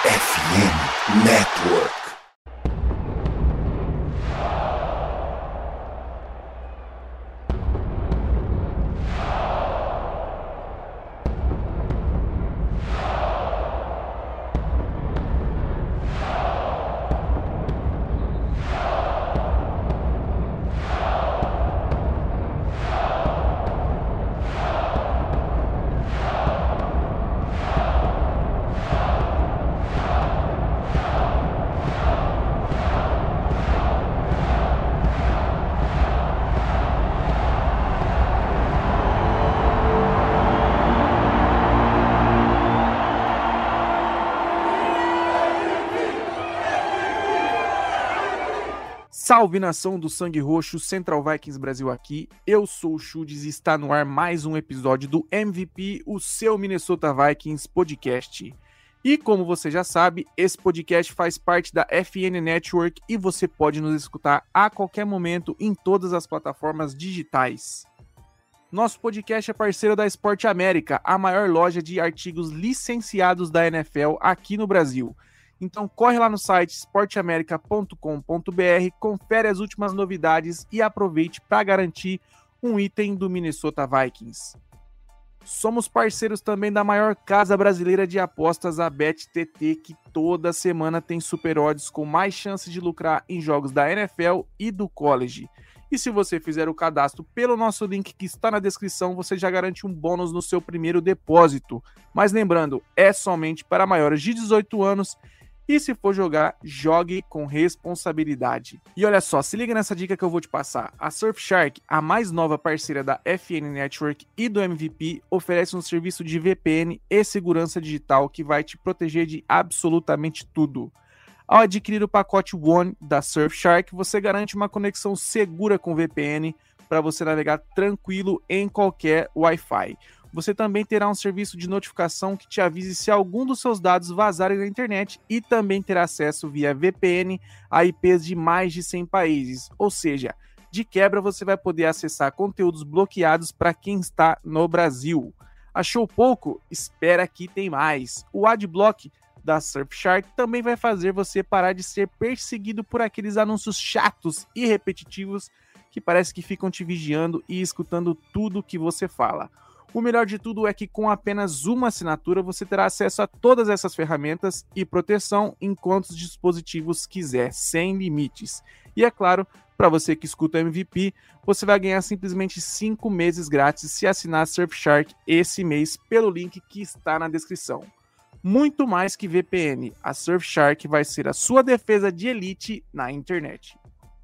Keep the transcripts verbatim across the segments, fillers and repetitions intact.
F M Network. Salve, nação do Sangue Roxo, Central Vikings Brasil aqui, eu sou o Chudes e está no ar mais um episódio do M V P, o seu Minnesota Vikings podcast. E como você já sabe, esse podcast faz parte da F N Network e você pode nos escutar a qualquer momento em todas as plataformas digitais. Nosso podcast é parceiro da Esporte América, a maior loja de artigos licenciados da N F L aqui no Brasil. Então corre lá no site esporte america ponto com ponto b r, confere as últimas novidades e aproveite para garantir um item do Minnesota Vikings. Somos parceiros também da maior casa brasileira de apostas, a BetTT, que toda semana tem super odds com mais chances de lucrar em jogos da N F L e do college. E se você fizer o cadastro pelo nosso link que está na descrição, você já garante um bônus no seu primeiro depósito. Mas lembrando, é somente para maiores de dezoito anos. E se for jogar, jogue com responsabilidade. E olha só, se liga nessa dica que eu vou te passar. A Surfshark, a mais nova parceira da F N Network e do M V P, oferece um serviço de V P N e segurança digital que vai te proteger de absolutamente tudo. Ao adquirir o pacote One da Surfshark, você garante uma conexão segura com V P N para você navegar tranquilo em qualquer Wi-Fi. Você também terá um serviço de notificação que te avise se algum dos seus dados vazarem na internet e também terá acesso via V P N a I Ps de mais de cem países. Ou seja, de quebra você vai poder acessar conteúdos bloqueados para quem está no Brasil. Achou pouco? Espera que tem mais. O Adblock da Surfshark também vai fazer você parar de ser perseguido por aqueles anúncios chatos e repetitivos que parece que ficam te vigiando e escutando tudo que você fala. O melhor de tudo é que com apenas uma assinatura você terá acesso a todas essas ferramentas e proteção em quantos dispositivos quiser, sem limites. E é claro, para você que escuta o M V P, você vai ganhar simplesmente cinco meses grátis se assinar Surfshark esse mês pelo link que está na descrição. Muito mais que V P N, a Surfshark vai ser a sua defesa de elite na internet.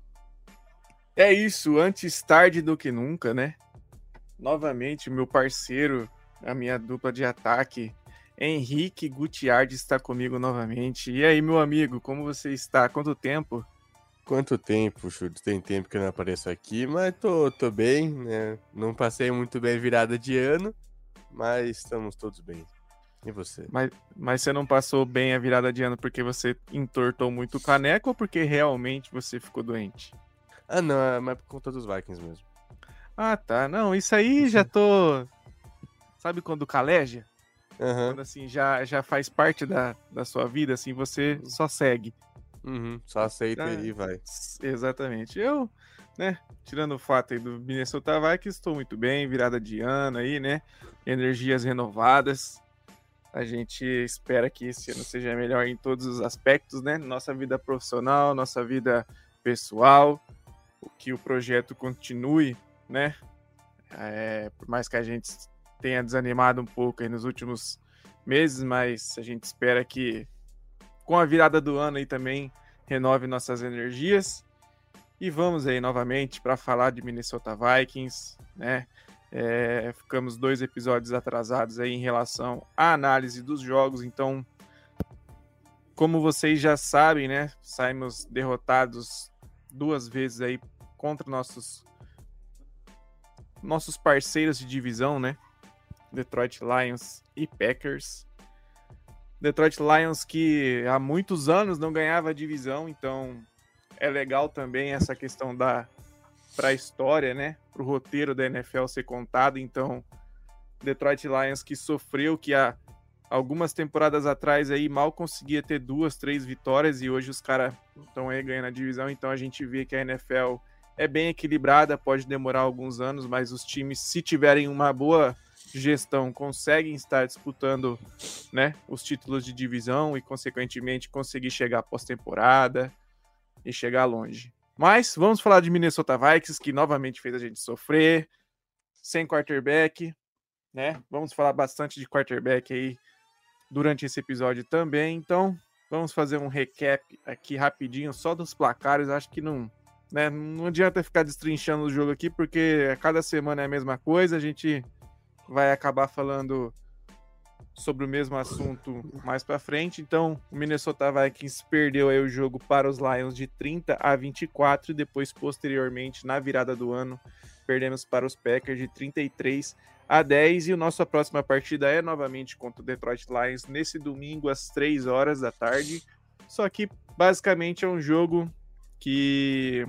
É isso, antes tarde do que nunca, né? Novamente, meu parceiro, a minha dupla de ataque, Henrique Gutiardi, está comigo novamente. E aí, meu amigo, como você está? Quanto tempo? Quanto tempo, Chutes? Tem tempo que eu não apareço aqui, mas tô, tô bem, né? Não passei muito bem virada de ano, mas estamos todos bem. E você? Mas, mas você não passou bem a virada de ano porque você entortou muito o caneco ou porque realmente você ficou doente? Ah, não, é mais por conta dos Vikings mesmo. Ah, tá. Não, isso aí já tô... Sabe quando caleja? Uhum. Quando assim, já, já faz parte da, da sua vida, assim, você só segue. Uhum. Só aceita Ah, e vai. Exatamente. Eu, né, tirando o fato aí do Minnesota Vikings, estou muito bem, virada de ano aí, né? Energias renovadas. A gente espera que esse ano seja melhor em todos os aspectos, né? Nossa vida profissional, nossa vida pessoal, que o projeto continue, né? É, por mais que a gente tenha desanimado um pouco aí nos últimos meses, mas a gente espera que com a virada do ano aí também renove nossas energias. E vamos aí novamente para falar de Minnesota Vikings, né? É, ficamos dois episódios atrasados aí em relação à análise dos jogos, então, como vocês já sabem, né? Saímos derrotados duas vezes aí contra nossos nossos parceiros de divisão, né? Detroit Lions e Packers. Detroit Lions que há muitos anos não ganhava a divisão, então é legal também essa questão da para a história, né? Para o roteiro da N F L ser contado. Então, Detroit Lions que sofreu, que há algumas temporadas atrás aí mal conseguia ter duas, três vitórias e hoje os caras estão aí ganhando a divisão, então a gente vê que a N F L é bem equilibrada, pode demorar alguns anos, mas os times, se tiverem uma boa gestão, conseguem estar disputando, né, os títulos de divisão e, consequentemente, conseguir chegar à pós-temporada e chegar longe. Mas vamos falar de Minnesota Vikings, que novamente fez a gente sofrer, sem quarterback, né? Vamos falar bastante de quarterback aí durante esse episódio também. Então, vamos fazer um recap aqui rapidinho, só dos placares. Acho que não, né, não adianta ficar destrinchando o jogo aqui, porque a cada semana é a mesma coisa. A gente vai acabar falando sobre o mesmo assunto mais para frente. Então, o Minnesota Vikings perdeu aí o jogo para os Lions de trinta a vinte e quatro e depois, posteriormente, na virada do ano, perdemos para os Packers de trinta e três a dez e a nossa próxima partida é novamente contra o Detroit Lions nesse domingo às três horas da tarde. Só que, basicamente, é um jogo que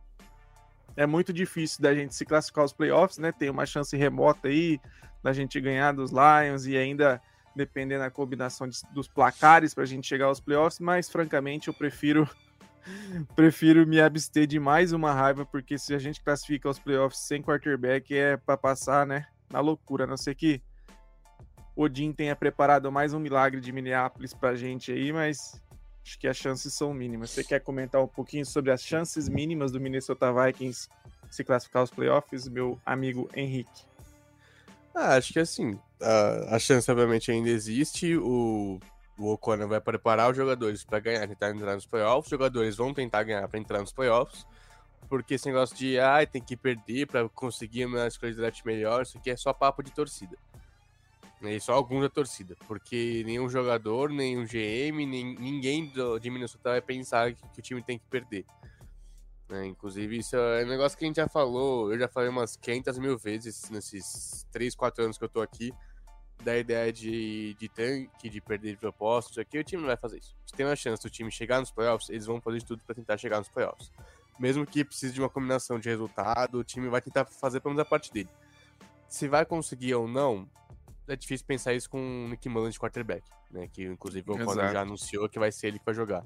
é muito difícil da gente se classificar aos playoffs, né? Tem uma chance remota aí da gente ganhar dos Lions e ainda dependendo da combinação de, dos placares para a gente chegar aos playoffs, mas francamente eu prefiro prefiro me abster de mais uma raiva, porque se a gente classifica aos playoffs sem quarterback é para passar, né, na loucura, a não ser que Odin tenha preparado mais um milagre de Minneapolis pra gente aí, mas acho que as chances são mínimas. Você quer comentar um pouquinho sobre as chances mínimas do Minnesota Vikings se classificar aos playoffs, meu amigo Henrique? Ah, acho que assim, a, a chance obviamente ainda existe, o, o O'Connor vai preparar os jogadores para ganhar, tentar entrar nos playoffs, os jogadores vão tentar ganhar para entrar nos playoffs, porque esse negócio de, ah, tem que perder para conseguir uma escolha de draft melhor, isso aqui é só papo de torcida. E só alguns da torcida, porque nenhum jogador, nenhum G M, nem, ninguém do, de Minnesota vai pensar que, que o time tem que perder. É, inclusive, isso é um negócio que a gente já falou, eu já falei umas quinhentas mil vezes nesses três, quatro anos que eu tô aqui, da ideia de, de tanque, de perder de propósito, isso aqui, o time não vai fazer isso. Se tem uma chance do time chegar nos playoffs, eles vão fazer de tudo pra tentar chegar nos playoffs. Mesmo que precise de uma combinação de resultado, o time vai tentar fazer pelo menos a parte dele. Se vai conseguir ou não, é difícil pensar isso com o Nick Mullins de quarterback, né? Que inclusive o O'Connor já anunciou que vai ser ele que vai jogar.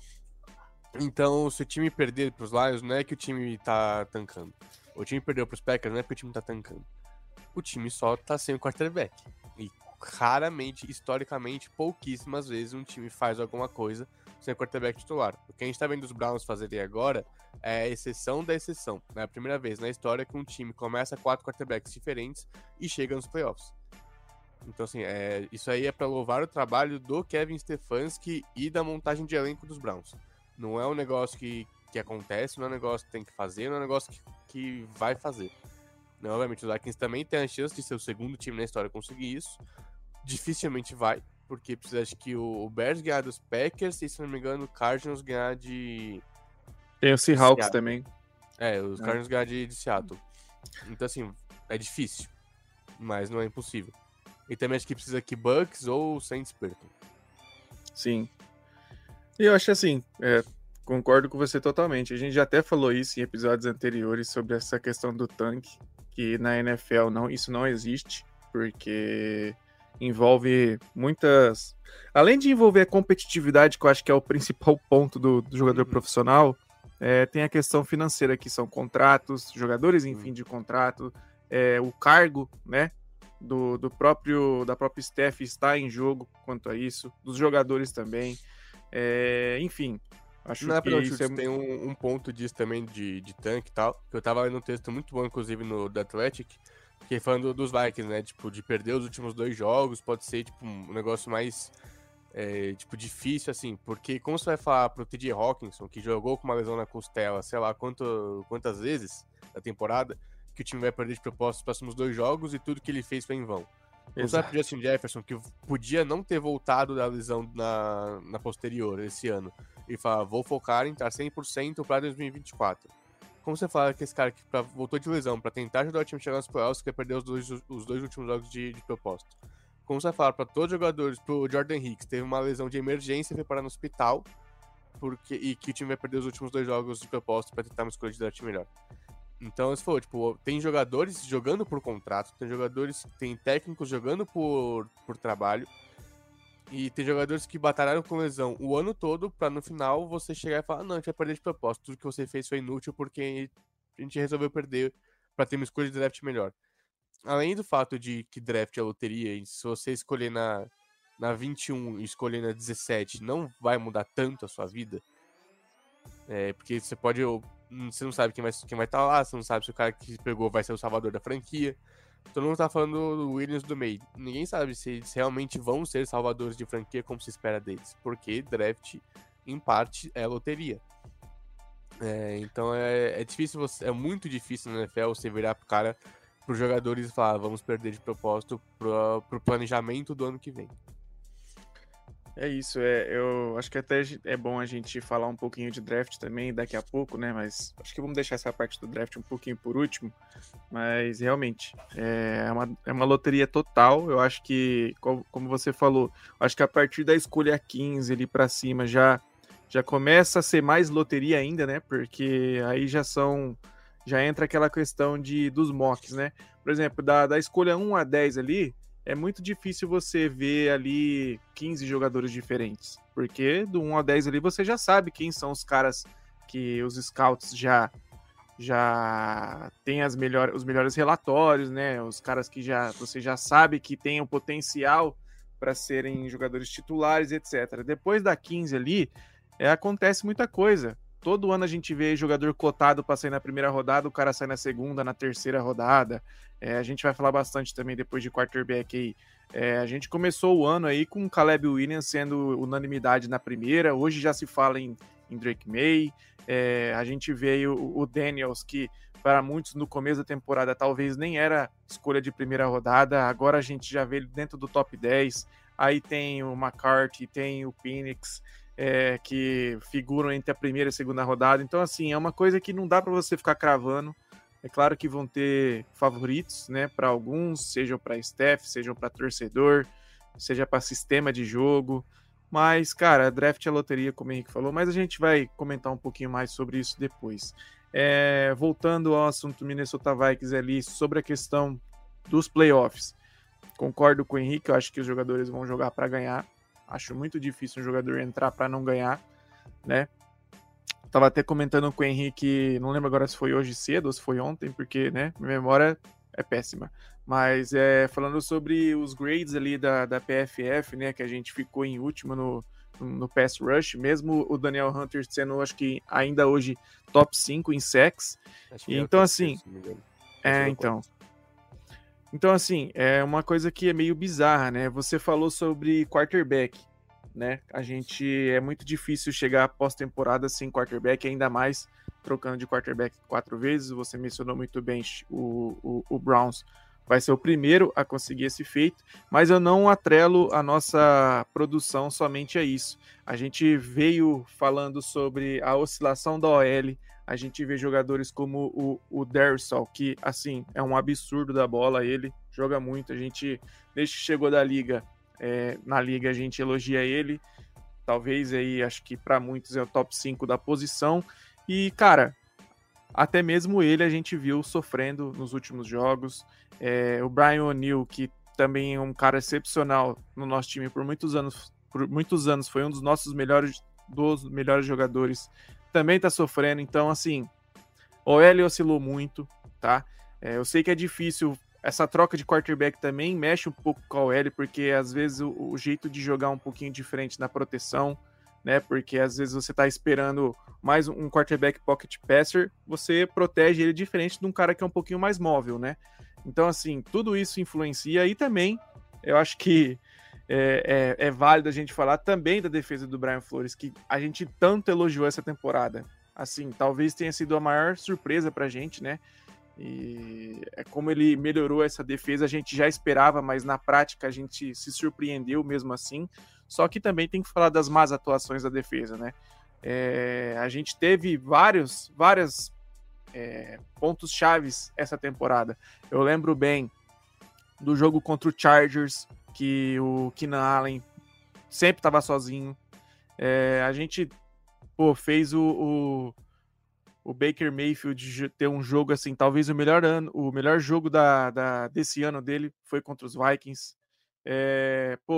Então, se o time perder pros Lions, não é que o time tá tancando. O time perdeu pros Packers, não é porque o time tá tancando. O time só tá sem o quarterback. E raramente, historicamente, pouquíssimas vezes um time faz alguma coisa sem o quarterback titular. O que a gente tá vendo os Browns fazerem agora é a exceção da exceção. É a primeira vez na história que um time começa quatro quarterbacks diferentes e chega nos playoffs. Então, assim, é, isso aí é pra louvar o trabalho do Kevin Stefanski e da montagem de elenco dos Browns. Não é um negócio que, que acontece, não é um negócio que tem que fazer, não é um negócio que, que vai fazer. Não, obviamente, os Vikings também tem a chance de ser o segundo time na história a conseguir isso. Dificilmente vai, porque precisa, acho que o Bears ganhar dos Packers e, se não me engano, o Cardinals ganhar de... Tem o Seahawks também. É, os é. Cardinals ganhar de, de Seattle. Então, assim, é difícil, mas não é impossível. E também acho que precisa que Bucks ou Saints percam. Sim. E eu acho assim, é, concordo com você totalmente. A gente já até falou isso em episódios anteriores sobre essa questão do tanque, que na N F L não, isso não existe, porque envolve muitas... Além de envolver a competitividade, que eu acho que é o principal ponto do, do jogador uhum. profissional, é, tem a questão financeira, que são contratos, jogadores em uhum. fim de contrato, é, o cargo, né, do, do próprio, da própria staff está em jogo quanto a isso, dos jogadores também. É, enfim, acho não, que não, isso é... tem um, um ponto disso também de, de tanque e tal, que eu tava lendo um texto muito bom, inclusive, no The Athletic, que é falando dos Vikings, né, tipo, de perder os últimos dois jogos, pode ser, tipo, um negócio mais, é, tipo, difícil, assim, porque como você vai falar pro T J Hawkinson, que jogou com uma lesão na costela, sei lá quanto, quantas vezes na temporada, que o time vai perder de propósito os próximos dois jogos e tudo que ele fez foi em vão. Não sabe pro Justin Jefferson, que podia não ter voltado da lesão na, na posterior esse ano, e fala, vou focar em estar cem por cento para dois mil e vinte e quatro. Como você fala que esse cara que pra, voltou de lesão para tentar ajudar o time a chegar nos playoffs, que vai perder os dois, os dois últimos jogos de, de propósito? Como você fala para todos os jogadores, pro Jordan Hicks, teve uma lesão de emergência e foi parar no hospital, porque, e que o time vai perder os últimos dois jogos de propósito para tentar uma escolha de draft melhor. Então, se for, tipo, tem jogadores jogando por contrato, tem jogadores, tem técnicos jogando por, por trabalho, E tem jogadores que batalharam com lesão o ano todo pra no final você chegar e falar, não, a gente vai perder de propósito, tudo que você fez foi inútil porque a gente resolveu perder pra ter uma escolha de draft melhor. Além do fato de que draft é loteria, e se você escolher na, na vinte e um e escolher na dezessete, não vai mudar tanto a sua vida. É, porque você pode. Você não sabe quem vai estar quem vai tá lá, você não sabe se o cara que pegou vai ser o salvador da franquia. Todo mundo tá falando do Williams do meio. Ninguém sabe se eles realmente vão ser salvadores de franquia como se espera deles. Porque draft, em parte, é loteria. É, então é, é difícil você. É muito difícil na N F L você virar pro cara, pros jogadores e falar, ah, vamos perder de propósito pro, pro planejamento do ano que vem. É isso, é, eu acho que até é bom a gente falar um pouquinho de draft também daqui a pouco, né? Mas acho que vamos deixar essa parte do draft um pouquinho por último. Mas realmente, é uma, é uma loteria total. Eu acho que, como você falou, acho que a partir da escolha quinze ali para cima já, já começa a ser mais loteria ainda, né? Porque aí já são. Já entra aquela questão de, dos mocks, né? Por exemplo, da, da escolha um a dez ali. É muito difícil você ver ali quinze jogadores diferentes, porque do um ao dez ali você já sabe quem são os caras que os scouts já já tem as melhor, os melhores relatórios, né? Os caras que já você já sabe que tem o potencial para serem jogadores titulares, etcétera. Depois da quinze ali, é, acontece muita coisa. Todo ano a gente vê jogador cotado para sair na primeira rodada, o cara sai na segunda, na terceira rodada. É, a gente vai falar bastante também depois de quarterback aí. É, a gente começou o ano aí com o Caleb Williams sendo unanimidade na primeira. Hoje já se fala em, em Drake May. É, a gente vê o, o Daniels, que para muitos no começo da temporada talvez nem era escolha de primeira rodada. Agora a gente já vê ele dentro do top dez. Aí tem o McCarthy, tem o Penix. É, que figuram entre a primeira e a segunda rodada. Então, assim, é uma coisa que não dá para você ficar cravando. É claro que vão ter favoritos, né, para alguns, sejam para staff, sejam para torcedor, seja para sistema de jogo. Mas, cara, draft é loteria, como o Henrique falou, mas a gente vai comentar um pouquinho mais sobre isso depois. É, voltando ao assunto Minnesota Vikings ali, sobre a questão dos playoffs. Concordo com o Henrique, eu acho que os jogadores vão jogar para ganhar. Acho muito difícil um jogador entrar para não ganhar, né? Tava até comentando com o Henrique, não lembro agora se foi hoje cedo ou se foi ontem, porque, né, minha memória é péssima. Mas é, falando sobre os grades ali da, da P F F, né, que a gente ficou em último no, no pass rush, mesmo o Daniel Hunter sendo, acho que ainda hoje, top cinco em sacks. Então, assim... É, então... Então, assim, é uma coisa que é meio bizarra, né? Você falou sobre quarterback, né? A gente... É muito difícil chegar pós-temporada sem quarterback, ainda mais trocando de quarterback quatro vezes. Você mencionou muito bem o, o, o Browns. Vai ser o primeiro a conseguir esse feito, mas eu não atrelo a nossa produção somente a isso. A gente veio falando sobre a oscilação da O L, a gente vê jogadores como o, o Darrisaw, que, assim, é um absurdo da bola, ele joga muito, a gente, desde que chegou da liga, é, na liga a gente elogia ele, talvez aí, acho que para muitos é o top cinco da posição, e, cara, até mesmo ele a gente viu sofrendo nos últimos jogos. É, o Brian O'Neill, que também é um cara excepcional no nosso time por muitos anos, por muitos anos foi um dos nossos melhores, dos melhores jogadores, também tá sofrendo. Então, assim, o L oscilou muito, tá? É, eu sei que é difícil, essa troca de quarterback também mexe um pouco com a O L, porque às vezes o, o jeito de jogar é um pouquinho diferente na proteção, né? Porque às vezes você tá esperando mais um quarterback pocket passer, você protege ele diferente de um cara que é um pouquinho mais móvel, né? Então, assim, tudo isso influencia, e também eu acho que é, é, é válido a gente falar também da defesa do Brian Flores, que a gente tanto elogiou essa temporada. Assim, talvez tenha sido a maior surpresa pra gente, né? E é como ele melhorou essa defesa, a gente já esperava, mas na prática a gente se surpreendeu mesmo assim. Só que também tem que falar das más atuações da defesa, né? É, a gente teve vários, várias é, pontos chaves essa temporada. Eu lembro bem do jogo contra o Chargers, que o Keenan Allen sempre estava sozinho. É, a gente pô, fez o, o, o Baker Mayfield ter um jogo assim, talvez o melhor ano, o melhor jogo da, da, desse ano dele foi contra os Vikings. É, pô,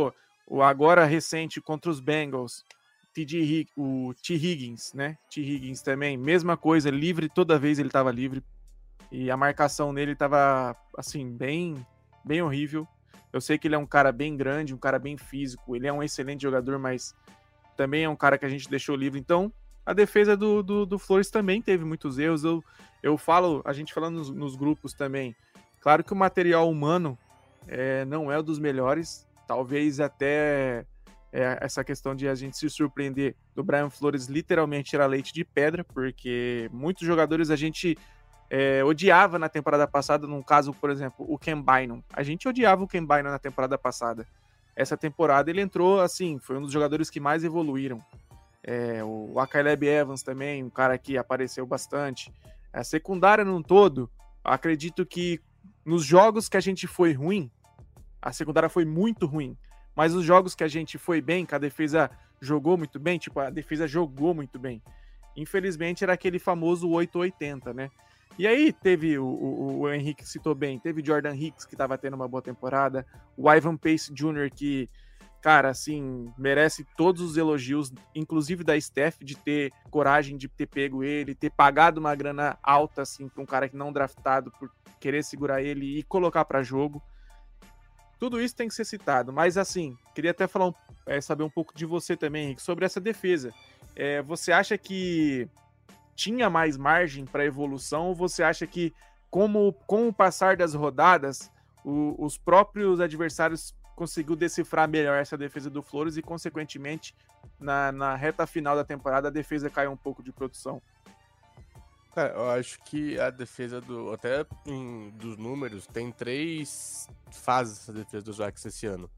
O agora recente contra os Bengals, T J, o T. Higgins, né? T. Higgins também, mesma coisa, livre, toda vez ele estava livre. E a marcação nele estava, assim, bem, bem horrível. Eu sei que ele é um cara bem grande, um cara bem físico, ele é um excelente jogador, mas também é um cara que a gente deixou livre. Então, a defesa do, do, do Flores também teve muitos erros. Eu, eu falo, a gente falando nos, nos grupos também, claro que o material humano é, não é o dos melhores, talvez até é, essa questão de a gente se surpreender do Brian Flores literalmente tirar leite de pedra, porque muitos jogadores a gente é, odiava na temporada passada, num caso, por exemplo, o Ken Bynum. A gente odiava o Ken Bynum na temporada passada. Essa temporada ele entrou, assim, foi um dos jogadores que mais evoluíram. É, o Caleb Evans também, um cara que apareceu bastante. A secundária num todo, acredito que nos jogos que a gente foi ruim, a secundária foi muito ruim, mas os jogos que a gente foi bem, que a defesa jogou muito bem, tipo, a defesa jogou muito bem. Infelizmente era aquele famoso oito oitenta, né? E aí teve, o, o, o Henrique citou bem, teve Jordan Hicks, que estava tendo uma boa temporada, o Ivan Pace Júnior, que, cara, assim, merece todos os elogios, inclusive da Steph, de ter coragem de ter pego ele, ter pagado uma grana alta, assim, para um cara que não draftado, por querer segurar ele e colocar para jogo. Tudo isso tem que ser citado, mas assim, queria até falar, é, saber um pouco de você também, Henrique, sobre essa defesa. É, você acha que tinha mais margem para evolução, ou você acha que, como, com o passar das rodadas, o, os próprios adversários conseguiu decifrar melhor essa defesa do Flores e, consequentemente, na, na reta final da temporada, a defesa caiu um pouco de produção? Cara, eu acho que a defesa do... Até em, dos números, tem três fases essa defesa dos Vikings esse ano.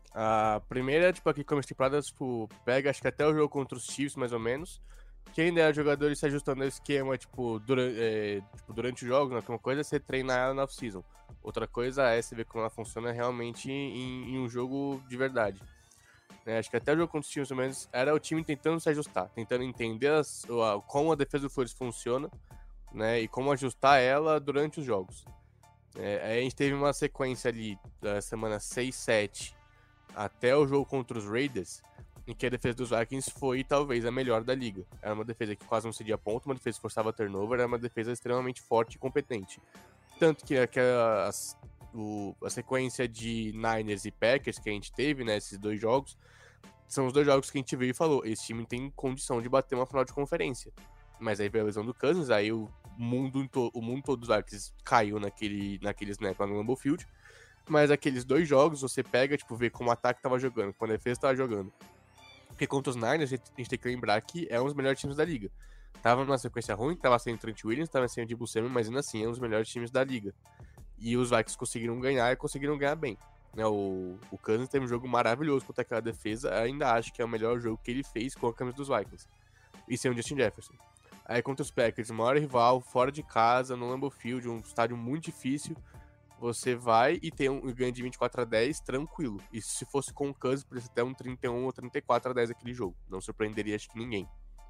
A primeira, tipo, aqui como temporada, tipo, pega, acho que até o jogo contra os Chiefs, mais ou menos, que ainda é jogadores se ajustando ao esquema, tipo, durante, é, tipo, durante o jogo, né? Uma coisa é você treinar ela na off-season. Outra coisa é você ver como ela funciona realmente em, em um jogo de verdade. Né? Acho que até o jogo contra os Chiefs, mais ou menos, era o time tentando se ajustar, tentando entender as, a, como a defesa do Flores funciona, né? E como ajustar ela durante os jogos. É, aí a gente teve uma sequência ali da semana seis, sete até o jogo contra os Raiders, em que a defesa dos Vikings foi talvez a melhor da liga. Era uma defesa que quase não cedia ponto, uma defesa que forçava turnover, era uma defesa extremamente forte e competente. Tanto que aquela, a, o, a sequência de Niners e Packers que a gente teve, né, esses dois jogos, são os dois jogos que a gente veio e falou, esse time tem condição de bater uma final de conferência. Mas aí veio a lesão do Cousins, aí o mundo, o mundo todo dos Vikings caiu naquele, naquele snap lá no Lambeau Field. Mas aqueles dois jogos, você pega, tipo, vê como o ataque tava jogando, como a defesa tava jogando. Porque contra os Niners, a gente, a gente tem que lembrar que é um dos melhores times da liga. Tava numa sequência ruim, tava sem o Trent Williams, tava sem o Deebo Samuel, mas ainda assim é um dos melhores times da liga. E os Vikings conseguiram ganhar e conseguiram ganhar bem. Né, o, o Cousins teve um jogo maravilhoso contra aquela defesa, ainda acho que é o melhor jogo que ele fez com a camisa dos Vikings. E sem o Justin Jefferson. Aí contra os Packers, maior rival, fora de casa, no Lambeau Field, um estádio muito difícil, você vai e tem um ganho de vinte e quatro a dez tranquilo. E se fosse com o Cousins, poderia até um trinta e um ou trinta e quatro a dez aquele jogo. Não surpreenderia, acho que ninguém.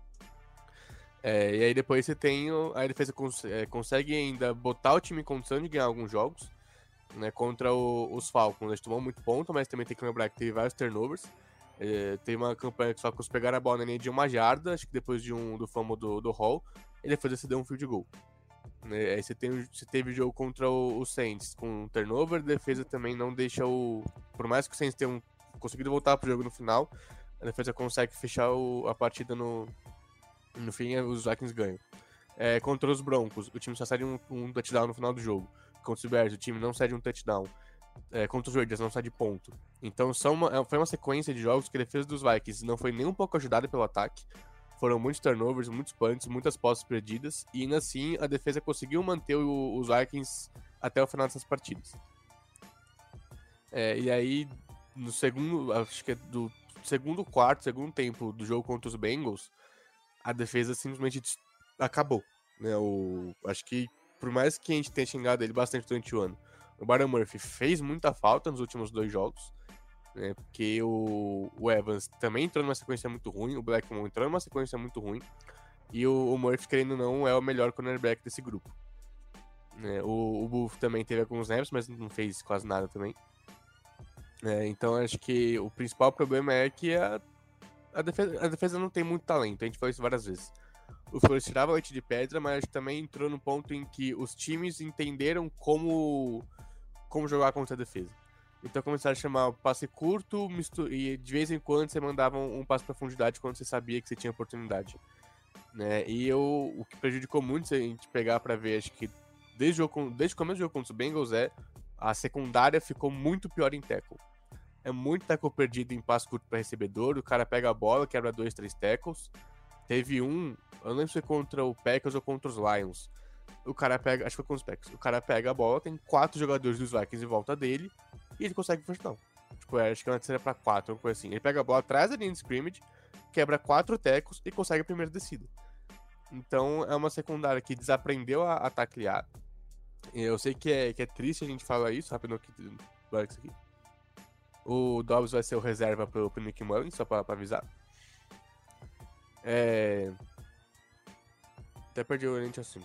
É, e aí depois você tem... A defesa cons é, consegue ainda botar o time em condição de ganhar alguns jogos. Né, contra o, os Falcons. Eles tomou muito ponto, mas também tem que lembrar que teve vários turnovers. É, teve uma campanha que os Falcons pegaram a bola na linha de uma jarda, acho que depois de um, do fumble do, do Hall, e depois você deu um field goal. Né, aí você, tem, você teve jogo contra o, o Saints com um turnover, a defesa também não deixa o... Por mais que o Saints tenha um, conseguido voltar pro jogo no final, a defesa consegue fechar o, a partida no, no fim, os Vikings ganham. É, contra os Broncos, o time só cede um, um touchdown no final do jogo. Contra os Bears, o time não cede um touchdown. É, contra os Raiders, não cede ponto. Então são uma, foi uma sequência de jogos que a defesa dos Vikings não foi nem um pouco ajudada pelo ataque. Foram muitos turnovers, muitos punts, muitas posses perdidas. E ainda assim, a defesa conseguiu manter o, os Vikings até o final dessas partidas. É, e aí, no segundo, acho que é do segundo quarto, segundo tempo do jogo contra os Bengals, a defesa simplesmente acabou. Né? O, acho que, por mais que a gente tenha xingado ele bastante durante o ano, o Byron Murphy fez muita falta nos últimos dois jogos. Né, porque o, o Evans também entrou numa sequência muito ruim, o Blackmon entrou numa sequência muito ruim, e o, o Murphy, querendo ou não, é o melhor cornerback desse grupo. Né, o, o Buff também teve alguns snaps, mas não fez quase nada também. É, então acho que o principal problema é que a, a, defesa, a defesa não tem muito talento, a gente falou isso várias vezes. O Flores tirava leite de pedra, mas também entrou no ponto em que os times entenderam como, como jogar contra a defesa. Então começaram a chamar passe curto mistu- e de vez em quando você mandava um, um passe para profundidade quando você sabia que você tinha oportunidade. Né? E eu, o que prejudicou muito se a gente pegar para ver, acho que desde o, jogo, desde o começo do jogo contra os Bengals é a secundária ficou muito pior em tackle. É muito tackle perdido em passe curto para recebedor, o cara pega a bola, quebra dois, três tackles. Teve um, eu não lembro se foi contra o Packers ou contra os Lions. O cara pega, acho que foi contra os Packers. O cara pega a bola, tem quatro jogadores dos Vikings em volta dele e ele consegue first down. Tipo, acho que antes era pra quatro, uma coisa assim. Ele pega a bola atrás da linha de scrimmage, quebra quatro tackles e consegue a primeira descida. Então é uma secundária que desaprendeu a, a taclear. Eu sei que é, que é triste a gente falar isso, rápido aqui, isso aqui. O Dobbs vai ser o reserva pro, pro Nick Mullins, só pra, pra avisar. É... Até perdi o oriente assim.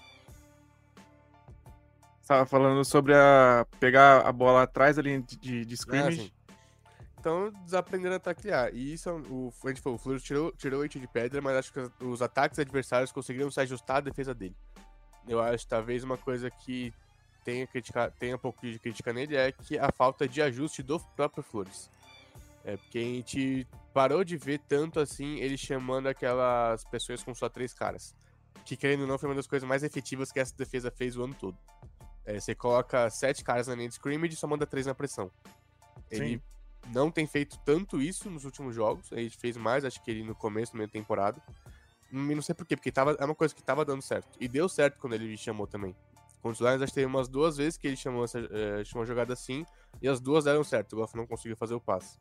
Você tava falando sobre a pegar a bola atrás ali de, de, de scrimmage. Ah, então, desaprenderam a taclear. E isso, o, a gente falou, o Flores tirou, tirou o leite de pedra, mas acho que os ataques adversários conseguiram se ajustar à defesa dele. Eu acho que talvez uma coisa que tenha, criticar, tenha um pouco de crítica nele é que a falta de ajuste do próprio Flores. É porque a gente parou de ver tanto assim ele chamando aquelas pessoas com só três caras. Que, querendo ou não, foi uma das coisas mais efetivas que essa defesa fez o ano todo. É, você coloca sete caras na linha de scrimmage e só manda três na pressão. Ele Sim. não tem feito tanto isso nos últimos jogos. Ele fez mais, acho que ele no começo da minha temporada. Não sei por quê, porque tava, é uma coisa que tava dando certo. E deu certo quando ele chamou também. Com os Lions, acho que teve umas duas vezes que ele chamou, essa, uh, chamou uma jogada assim, e as duas deram certo. O Goff não conseguiu fazer o passe.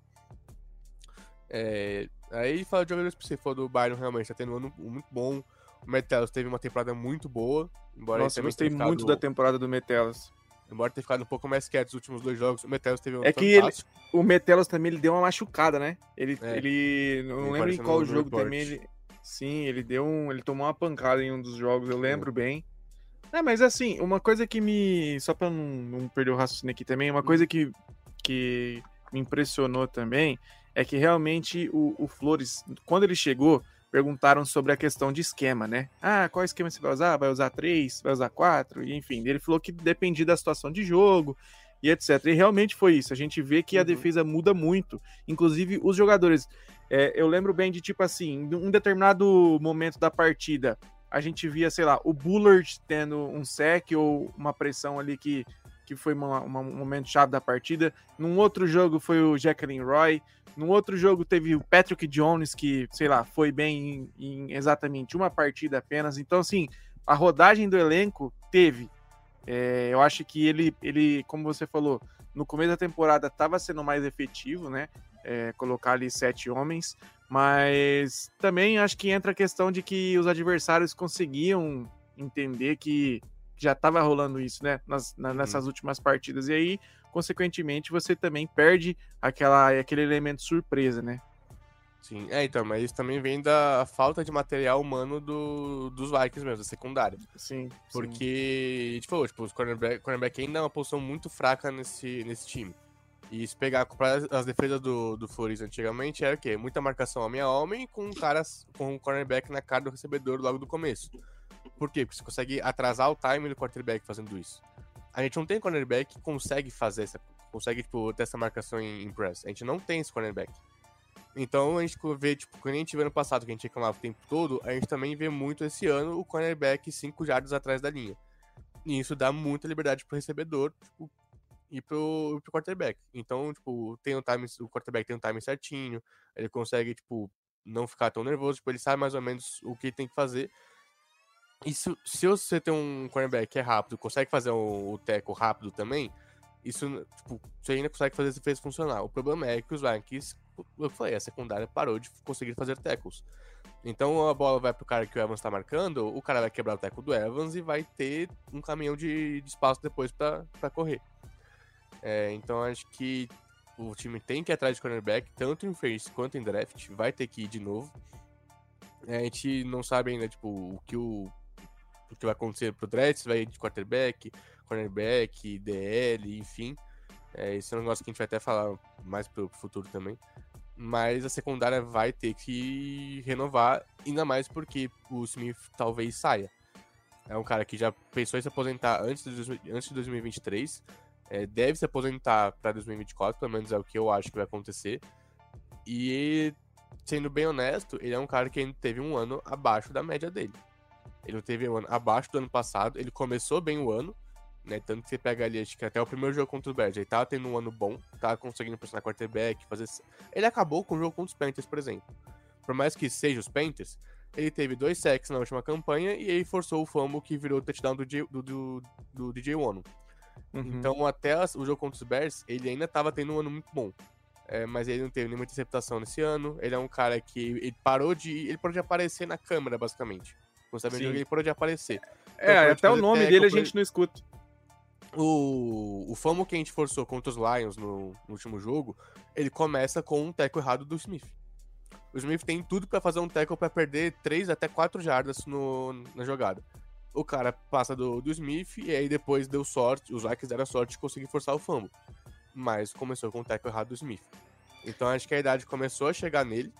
É, aí fala de jogadores pra você, for do Byron, realmente tá tendo um ano muito bom. O Metellus teve uma temporada muito boa. Embora Nossa, ele eu gostei ficado... muito da temporada do Metellus. Embora tenha ficado um pouco mais quieto nos últimos dois jogos, o Metellus teve um é que fantástico. Ele, o Metellus também ele deu uma machucada, né? Ele, é. ele não ele lembro em qual jogo report. também. Ele, sim, ele deu um, ele tomou uma pancada em um dos jogos, eu lembro é. bem. É, mas assim, uma coisa que me, só para não, não perder o raciocínio aqui também, uma hum. coisa que, que me impressionou também é que realmente o, o Flores, quando ele chegou, perguntaram sobre a questão de esquema, né? Ah, qual esquema você vai usar? Vai usar três? Vai usar quatro? E, enfim, ele falou que dependia da situação de jogo e etcétera. E realmente foi isso. A gente vê que uhum. a defesa muda muito. Inclusive, os jogadores... É, eu lembro bem de, tipo assim, em um determinado momento da partida, a gente via, sei lá, o Bullard tendo um sec ou uma pressão ali que, que foi uma, uma, um momento chave da partida. Num outro jogo foi o Jacqueline Roy. No outro jogo teve o Patrick Jones, que, sei lá, foi bem em, em exatamente uma partida apenas. Então, assim, a rodagem do elenco teve. É, eu acho que ele, ele, como você falou, no começo da temporada estava sendo mais efetivo, né? É, colocar ali sete homens. Mas também acho que entra a questão de que os adversários conseguiam entender que já estava rolando isso, né? Nas, na, nessas uhum. últimas partidas. E aí, consequentemente, você também perde aquela, aquele elemento surpresa, né? Sim, é, então, mas isso também vem da falta de material humano do, dos Vikings mesmo, da secundária. Sim. Porque, sim. tipo, tipo, os cornerback, cornerback ainda é uma posição muito fraca nesse, nesse time. E se pegar as defesas do, do Flores antigamente, era o quê? Muita marcação homem a homem com caras, com um cornerback na cara do recebedor logo do começo. Por quê? Porque você consegue atrasar o time do quarterback fazendo isso. A gente não tem cornerback que consegue fazer essa, consegue, tipo, ter essa marcação em, em press. A gente não tem esse cornerback. Então, a gente vê, tipo, quando a gente vê no passado, que a gente reclamava o tempo todo, a gente também vê muito esse ano o cornerback cinco jardas atrás da linha. E isso dá muita liberdade pro recebedor, tipo, e pro, pro quarterback. Então, tipo, tem um time, o quarterback tem um time certinho, ele consegue, tipo, não ficar tão nervoso, tipo, ele sabe mais ou menos o que tem que fazer. E se, se você tem um cornerback que é rápido, consegue fazer o, o tackle rápido também, isso, tipo, você ainda consegue fazer essa defesa funcionar. O problema é que os Vikings, eu falei, a secundária parou de conseguir fazer tackles. Então a bola vai pro cara que o Evans tá marcando, o cara vai quebrar o tackle do Evans e vai ter um caminhão de, de espaço depois pra, pra correr. É, então acho que o time tem que ir atrás de cornerback, tanto em free quanto em draft, vai ter que ir de novo. É, a gente não sabe ainda, tipo, o que o o que vai acontecer pro draft, se vai ir de quarterback, cornerback, D L, enfim. É, esse é um negócio que a gente vai até falar mais pro futuro também. Mas a secundária vai ter que renovar, ainda mais porque o Smith talvez saia. É um cara que já pensou em se aposentar antes de, antes de dois mil e vinte e três, é, deve se aposentar para dois mil e vinte e quatro, pelo menos é o que eu acho que vai acontecer. E, sendo bem honesto, ele é um cara que ainda teve um ano abaixo da média dele. Ele não teve um ano abaixo do ano passado, ele começou bem o ano, né? Tanto que você pega ali, acho que até o primeiro jogo contra os Bears, ele tava tendo um ano bom, tava conseguindo pressionar quarterback, fazer... Ele acabou com o jogo contra os Panthers, por exemplo. Por mais que seja os Panthers, ele teve dois sacks na última campanha e aí forçou o fumble que virou o touchdown do, do, do, do D J Wonnum. Uhum. Então, até as, o jogo contra os Bears, ele ainda tava tendo um ano muito bom. É, mas ele não teve nenhuma interceptação nesse ano. Ele é um cara que ele parou de, ele parou de aparecer na câmera, basicamente. Não sabe onde ele parou de aparecer. É, então, até o nome dele a gente não escuta. O, o fumble que a gente forçou contra os Lions no, no último jogo, ele começa com um tackle errado do Smith. O Smith tem tudo pra fazer um tackle pra perder três até quatro jardas no, na jogada. O cara passa do, do Smith e aí depois deu sorte, os Vikings deram sorte de conseguir forçar o fumble. Mas começou com o tackle errado do Smith. Então acho que a idade começou a chegar nele.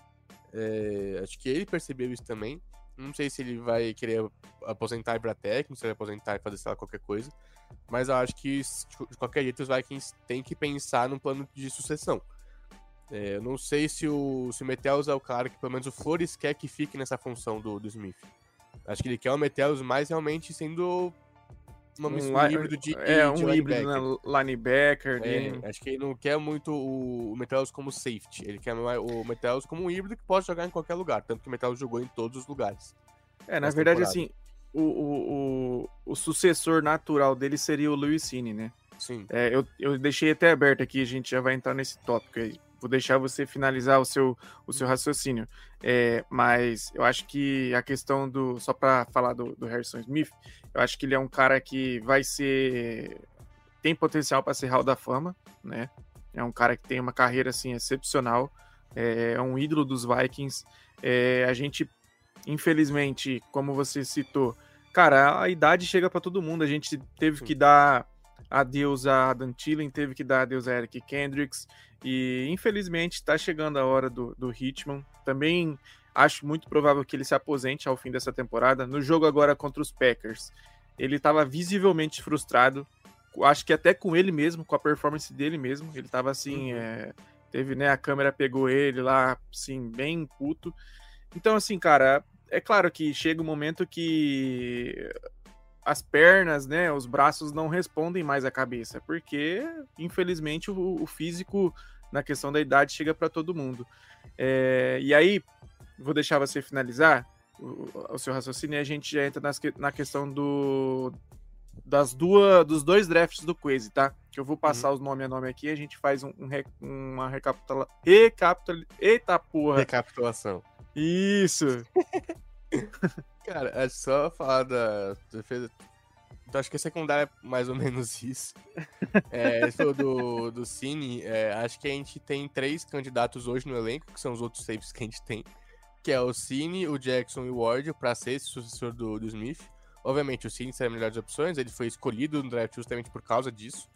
É, acho que ele percebeu isso também. Não sei se ele vai querer aposentar e ir pra técnico, se ele vai aposentar e fazer, sei lá, qualquer coisa. Mas eu acho que, de qualquer jeito, os Vikings têm que pensar num plano de sucessão. É, eu não sei se o, se o Metellus é o cara que, pelo menos, o Flores quer que fique nessa função do, do Smith. Acho que ele quer o Metellus mais realmente sendo uma, um, um híbrido de É, um de híbrido na linebacker. É, de... Acho que ele não quer muito o, o Metellus como safety. Ele quer o Metellus como um híbrido que pode jogar em qualquer lugar. Tanto que o Metellus jogou em todos os lugares. É, na verdade, temporada. assim, o, o, o, o sucessor natural dele seria o Lewis Cine, né? Sim. É, eu, eu deixei até aberto aqui, a gente já vai entrar nesse tópico aí. Vou deixar você finalizar o seu, o seu raciocínio. É, mas eu acho que a questão do... Só para falar do, do Harrison Smith, eu acho que ele é um cara que vai ser... Tem potencial para ser Hall da Fama, né? É um cara que tem uma carreira, assim, excepcional. É, é um ídolo dos Vikings. É, a gente, infelizmente, como você citou... Cara, a idade chega para todo mundo. A gente teve Sim. que dar adeus a Adam Thielen, teve que dar adeus a Eric Kendricks. E, infelizmente, está chegando a hora do, do Hitman. Também acho muito provável que ele se aposente ao fim dessa temporada. No jogo agora contra os Packers, ele estava visivelmente frustrado. Acho que até com ele mesmo, com a performance dele mesmo. Ele estava assim... Uhum. É, teve, né? A câmera pegou ele lá, assim, bem puto. Então, assim, cara... É claro que chega um momento que as pernas, né, os braços não respondem mais à cabeça, porque, infelizmente, o, o físico, na questão da idade, chega para todo mundo. É, e aí, vou deixar você finalizar o, o seu raciocínio e a gente já entra nas, na questão do, das duas, dos dois drafts do Quase, tá? Que eu vou passar uhum. os nome a nome aqui e a gente faz um, um, uma recapitula... Recapitula... Eita porra! Recapitulação. Isso! Cara, é só falar da defesa. Então, acho que a secundária é mais ou menos isso. É, do, do Cine, é, acho que a gente tem três candidatos hoje no elenco, que são os outros safes que a gente tem, que é o Cine, o Jackson e o Ward, pra ser esse sucessor do, do Smith. Obviamente, o Cine será a melhor das opções, ele foi escolhido no draft justamente por causa disso.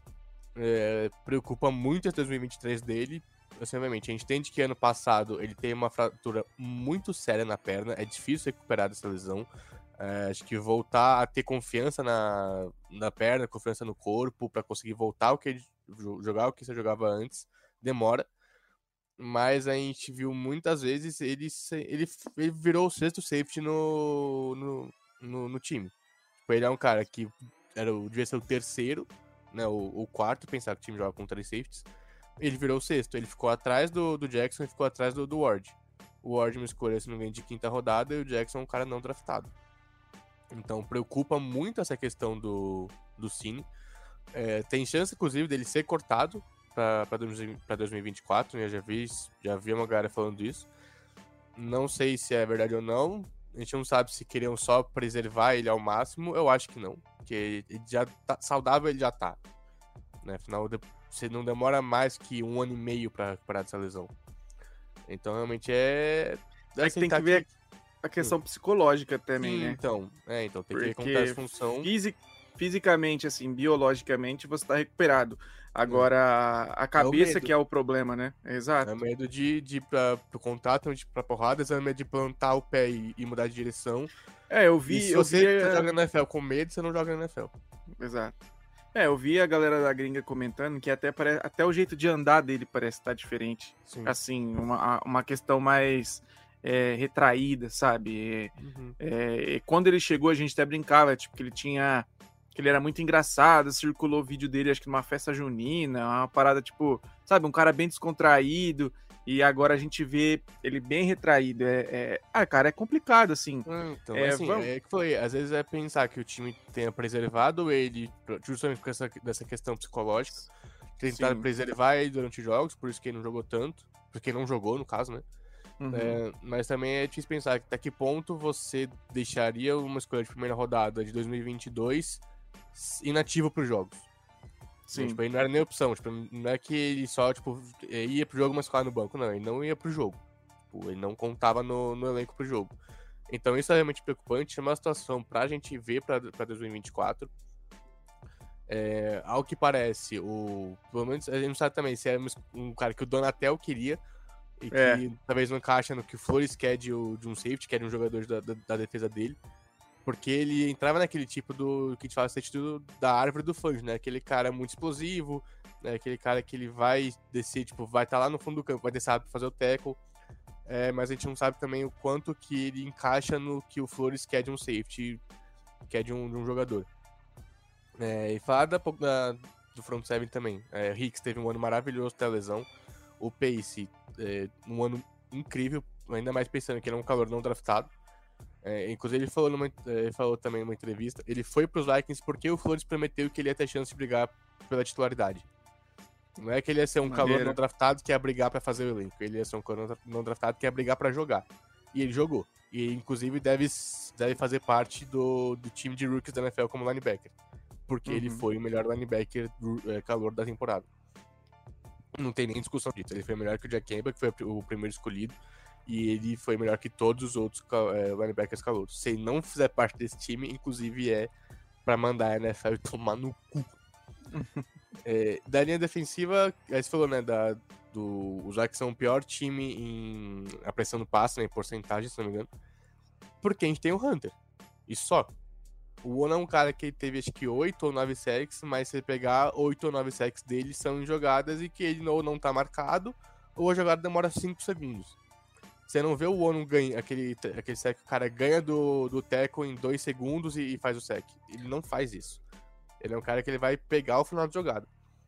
É, preocupa muito esse dois mil e vinte e três dele. Assim, obviamente, a gente entende que ano passado ele tem uma fratura muito séria na perna, é difícil recuperar dessa lesão. É, acho que voltar a ter confiança na, na perna, confiança no corpo, para conseguir voltar o que ele, jogar o que você jogava antes, demora. Mas a gente viu muitas vezes ele, ele, ele virou o sexto safety no, no, no, no time. Tipo, ele é um cara que era, devia ser o terceiro, né, o, o quarto, pensar que o time joga com três safeties. Ele virou o sexto, ele ficou atrás do, do Jackson e ficou atrás do, do Ward. O Ward me escolheu, se não me engano, de quinta rodada e o Jackson é um cara não draftado. Então preocupa muito essa questão do, do Cine. É, tem chance, inclusive, dele ser cortado para dois mil e vinte e quatro, né? Eu já vi, já vi uma galera falando isso. Não sei se é verdade ou não. A gente não sabe se queriam só preservar ele ao máximo. Eu acho que não, porque ele já tá saudável, ele já tá. Né? Afinal, você não demora mais que um ano e meio pra recuperar dessa lesão. Então, realmente, é... É que tem que ver a questão Sim. psicológica também, Sim, né? Então, é, então tem Porque que ver como tá essa função. Fisi... fisicamente, assim, biologicamente, você tá recuperado. Agora, a cabeça medo. que é o problema, né? Exato. É medo de, de ir pra, pro contato, de ir pra porradas, é medo de plantar o pé e, e mudar de direção. É, eu E vi, se eu você vi... joga na N F L com medo, você não joga na N F L. Exato. É, eu vi a galera da gringa comentando que até, pare... até o jeito de andar dele parece estar diferente. Sim. Assim, uma, uma questão mais é, retraída, sabe? Uhum. É, é, quando ele chegou, a gente até brincava, tipo, que ele tinha... que ele era muito engraçado, circulou vídeo dele, acho que numa festa junina, uma parada, tipo, sabe, um cara bem descontraído, e agora a gente vê ele bem retraído. É, é... Ah, cara, é complicado, assim. Ah, então, É, assim, vamos- é que foi, às vezes é pensar que o time tenha preservado ele, justamente por essa dessa questão psicológica, tentar Sim. preservar ele durante os jogos, por isso que ele não jogou tanto, porque ele não jogou, no caso, né? Uhum. É, mas também é difícil pensar até que ponto você deixaria uma escolha de primeira rodada de dois mil e vinte e dois inativo pros jogos. Sim. Tipo, ele não era nem opção, tipo, não é que ele só, tipo, ia pro jogo, mas ficava no banco, não, ele não ia pro jogo. Tipo, ele não contava no, no elenco pro jogo. Então isso é realmente preocupante, é uma situação pra gente ver pra, pra dois mil e vinte e quatro. É, ao que parece, o, pelo menos a gente não sabe também se é um cara que o Donatel queria e que É. talvez não encaixa no que o Flores quer de, de um safety, quer de um jogador da, da, da defesa dele. Porque ele entrava naquele tipo do que a gente fala sentido da árvore do flange, né? Aquele cara muito explosivo, né? Aquele cara que ele vai descer, tipo, vai estar tá lá no fundo do campo, vai descer rápido pra fazer o tackle. É, mas a gente não sabe também o quanto que ele encaixa no que o Flores quer de um safety, quer de um, de um jogador. É, e falar da, da, do front seven também. É, Hicks teve um ano maravilhoso até a lesão. O Pace, é, um ano incrível, ainda mais pensando que ele é um calor não draftado. É, inclusive ele falou, numa, ele falou também numa entrevista, ele foi pros Vikings porque o Flores prometeu que ele ia ter chance de brigar pela titularidade. Não é que ele ia ser um Maneiro. calor não draftado que ia brigar pra fazer o elenco, ele ia ser um calor não draftado que ia brigar pra jogar. E ele jogou. E inclusive deve, deve fazer parte do, do time de rookies da N F L como linebacker. Porque uhum. ele foi o melhor linebacker do é, calor da temporada. Não tem nem discussão disso. Ele foi melhor que o Jack Campbell, que foi o primeiro escolhido. E ele foi melhor que todos os outros é, linebackers calouros. Se ele não fizer parte desse time, inclusive é pra mandar a N F L tomar no cu. é, da linha defensiva, aí você falou, né, da, do, os Vikings são o pior time em a pressão do passe, né, em porcentagem, se não me engano. Porque a gente tem o Hunter. E só. O Ono é um cara que teve acho que oito ou nove sacks, mas se ele pegar oito ou nove sacks dele são em jogadas e que ele ou não tá marcado, ou a jogada demora cinco segundos. Você não vê o Ono ganha, aquele, aquele sack que o cara ganha do, do tackle em dois segundos e, e faz o sack. Ele não faz isso. Ele é um cara que ele vai pegar o final de jogada.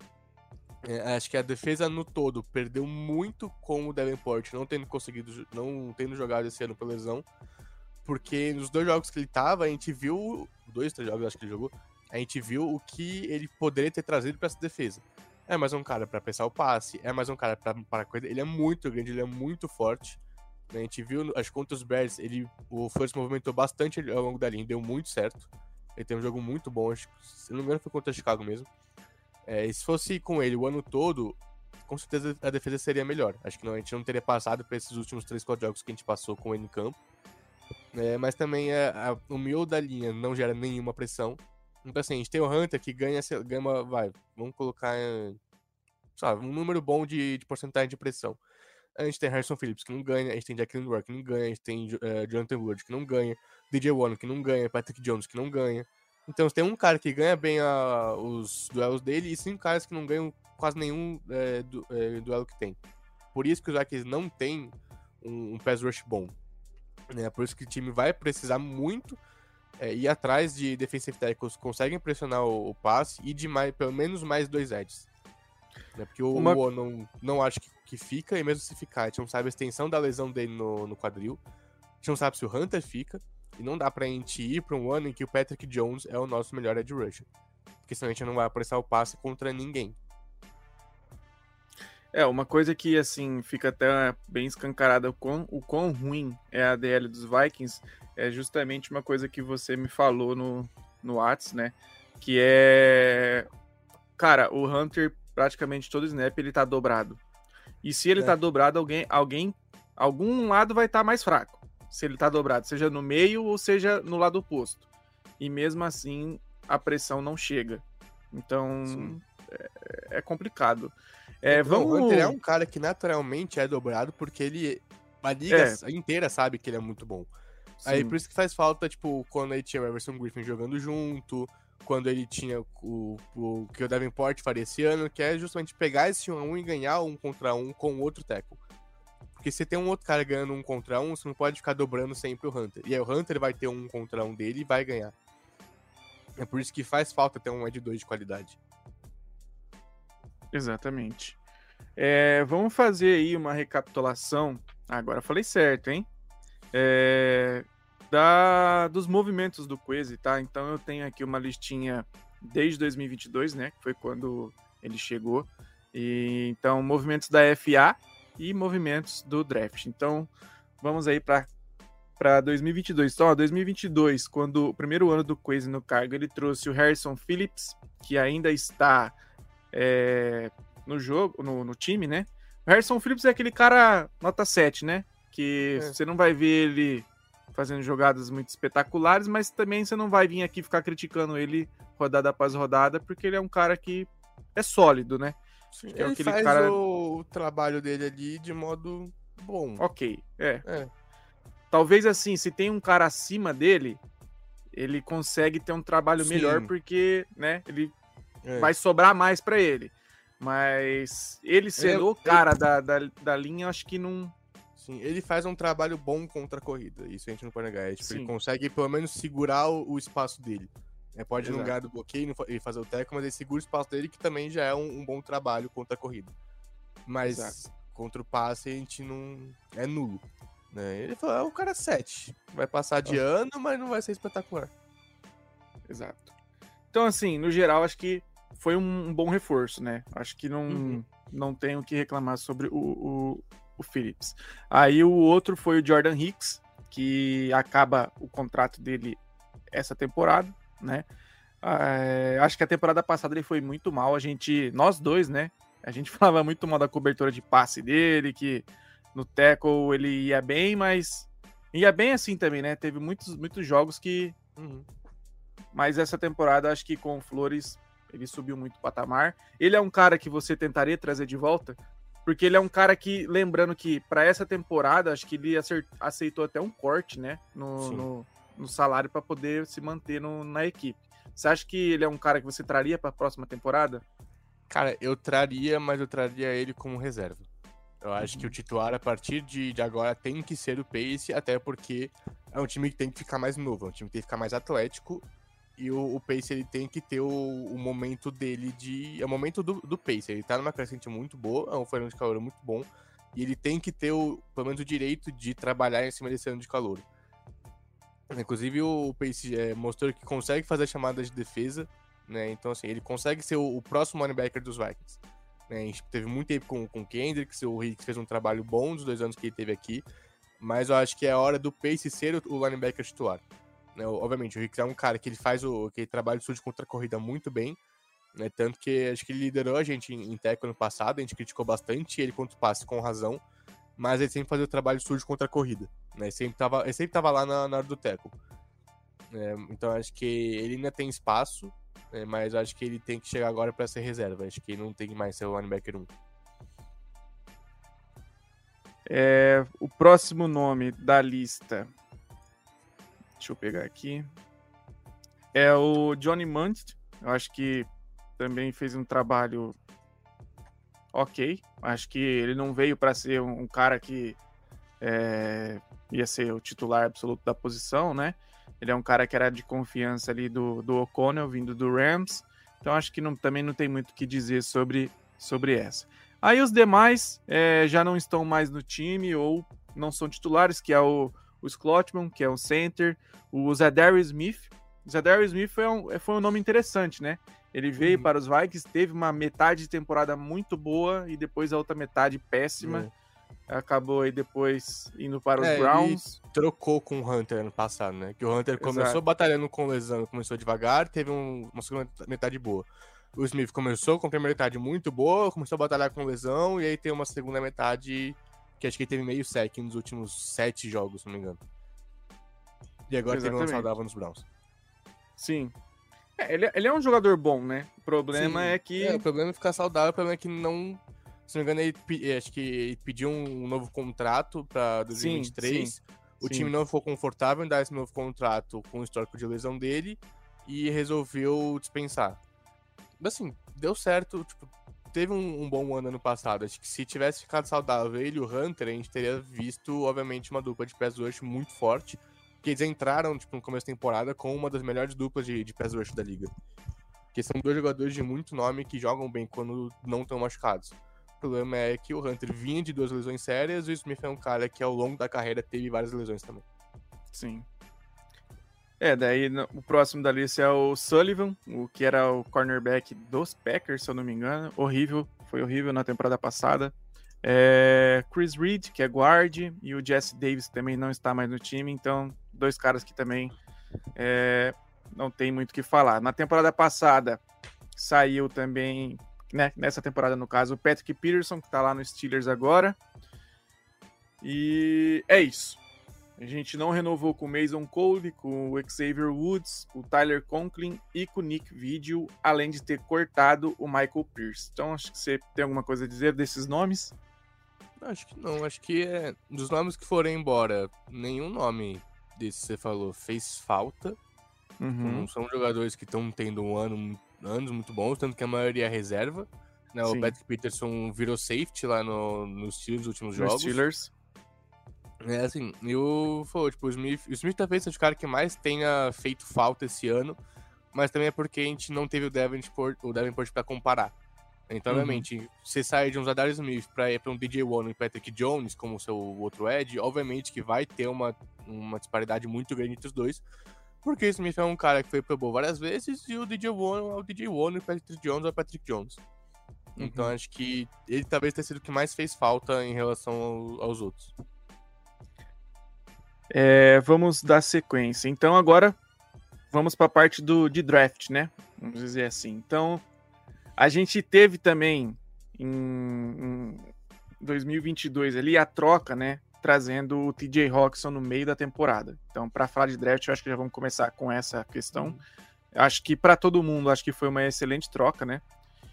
É, acho que a defesa no todo perdeu muito com o Davenport não tendo conseguido, não tendo jogado esse ano por lesão. Porque nos dois jogos que ele tava, a gente viu. Dois, três jogos acho que ele jogou. A gente viu o que ele poderia ter trazido pra essa defesa. É mais um cara pra pensar o passe, é mais um cara pra, pra coisa. Ele é muito grande, ele é muito forte. A gente viu, acho que contra os Bears, ele, o Flores movimentou bastante ao longo da linha, deu muito certo. Ele tem um jogo muito bom, acho, se não me engano foi contra o Chicago mesmo. É, e se fosse com ele o ano todo, com certeza a defesa seria melhor. Acho que não, a gente não teria passado por esses últimos três, quatro jogos que a gente passou com ele em campo. É, mas também é, a, o miolo da linha não gera nenhuma pressão. Então assim, a gente tem o Hunter que ganha, ganha uma, vai, vamos colocar sabe, um número bom de, de porcentagem de pressão. A gente tem Harrison Phillips que não ganha, a gente tem Jack Lindor que não ganha, a gente tem uh, Jonathan Wood que não ganha, D J Warren que não ganha, Patrick Jones que não ganha. Então você tem um cara que ganha bem a, os duelos dele e cinco caras que não ganham quase nenhum é, du, é, duelo que tem. Por isso que os Vikings não tem um, um pass rush bom. É, por isso que o time vai precisar muito é, ir atrás de defensive tackles que conseguem pressionar o, o passe e de mais, pelo menos mais dois edges. Né, porque o Uma... O não, não acho que, que fica, e mesmo se ficar, a gente não sabe a extensão da lesão dele no, no quadril. A gente não sabe se o Hunter fica. E não dá pra gente ir pra um ano em que o Patrick Jones é o nosso melhor edge rusher. Porque senão a gente não vai apressar o passe contra ninguém. É, uma coisa que, assim, fica até bem escancarada o quão, o quão ruim é a D L dos Vikings é justamente uma coisa que você me falou no, no Whats, né? Que é... Cara, o Hunter, praticamente todo snap, ele tá dobrado. E se ele é. tá dobrado, alguém, alguém, algum lado vai estar tá mais fraco. Se ele tá dobrado, seja no meio ou seja no lado oposto. E mesmo assim, a pressão não chega. Então, é, é complicado. É, É, vamos... vamos... O Hunter é um cara que naturalmente é dobrado porque ele... A liga É. inteira sabe que ele é muito bom. Sim. Aí por isso que faz falta, tipo, quando ele tinha o Everson Griffin jogando junto, quando ele tinha o, o que o Davenport faria esse ano, que é justamente pegar esse um a um e ganhar um contra um com outro tackle. Porque se tem um outro cara ganhando um contra um, você não pode ficar dobrando sempre o Hunter. E aí o Hunter vai ter um contra um dele e vai ganhar. É por isso que faz falta ter um Ed dois de qualidade. Exatamente. É, vamos fazer aí uma recapitulação. Agora eu falei certo, hein? É, da, dos movimentos do Kwesi, tá? Então eu tenho aqui uma listinha desde dois mil e vinte e dois, né? Que foi quando ele chegou. E, então, movimentos da F A e movimentos do draft. Então, vamos aí para para dois mil e vinte e dois. Então, ó, dois mil e vinte e dois, quando o primeiro ano do Kwesi no cargo, ele trouxe o Harrison Phillips, que ainda está é, no jogo, no, no time, né? O Harrison Phillips é aquele cara nota sete, né? Que é. Você não vai ver ele fazendo jogadas muito espetaculares, mas também você não vai vir aqui ficar criticando ele rodada após rodada, porque ele é um cara que é sólido, né? Sim, é ele aquele faz cara... o trabalho dele ali de modo bom. Ok, é. é. Talvez assim, se tem um cara acima dele, ele consegue ter um trabalho Sim. melhor, porque, né, ele é. vai sobrar mais pra ele. Mas ele sendo o cara ele... da, da, da linha, acho que não... Sim, ele faz um trabalho bom contra a corrida, isso a gente não pode negar. É, tipo, ele consegue pelo menos segurar o, o espaço dele. É, pode Exato. não ganhar do bloqueio e fazer o teco, mas ele segura o espaço dele, que também já é um, um bom trabalho contra a corrida. Mas Exato. contra o passe a gente não... é nulo. Né? Ele falou, é o cara sete. Vai passar de Nossa. ano, mas não vai ser espetacular. Exato. Então, assim, no geral, acho que foi um, um bom reforço, né? Acho que não, uhum. não tenho o que reclamar sobre o, o, o Phillips. Aí o outro foi o Jordan Hicks, que acaba o contrato dele essa temporada, né? É, acho que a temporada passada ele foi muito mal. A gente, nós dois, né? A gente falava muito mal da cobertura de passe dele, que no tackle ele ia bem, mas ia bem assim também, né? Teve muitos, muitos jogos que... Uhum. Mas essa temporada, acho que com o Flores, ele subiu muito o patamar. Ele é um cara que você tentaria trazer de volta, porque ele é um cara que, lembrando que para essa temporada, acho que ele aceitou até um corte, né? No, no, no salário para poder se manter no, na equipe. Você acha que ele é um cara que você traria para a próxima temporada? Cara, eu traria, mas eu traria ele como reserva. Eu acho uhum. que o titular, a partir de, de agora, tem que ser o Pace, até porque é um time que tem que ficar mais novo, é um time que tem que ficar mais atlético, e o, o Pace ele tem que ter o, o momento dele de... É o momento do, do Pace, ele tá numa crescente muito boa, é um forno de calor muito bom, e ele tem que ter, o, pelo menos, o direito de trabalhar em cima desse ano de calor. Inclusive, o Pace é, mostrou que consegue fazer chamadas de defesa, né? Então, assim, ele consegue ser o, o próximo linebacker dos Vikings. A gente teve muito tempo com, com o Kendricks, o Hicks fez um trabalho bom nos dois anos que ele teve aqui, mas eu acho que é a hora do Pace ser o, o linebacker titular. Né? Obviamente, o Hicks é um cara que ele faz o que ele trabalha de surge contra a corrida muito bem, né? Tanto que acho que ele liderou a gente em, em tackle ano passado, a gente criticou bastante ele contra o passe com razão, mas ele sempre fazia o trabalho de surge contra a corrida. Né? Ele, sempre tava, ele sempre tava lá na, na hora do tackle. É, então acho que ele ainda tem espaço, é, mas acho que ele tem que chegar agora para ser reserva. Acho que ele não tem que mais ser o linebacker um. É, o próximo nome da lista, deixa eu pegar aqui, é o Johnny Munt. Eu acho que também fez um trabalho ok. Acho que ele não veio para ser um, um cara que é, ia ser o titular absoluto da posição, né? Ele é um cara que era de confiança ali do, do O'Connell, vindo do Rams. Então acho que não, também não tem muito o que dizer sobre, sobre essa. Aí os demais é, já não estão mais no time ou não são titulares, que é o, o Schlotman, que é o center, o Zadarius Smith. O Zadarius Smith foi um, foi um nome interessante, né? Ele veio uhum. para os Vikings, teve uma metade de temporada muito boa e depois a outra metade péssima. Uhum. Acabou aí depois indo para os é, Browns. Ele trocou com o Hunter ano passado, né? Que o Hunter Exato. começou batalhando com lesão, começou devagar, teve um, uma segunda metade boa. O Smith começou com a primeira metade muito boa, começou a batalhar com lesão, e aí tem uma segunda metade que acho que ele teve meio sec nos últimos sete jogos, se não me engano. E agora Exatamente. teve uma saudável nos Browns. Sim. É, ele, ele é um jogador bom, né? O problema Sim, é que... É, o problema é ficar saudável, o problema é que não... Se não me engano, ele, pe- acho que ele pediu um novo contrato pra Sim, dois mil e vinte e três. sim, O sim. time não ficou confortável em dar esse novo contrato com o histórico de lesão dele e resolveu dispensar. Mas assim, deu certo, tipo, teve um, um bom ano ano passado. Acho que se tivesse ficado saudável ele e o Hunter, a gente teria visto, obviamente, uma dupla de pass rush muito forte. Que eles entraram, tipo, no começo da temporada com uma das melhores duplas de, de pass rush da liga. Porque são dois jogadores de muito nome que jogam bem quando não estão machucados. O problema é que o Hunter vinha de duas lesões sérias e o Smith é um cara que ao longo da carreira teve várias lesões também. Sim. É, daí no- o próximo da lista é o Sullivan, o que era o cornerback dos Packers, se eu não me engano. Horrível, foi horrível na temporada passada. É, Chris Reed, que é guard, e o Jesse Davis também não está mais no time, então dois caras que também é, não tem muito o que falar. Na temporada passada saiu também, né, nessa temporada no caso, o Patrick Peterson, que está lá no Steelers agora. E é isso. A gente não renovou com o Mason Cole, com o Xavier Woods, com o Tyler Conklin e com o Nick Vigil, além de ter cortado o Michael Pierce. Então, acho que você tem alguma coisa a dizer desses nomes? Acho que não, acho que é dos nomes que foram embora, nenhum nome desse que você falou fez falta. Uhum. Não são jogadores que estão tendo um ano, anos muito bons, tanto que a maioria é reserva. Né? O Sim. Patrick Peterson virou safety lá no, nos Steelers nos últimos No jogos. Steelers. É assim, e o, falou, tipo, o Smith, o Smith talvez seja o cara que mais tenha feito falta esse ano, mas também é porque a gente não teve o Davenport, o Davenport pra comparar. Então, Uhum. obviamente, você sai de um Zadarius Smith pra ir pra um D J Warren e Patrick Jones como seu outro edge, obviamente que vai ter uma, uma disparidade muito grande entre os dois, porque o Smith é um cara que foi pro Bowl várias vezes e o D J Warren é o D J Warren e o Patrick Jones é o Patrick Jones. Então, Uhum. acho que ele talvez tenha sido o que mais fez falta em relação ao, aos outros. É, vamos dar sequência. Então, agora vamos para a parte do, de draft, né? Vamos dizer assim. Então, a gente teve também em, em dois mil e vinte e dois ali a troca, né? Trazendo o T J Hawkinson no meio da temporada. Então, para falar de draft, eu acho que já vamos começar com essa questão. Uhum. Acho que para todo mundo, acho que foi uma excelente troca, né?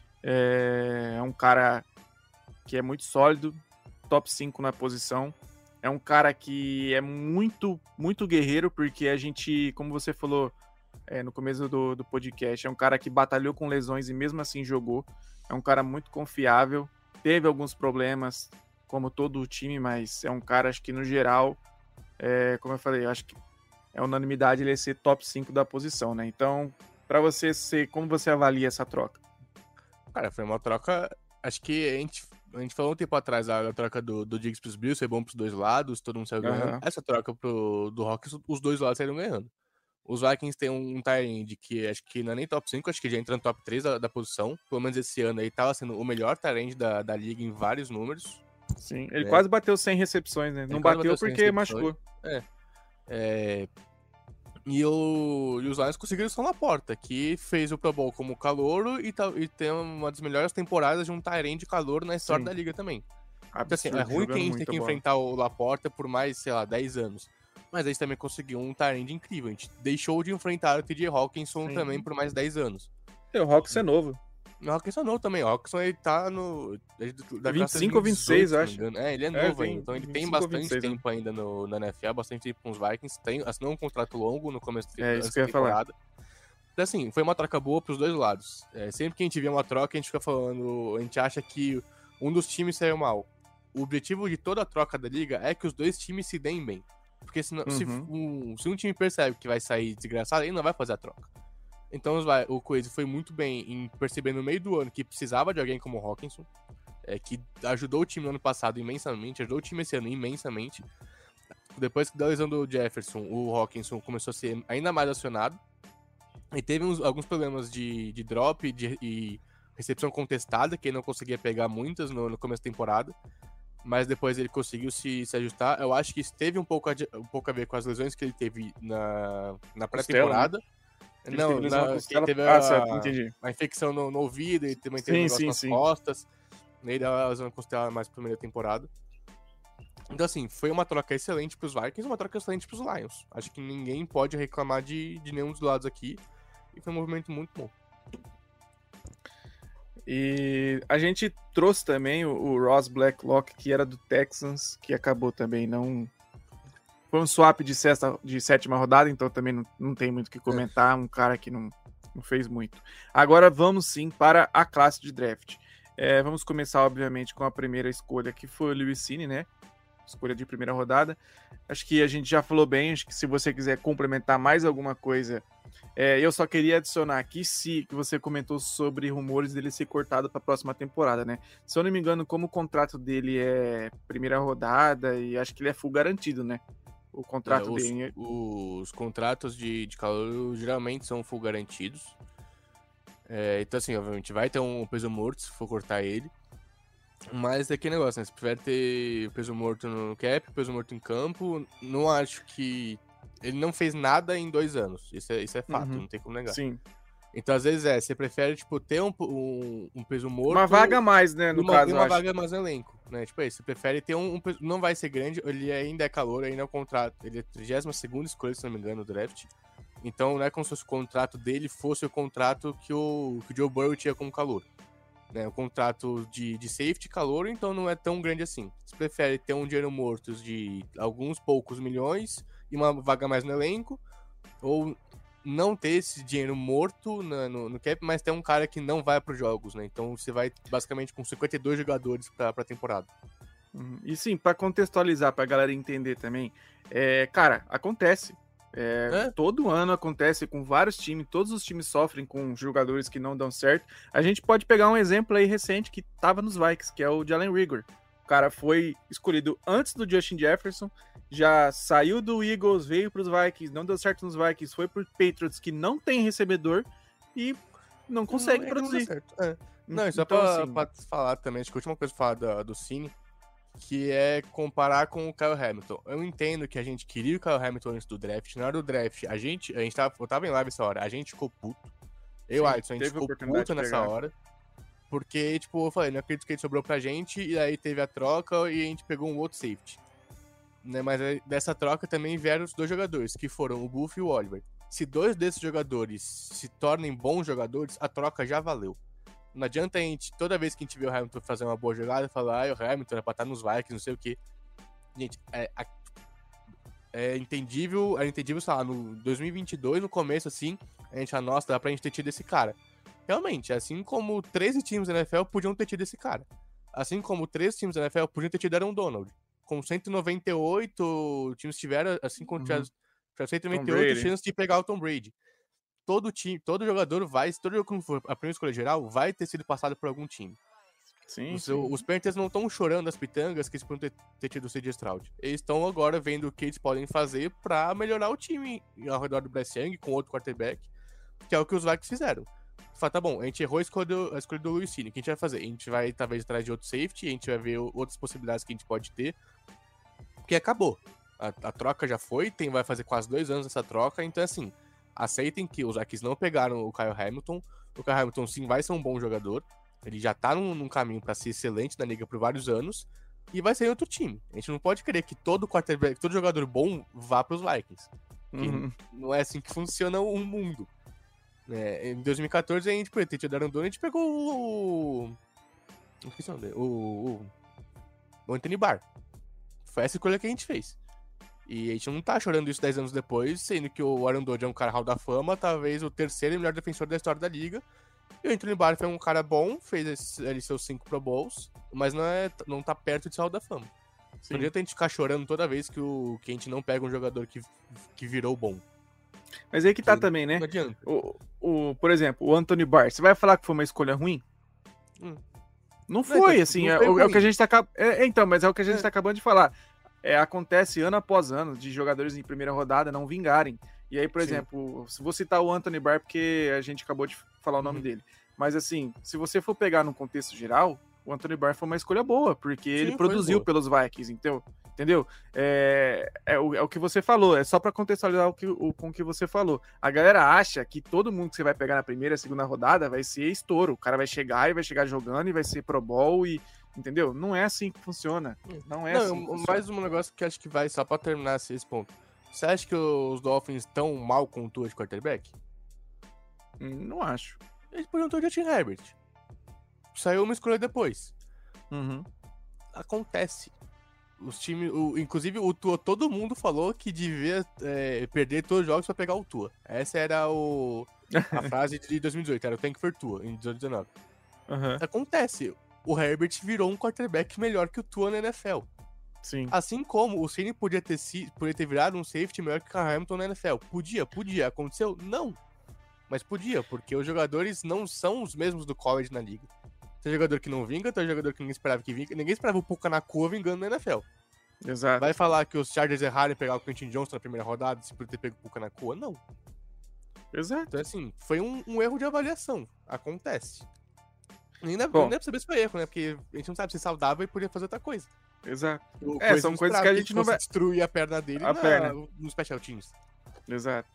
É, é um cara que é muito sólido, top cinco na posição. É um cara que é muito, muito guerreiro, porque a gente, como você falou é, no começo do, do podcast, é um cara que batalhou com lesões e mesmo assim jogou. É um cara muito confiável. Teve alguns problemas, como todo o time, mas é um cara, acho que no geral, é, como eu falei, acho que é unanimidade ele ser top cinco da posição, né? Então, para você ser, como você avalia essa troca? Cara, foi uma troca. Acho que a gente, a gente falou um tempo atrás a, a troca do, do Diggs pros Bills, foi bom pros dois lados, todo mundo saiu ganhando. Uhum. Essa troca pro, do Hawks, os dois lados saíram ganhando. Os Vikings têm um, um tight end que acho que não é nem top cinco, acho que já entra no top três da, da posição. Pelo menos esse ano aí tava sendo o melhor tight end da, da liga em vários números. Sim, ele É. quase bateu cem recepções, né? Não quase bateu bateu cem porque recepções. machucou. É. É, E, o, e os Lions conseguiram só na porta, que fez o Pro Bowl como calouro e, tá- e tem uma das melhores temporadas de um Tyrant de calor na história Sim. da liga também. Então, assim, Absurdo, é ruim que a jogando gente tem muita que bola. enfrentar o Laporta por mais, sei lá, dez anos. Mas a gente também conseguiu um Tyrant incrível. A gente deixou de enfrentar o T J Hawkinson Sim. também por mais dez anos. E o Hawks é novo. O Hawkinson não também. O Hawkinson, ele tá no... Da vinte e classe cinco ou vinte e seis, dois mil e dezoito, se não me acho. engano. É, ele é É, novo tem ainda. Então ele tem vinte e cinco ou bastante vinte e seis, né? tempo ainda no, na N F L, bastante tempo com os Vikings. Tem, assinou um contrato longo no começo É, antes isso que eu da ia falar. temporada. Então, assim, foi uma troca boa pros dois lados. É, sempre que a gente vê uma troca, a gente fica falando, a gente acha que um dos times saiu mal. O objetivo de toda a troca da liga é que os dois times se deem bem. Porque senão, se, Uhum. um, se um time percebe que vai sair desgraçado, ele não vai fazer a troca. Então os vai- o Coisa foi muito bem em perceber no meio do ano que precisava de alguém como o Hawkinson, é, que ajudou o time no ano passado imensamente, ajudou o time esse ano imensamente. Depois da lesão do Jefferson, o Hawkinson começou a ser ainda mais acionado. E teve uns- alguns problemas de, de drop de, e recepção contestada, que ele não conseguia pegar muitas no, no começo da temporada. Mas depois ele conseguiu se, se ajustar. Eu acho que isso teve um pouco, a, de- um pouco a ver com as lesões que ele teve na, na pré-temporada. Ele Não, teve lesão na na, que costela. teve Ah, a, certo, entendi. a infecção no, no ouvido, ele também teve um Sim, negócio sim, nas sim. costas. Ele deu a lesão na costela mais pra primeira temporada. Então, assim, foi uma troca excelente pros Vikings e uma troca excelente pros Lions. Acho que ninguém pode reclamar de, de nenhum dos lados aqui. e foi um movimento muito bom. E a gente trouxe também o, o Ross Blacklock, que era do Texans, que acabou também não... Foi um swap de, sexta, de sétima rodada, então também não, não tem muito o que comentar, um cara que não, não fez muito. Agora vamos sim para a classe de draft. É, vamos começar, obviamente, com a primeira escolha, que foi o Lewis Cine, né? Escolha de primeira rodada. Acho que a gente já falou bem, acho que se você quiser complementar mais alguma coisa, é, eu só queria adicionar aqui, se que você comentou sobre rumores dele ser cortado para a próxima temporada, né? Se eu não me engano, como o contrato dele é primeira rodada, e acho que ele é full garantido, né? O contrato é, os, dele. Os contratos de, de calor geralmente são full garantidos. É, então, assim, obviamente, vai ter um peso morto se for cortar ele. Mas é aquele negócio, né? Você prefere ter peso morto no cap, peso morto em campo. Não acho que... Ele não fez nada em dois anos. Isso é, isso é fato, Uhum. não tem como negar. Sim. Então, às vezes, é, você prefere, tipo, ter um, um, um peso morto... Uma vaga a mais, né, no uma, caso, uma eu vaga mais no elenco, né? Tipo, aí, você prefere ter um, um... Não vai ser grande, ele ainda é calor, ainda é o contrato. Ele é a trigésima segunda escolha, se não me engano, no draft. Então, não é como se o contrato dele fosse o contrato que o, que o Joe Burrow tinha como calor. Né, o contrato de, de safety calor, então não é tão grande assim. Você prefere ter um dinheiro morto de alguns poucos milhões e uma vaga a mais no elenco, ou não ter esse dinheiro morto na, no, no cap, mas ter um cara que não vai para os jogos, né? Então você vai basicamente com cinquenta e dois jogadores para a temporada. Uhum. E sim, para contextualizar, para a galera entender também, é, cara, acontece. É, é? Todo ano acontece com vários times, todos os times sofrem com jogadores que não dão certo. A gente pode pegar um exemplo aí recente que tava nos Vikings, que é o Jalen Reagor. O cara foi escolhido antes do Justin Jefferson, já saiu do Eagles, veio para os Vikings, não deu certo nos Vikings, foi pro Patriots, que não tem recebedor e não consegue não, produzir. Não, certo. É. não só então, para assim... falar também, acho que a última coisa pra falar do, do Cine, que é comparar com o Kyle Hamilton. Eu entendo que a gente queria o Kyle Hamilton antes do draft. Na hora do draft, a gente, a gente tava, eu tava em live essa hora, a gente ficou puto. Eu, Sim, Alisson, a gente ficou puto nessa hora. Porque, tipo, eu falei, não acredito que ele sobrou pra gente, e aí teve a troca e a gente pegou um outro safety. Né? Mas dessa troca também vieram os dois jogadores, que foram o Buff e o Oliver. Se dois desses jogadores se tornem bons jogadores, a troca já valeu. Não adianta a gente, toda vez que a gente vê o Hamilton fazer uma boa jogada, falar, ah, o Hamilton é pra estar nos Vikings, não sei o quê. Gente, é, é entendível, é entendível, sei lá, no dois mil e vinte e dois, no começo, assim, a gente, ah, nossa, dá pra gente ter tido esse cara. Realmente, assim como treze times da N F L podiam ter tido esse cara. Assim como treze times da N F L podiam ter tido Aaron Donald. Com cento e noventa e oito times tiveram, assim como tiveram uhum. cento e noventa e oito chances de pegar o Tom Brady. Todo time, todo jogador vai, todo jogador que for a primeira escolha geral, vai ter sido passado por algum time. Sim, os, sim. os Panthers não estão chorando as pitangas que eles poderiam ter, ter tido o C J Stroud. Eles estão agora vendo o que eles podem fazer pra melhorar o time ao redor do Bryce Young com outro quarterback, que é o que os Vikings fizeram. Fala, tá bom, a gente errou a escolha do, a escolha do Lewis Cine. O que a gente vai fazer? A gente vai, talvez, atrás de outro safety, a gente vai ver outras possibilidades que a gente pode ter, porque acabou. A, a troca já foi, tem, vai fazer quase dois anos essa troca, então, assim, aceitem que os Vikings não pegaram o Kyle Hamilton. O Kyle Hamilton, sim, vai ser um bom jogador. Ele já tá num, num caminho pra ser excelente na liga por vários anos, e vai ser em outro time. A gente não pode querer que todo quarterback, todo jogador bom vá pros Vikings. Uhum. Não é assim que funciona o mundo. É, em dois mil e quatorze, a gente, por ter tido Aaron Donald, a gente pegou o... Não esqueci o nome dele. O, o... o Anthony Barr. Foi essa escolha que a gente fez. E a gente não tá chorando isso dez anos depois, sendo que o Aaron Donald é um cara hall da fama, talvez o terceiro e melhor defensor da história da liga. E o Anthony Barr foi um cara bom, fez ali seus cinco Pro Bowls, mas não, é, não tá perto de ser hall da fama. Sim. Não adianta a gente ficar chorando toda vez que, o, que a gente não pega um jogador que, que virou bom. Mas aí que tá também, né? Não adianta. O, o, por exemplo, o Anthony Barr, você vai falar que foi uma escolha ruim? Hum. Não foi, não, então, assim, não é, é o que a gente tá... É, então, mas é o que a gente é. tá acabando de falar. É, acontece ano após ano de jogadores em primeira rodada não vingarem. E aí, por Sim. exemplo, se vou citar o Anthony Barr porque a gente acabou de falar o nome uhum. dele. Mas assim, se você for pegar no contexto geral, o Anthony Barr foi uma escolha boa, porque Sim, ele produziu pelos Vikings, então, entendeu? É, é, o, é o que você falou, é só para contextualizar o que, o, com o que você falou. A galera acha que todo mundo que você vai pegar na primeira, segunda rodada vai ser estouro. O cara vai chegar e vai chegar jogando e vai ser Pro Bowl e... Entendeu? Não é assim que funciona. Não é Não, assim. Que mais um negócio que acho que vai, só pra terminar esse ponto. Você acha que os Dolphins estão mal com o Tua de quarterback? Não acho. Eles podiam ter o Justin Herbert. Saiu uma escolha depois. Uhum. Acontece. Os times, o, inclusive o Tua, todo mundo falou que devia é, perder todos os jogos pra pegar o Tua. Essa era o, a frase de dois mil e dezoito, era o Tank for Tua, em dois mil e dezenove. Uhum. Acontece. O Herbert virou um quarterback melhor que o Tua na N F L. Sim. Assim como o Ceni podia ter, si, podia ter virado um safety melhor que o Cam Hamilton na N F L. Podia, podia. Aconteceu? Não. Mas podia, porque os jogadores não são os mesmos do college na liga. Tem jogador que não vinga, tem jogador que ninguém esperava que vinga. Ninguém esperava o Puka Nacua vingando na N F L. Exato. Vai falar que os Chargers erraram em pegar o Quentin Johnson na primeira rodada se por ter pego o Puka Nacua? Não. Exato. Então, assim, foi um, um erro de avaliação. Acontece. E ainda, Bom, ainda é pra saber se foi erro, né? Porque a gente não sabe se saudável e podia fazer outra coisa. Exato. O É, são coisas que a gente não vai... destruir a perna dele a na, perna. no Special Teams. Exato.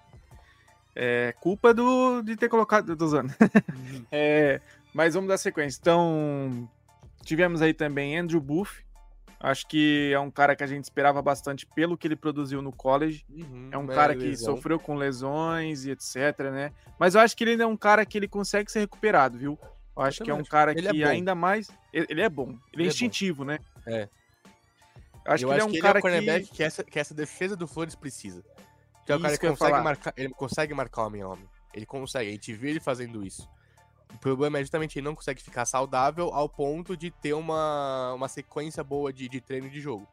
É culpa do, de ter colocado... Tô usando. Uhum. É, mas vamos dar sequência. Então, tivemos aí também Andrew Booth. Acho que é um cara que a gente esperava bastante pelo que ele produziu no college. Uhum, É um é cara que lesão. sofreu com lesões e etc, né? Mas eu acho que ele é um cara que ele consegue ser recuperado, viu? Eu acho Eu que é um também cara acho. que Ele é bom. ainda mais... Ele ele é bom. Ele, Ele é é instintivo, né? É. Eu acho eu que ele acho é um que ele cara é o cornerback que... que... essa, que essa defesa do Flores precisa. Que é o Isso cara que que eu ia consegue falar. marcar, ele consegue marcar homem a homem. Ele consegue, a gente vê ele fazendo isso. O problema é justamente ele não consegue ficar saudável ao ponto de ter uma, uma sequência boa de, de treino e de jogo.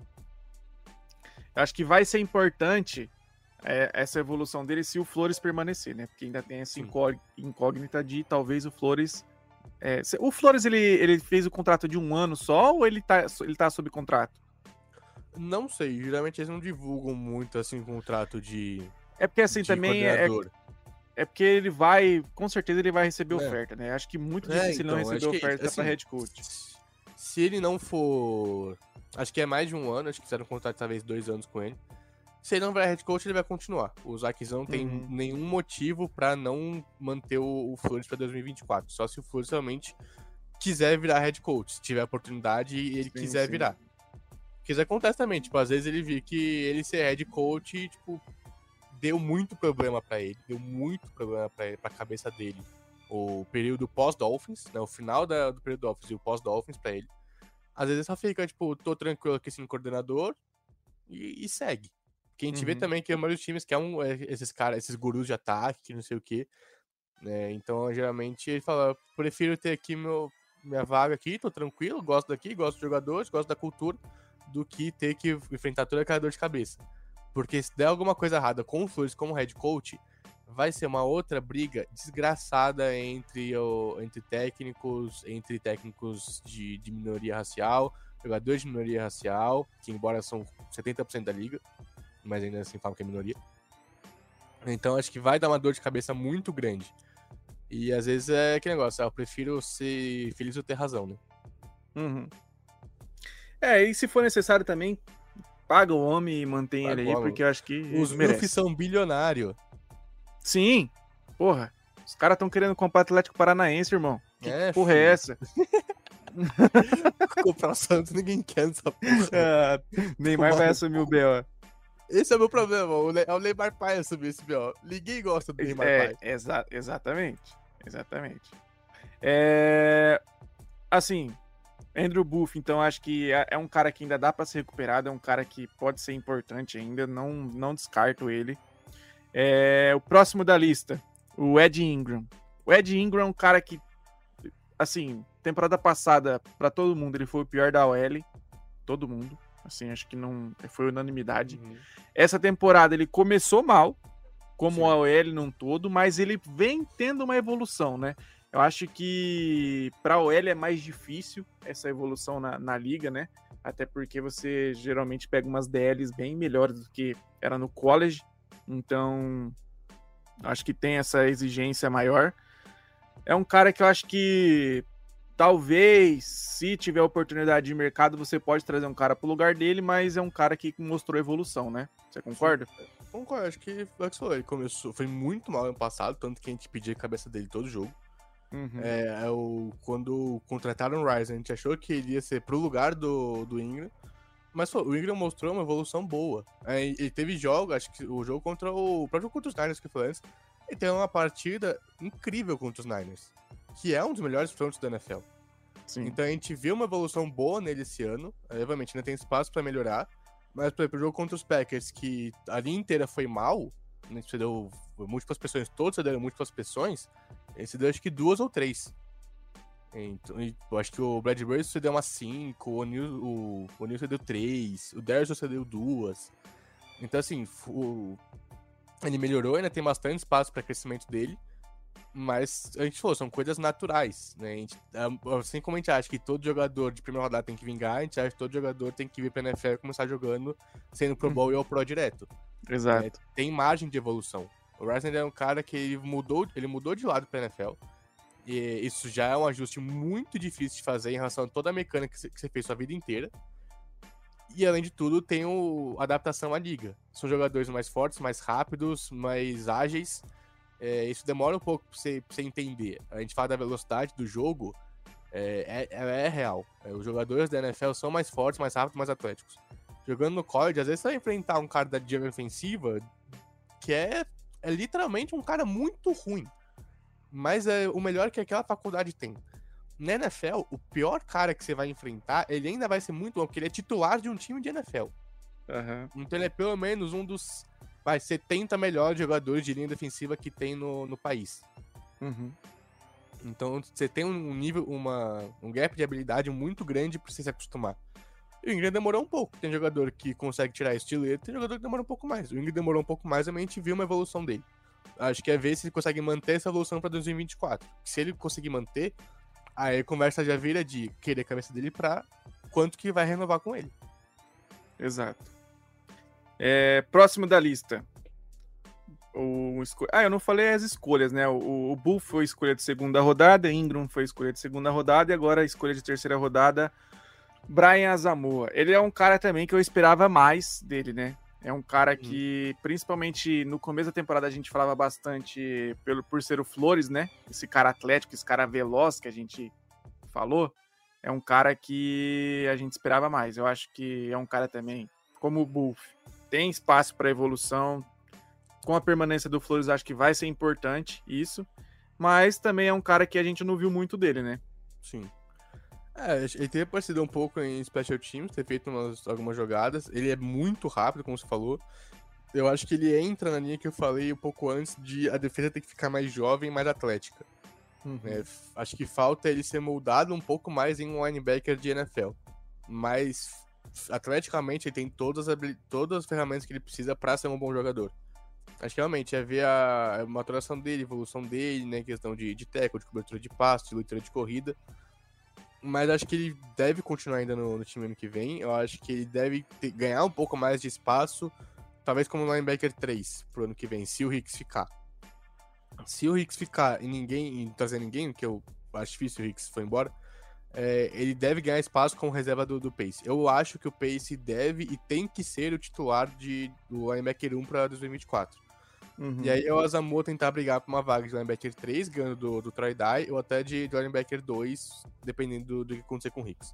Eu acho que vai ser importante é, essa evolução dele se o Flores permanecer, né? Porque ainda tem essa Sim. incó- incógnita de talvez o Flores... é, se- o Flores, ele, ele fez o contrato de um ano só ou ele tá, ele tá sob contrato? Não sei, geralmente eles não divulgam muito assim contrato de, É porque assim de também é, coordenador. é porque ele vai, com certeza ele vai receber É. oferta, né? Acho que muito É, difícil ele não então, receber acho que, oferta assim, pra head coach. Se ele não for. Acho que é mais de um ano, acho que fizeram um contrato talvez dois anos com ele. Se ele não virar head coach, ele vai continuar. O Zac não tem Uhum. nenhum motivo pra não manter o, o Flores pra dois mil e vinte e quatro. Só se o Flores realmente quiser virar head coach. Se tiver oportunidade e ele Sim, quiser sim. virar. Porque isso acontece também. Tipo, às vezes ele viu que ele ser head coach, tipo, deu muito problema pra ele. Deu muito problema pra, ele, pra cabeça dele. O período pós-Dolphins, né? O final da, do período Dolphins e o pós-Dolphins pra ele. Às vezes só fica, tipo, tô tranquilo aqui sem coordenador e, e segue. Porque a gente vê Uhum. também que a maioria dos times quer um, é, esses caras, esses gurus de ataque, que não sei o quê. Né? Então, geralmente, ele fala, prefiro ter aqui meu, minha vaga aqui, tô tranquilo, gosto daqui, gosto dos jogadores, gosto da cultura, do que ter que enfrentar toda aquela dor de cabeça. Porque se der alguma coisa errada com o Flores como head coach, vai ser uma outra briga desgraçada entre, o, entre técnicos, entre técnicos de, de minoria racial, jogadores de minoria racial, que embora são setenta por cento da liga, mas ainda assim falam que é minoria. Então acho que vai dar uma dor de cabeça muito grande. E às vezes é aquele negócio, ah, eu prefiro ser feliz ou ter razão, né? Uhum. É, e se for necessário também, paga o homem e mantém Paga ele o aí, homem. porque eu acho que Os ele merece. Wilfs são bilionários. Sim, porra. Os caras estão querendo comprar Atlético Paranaense, irmão. Que É, porra é filho. essa? Comprar o Santos, ninguém quer essa porra. Ah, Neymar Tomar vai no assumir o B O. Esse é o meu problema, o Le- é o Neymar Pai assumir esse B O. Ninguém gosta do Neymar É, Pai. exa exatamente. Exatamente. É, assim, Andrew Booth, então, acho que é é um cara que ainda dá pra ser recuperado, é um cara que pode ser importante ainda, não, não descarto ele. É, o próximo da lista, o Ed Ingram. O Ed Ingram é um cara que, assim, temporada passada, pra todo mundo, ele foi o pior da O L. Todo mundo. Assim, acho que não foi unanimidade. Uhum. Essa temporada ele começou mal, como Sim. a O L num todo, mas ele vem tendo uma evolução, né? Eu acho que para a O L é mais difícil essa evolução na, na liga, né? Até porque você geralmente pega umas D Ls bem melhores do que era no college. Então, acho que tem essa exigência maior. É um cara que eu acho que talvez, se tiver oportunidade de mercado, você pode trazer um cara pro lugar dele, mas é um cara que mostrou evolução, né? Você concorda? Concordo, acho que foi o que você falou, ele começou, foi muito mal ano passado, tanto que a gente pedia a cabeça dele todo jogo. Uhum. É, é o, quando contrataram o Rice, a gente achou que ele ia ser pro lugar do, do Ingram, mas pô, o Ingram mostrou uma evolução boa. É, ele teve jogo, acho que o jogo contra o, o próprio contra os Niners que foi antes, e teve uma partida incrível contra os Niners, que é um dos melhores fronts da N F L. Sim. Então a gente viu uma evolução boa nele esse ano, obviamente ainda tem espaço pra melhorar, mas por exemplo, o jogo contra os Packers, que a linha inteira foi mal, né, você deu múltiplas pressões, todos você deram múltiplas pressões, esse deu acho que duas ou três. Então, eu acho que o Bradbury você deu umas cinco, o O'Neal o, o você deu três, o Darius você deu duas. Então assim, o, ele melhorou, ainda tem bastante espaço para crescimento dele, mas a gente falou, são coisas naturais, né? A gente, assim como a gente acha que todo jogador de primeira rodada tem que vingar, a gente acha que todo jogador tem que vir pra N F L e começar jogando sendo Pro Bowl hum. e ao Pro direto. Exato. É, tem margem de evolução. O Risner é um cara que ele mudou, ele mudou de lado pra N F L, e isso já é um ajuste muito difícil de fazer em relação a toda a mecânica que você fez sua vida inteira. E além de tudo, tem o, a adaptação à liga. São jogadores mais fortes, mais rápidos, mais ágeis. É, isso demora um pouco pra você, pra você entender. A gente fala da velocidade do jogo, é, é, é real. É, os jogadores da N F L são mais fortes, mais rápidos, mais atléticos. Jogando no college, às vezes você vai enfrentar um cara da linha ofensiva que é, é literalmente um cara muito ruim. Mas é o melhor que aquela faculdade tem. Na N F L, o pior cara que você vai enfrentar, ele ainda vai ser muito bom, porque ele é titular de um time de N F L. Uhum. Então ele é pelo menos um dos vai, setenta melhores jogadores de linha defensiva que tem no, no país. Uhum. Então você tem um nível, uma, um gap de habilidade muito grande pra você se acostumar. E o Ingram demorou um pouco. Tem jogador que consegue tirar estilo e tem jogador que demora um pouco mais. O Ingram demorou um pouco mais, mas a gente viu uma evolução dele. Acho que é ver se ele consegue manter essa evolução pra dois mil e vinte e quatro. Se ele conseguir manter, aí a conversa já vira de querer a cabeça dele pra quanto que vai renovar com ele. Exato. É, próximo da lista. O esco... Ah, eu não falei as escolhas, né? O, o Bull foi escolha de segunda rodada, Ingram foi escolha de segunda rodada e agora a escolha de terceira rodada, Brian Asamoah. Ele é um cara também que eu esperava mais dele, né? É um cara que, principalmente no começo da temporada, a gente falava bastante pelo, por ser o Flores, né? Esse cara atlético, esse cara veloz que a gente falou. É um cara que a gente esperava mais. Eu acho que é um cara também, como o Bull, tem espaço para evolução. Com a permanência do Flores, acho que vai ser importante isso. Mas também é um cara que a gente não viu muito dele, né? Sim. É, ele tem aparecido um pouco em Special Teams, ter feito umas, algumas jogadas. Ele é muito rápido, como você falou. Eu acho que ele entra na linha que eu falei um pouco antes de a defesa ter que ficar mais jovem e mais atlética. Uhum. É, acho que falta ele ser moldado um pouco mais em um linebacker de N F L. Mas, atleticamente, ele tem todas as, todas as ferramentas que ele precisa para ser um bom jogador. Acho que realmente é ver a maturação dele, a evolução dele, né, questão de, de tackle, de cobertura de passe, de leitura de corrida. Mas acho que ele deve continuar ainda no, no time ano que vem. Eu acho que ele deve ter, ganhar um pouco mais de espaço, talvez como linebacker três pro ano que vem, se o Hicks ficar. Se o Hicks ficar e ninguém, e não trazer ninguém, que eu acho difícil o Hicks foi embora, é, ele deve ganhar espaço como reserva do, do Pace. Eu acho que o Pace deve e tem que ser o titular de, do linebacker um para dois mil e vinte e quatro. Uhum. E aí o Asamoah tentar brigar por uma vaga de linebacker três, ganhando do, do Troy Dye, ou até de, de linebacker dois, dependendo do, do que acontecer com o Hicks.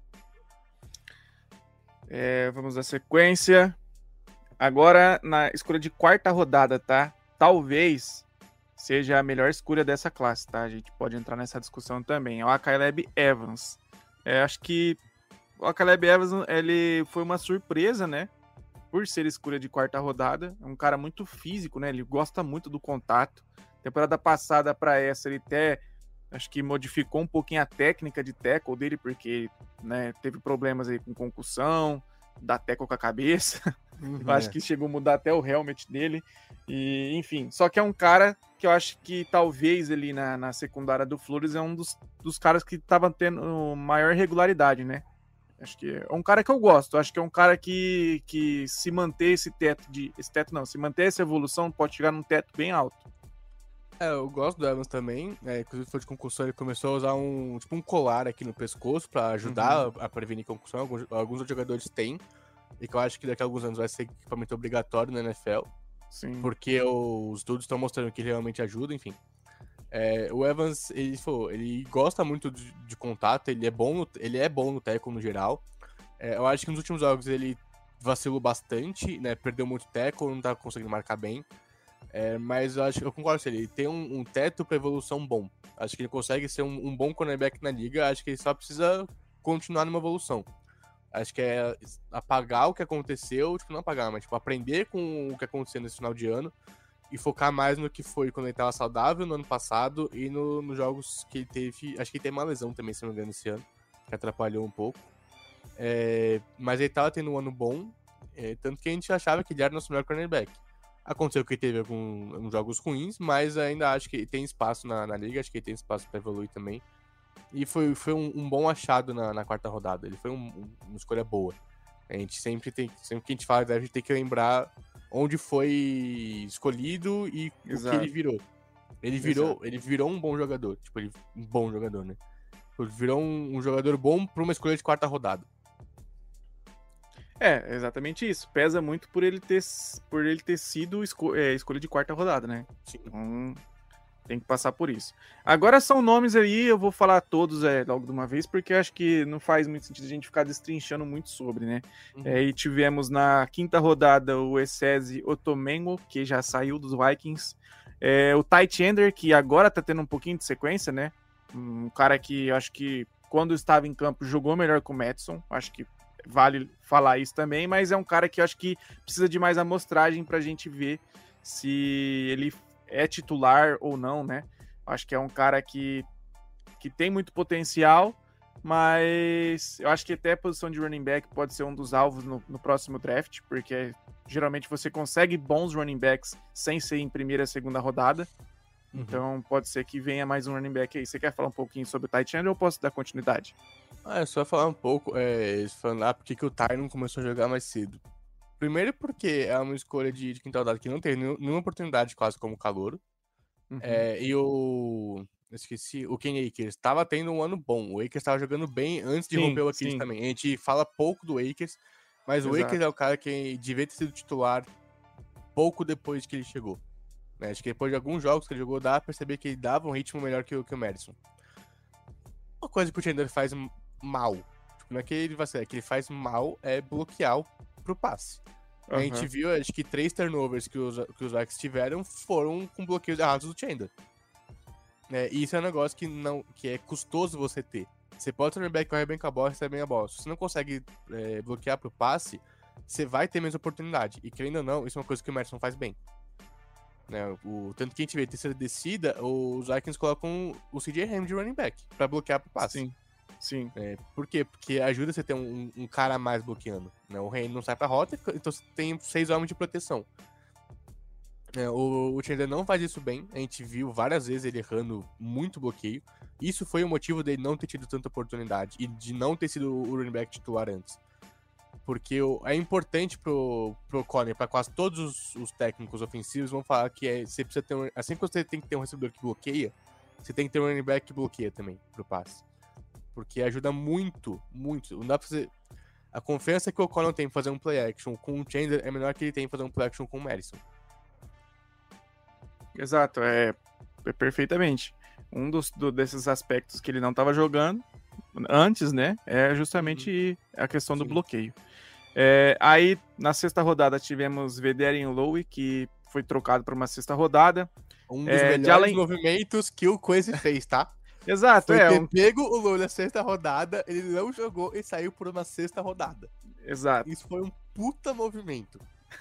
É, vamos à sequência. Agora, na escolha de quarta rodada, tá? Talvez seja a melhor escolha dessa classe, tá? A gente pode entrar nessa discussão também. É o Caleb Evans. É, acho que o Caleb Evans, ele foi uma surpresa, né? Por ser escolha de quarta rodada. É um cara muito físico, né? Ele gosta muito do contato. Temporada passada para essa, ele até acho que modificou um pouquinho a técnica de tackle dele, porque, né, teve problemas aí com concussão, dá tackle com a cabeça. Uhum, eu acho é. que chegou a mudar até o helmet dele. E, enfim, só que é um cara que eu acho que talvez ali na, na secundária do Flores é um dos, dos caras que tava tendo maior regularidade, né? Acho que é um cara que eu gosto. Acho que é um cara que, que se manter esse teto de. Esse teto não, se manter essa evolução, pode chegar num teto bem alto. É, eu gosto do Evans também. É, inclusive foi de concussão, ele começou a usar um tipo um colar aqui no pescoço pra ajudar uhum. a, a prevenir concussão. Alguns, alguns outros jogadores têm. E que eu acho que daqui a alguns anos vai ser equipamento obrigatório na N F L. Sim. Porque os estudos estão mostrando que ele realmente ajuda, enfim. É, o Evans, ele, pô, ele gosta muito de, de contato, ele é bom no, ele é bom no tackle no geral. É, eu acho que nos últimos jogos ele vacilou bastante, né? Perdeu muito tackle, não tá conseguindo marcar bem. É, mas eu acho que eu concordo com ele. Ele tem um, um teto pra evolução bom. Acho que ele consegue ser um, um bom cornerback na liga. Acho que ele só precisa continuar numa evolução. Acho que é apagar o que aconteceu, tipo, não apagar, mas tipo, aprender com o que aconteceu nesse final de ano e focar mais no que foi quando ele tava saudável no ano passado e no, nos jogos que ele teve. Acho que ele teve uma lesão também, se não me engano, esse ano, que atrapalhou um pouco. É, mas ele tava tendo um ano bom, é, tanto que a gente achava que ele era o nosso melhor cornerback. Aconteceu que ele teve algum, alguns jogos ruins, mas ainda acho que ele tem espaço na, na liga, acho que ele tem espaço pra evoluir também. E foi, foi um, um bom achado na, na quarta rodada. Ele foi um, um, uma escolha boa. A gente sempre tem, sempre que a gente fala, deve ter que lembrar onde foi escolhido e Exato. o que ele virou. Ele virou, ele virou um bom jogador. Tipo, ele, um bom jogador, né? Ele virou um, um jogador bom pra uma escolha de quarta rodada. É, exatamente isso. Pesa muito por ele ter, por ele ter sido esco é, escolha de quarta rodada, né? Sim. Então, tem que passar por isso. Agora são nomes aí, eu vou falar todos é, logo de uma vez, porque eu acho que não faz muito sentido a gente ficar destrinchando muito sobre, né? Uhum. É, e tivemos na quinta rodada o Esezi Otomengo, que já saiu dos Vikings. É, o Tight Ender, que agora tá tendo um pouquinho de sequência, né? Um cara que eu acho que quando estava em campo jogou melhor que o Madison. Acho que vale falar isso também, mas é um cara que eu acho que precisa de mais amostragem pra gente ver se ele é titular ou não, né? Acho que é um cara que, que tem muito potencial, mas eu acho que até a posição de running back pode ser um dos alvos no, no próximo draft, porque geralmente você consegue bons running backs sem ser em primeira, segunda rodada. Uhum. Então pode ser que venha mais um running back aí. Você quer falar um pouquinho sobre o tight end ou eu posso dar continuidade? Ah, é só falar um pouco, é, falando lá porque que o Tyron começou a jogar mais cedo. Primeiro porque é uma escolha de, de quinta rodada que não teve nenhuma oportunidade quase como calouro. Uhum. É, e o... Eu esqueci, o Kenny Akers estava tendo um ano bom. O Akers estava jogando bem antes de sim, romper o Aquiles também. A gente fala pouco do Akers, mas Exato. O Akers é o cara que devia ter sido titular pouco depois que ele chegou. Né? Acho que depois de alguns jogos que ele jogou, dá pra perceber que ele dava um ritmo melhor que o, que o Madison. Uma coisa que o Chandler faz mal, tipo, não é que ele vai ser, é que ele faz mal é bloquear pro passe. Uhum. A gente viu, acho que três turnovers que os, que os Vikings tiveram foram com bloqueios errados do Chandler. É, e isso é um negócio que, não, que é custoso você ter. Você pode turn back, correr bem com a bola, receber bem a bola. Se você não consegue é, bloquear pro passe, você vai ter menos oportunidade. E querendo ou não, isso é uma coisa que o Madison faz bem. Né, o, tanto que a gente vê terceira descida, os Vikings colocam o C J Ham de running back pra bloquear pro passe. Sim. Sim. É, por quê? Porque ajuda você a ter um, um cara a mais bloqueando. Né? O Rei não sai pra rota, então você tem seis homens de proteção. É, o, o Chandler não faz isso bem. A gente viu várias vezes ele errando muito bloqueio. Isso foi o motivo dele não ter tido tanta oportunidade e de não ter sido o running back titular antes. Porque o, é importante pro, pro corner, pra quase todos os, os técnicos ofensivos vão falar que é, você precisa ter um, assim que você tem que ter um recebedor que bloqueia, você tem que ter um running back que bloqueia também pro passe. Porque ajuda muito, muito. Não dá pra você... A confiança que o O'Connell tem em fazer um play action com o Chandler é menor que ele tem em fazer um play action com o Madison. Exato, é, é perfeitamente. Um dos, do, desses aspectos que ele não estava jogando antes, né, é justamente uhum. a questão do Sim. bloqueio. É, aí, na sexta rodada, tivemos Vederian Lowe, que foi trocado para uma sexta rodada. Um dos é, melhores Jalen... movimentos que o Quase fez, tá? Exato, foi é. ter Um... pego o Lowe na sexta rodada, ele não jogou e saiu por uma sexta rodada. Exato. Isso foi um puta movimento.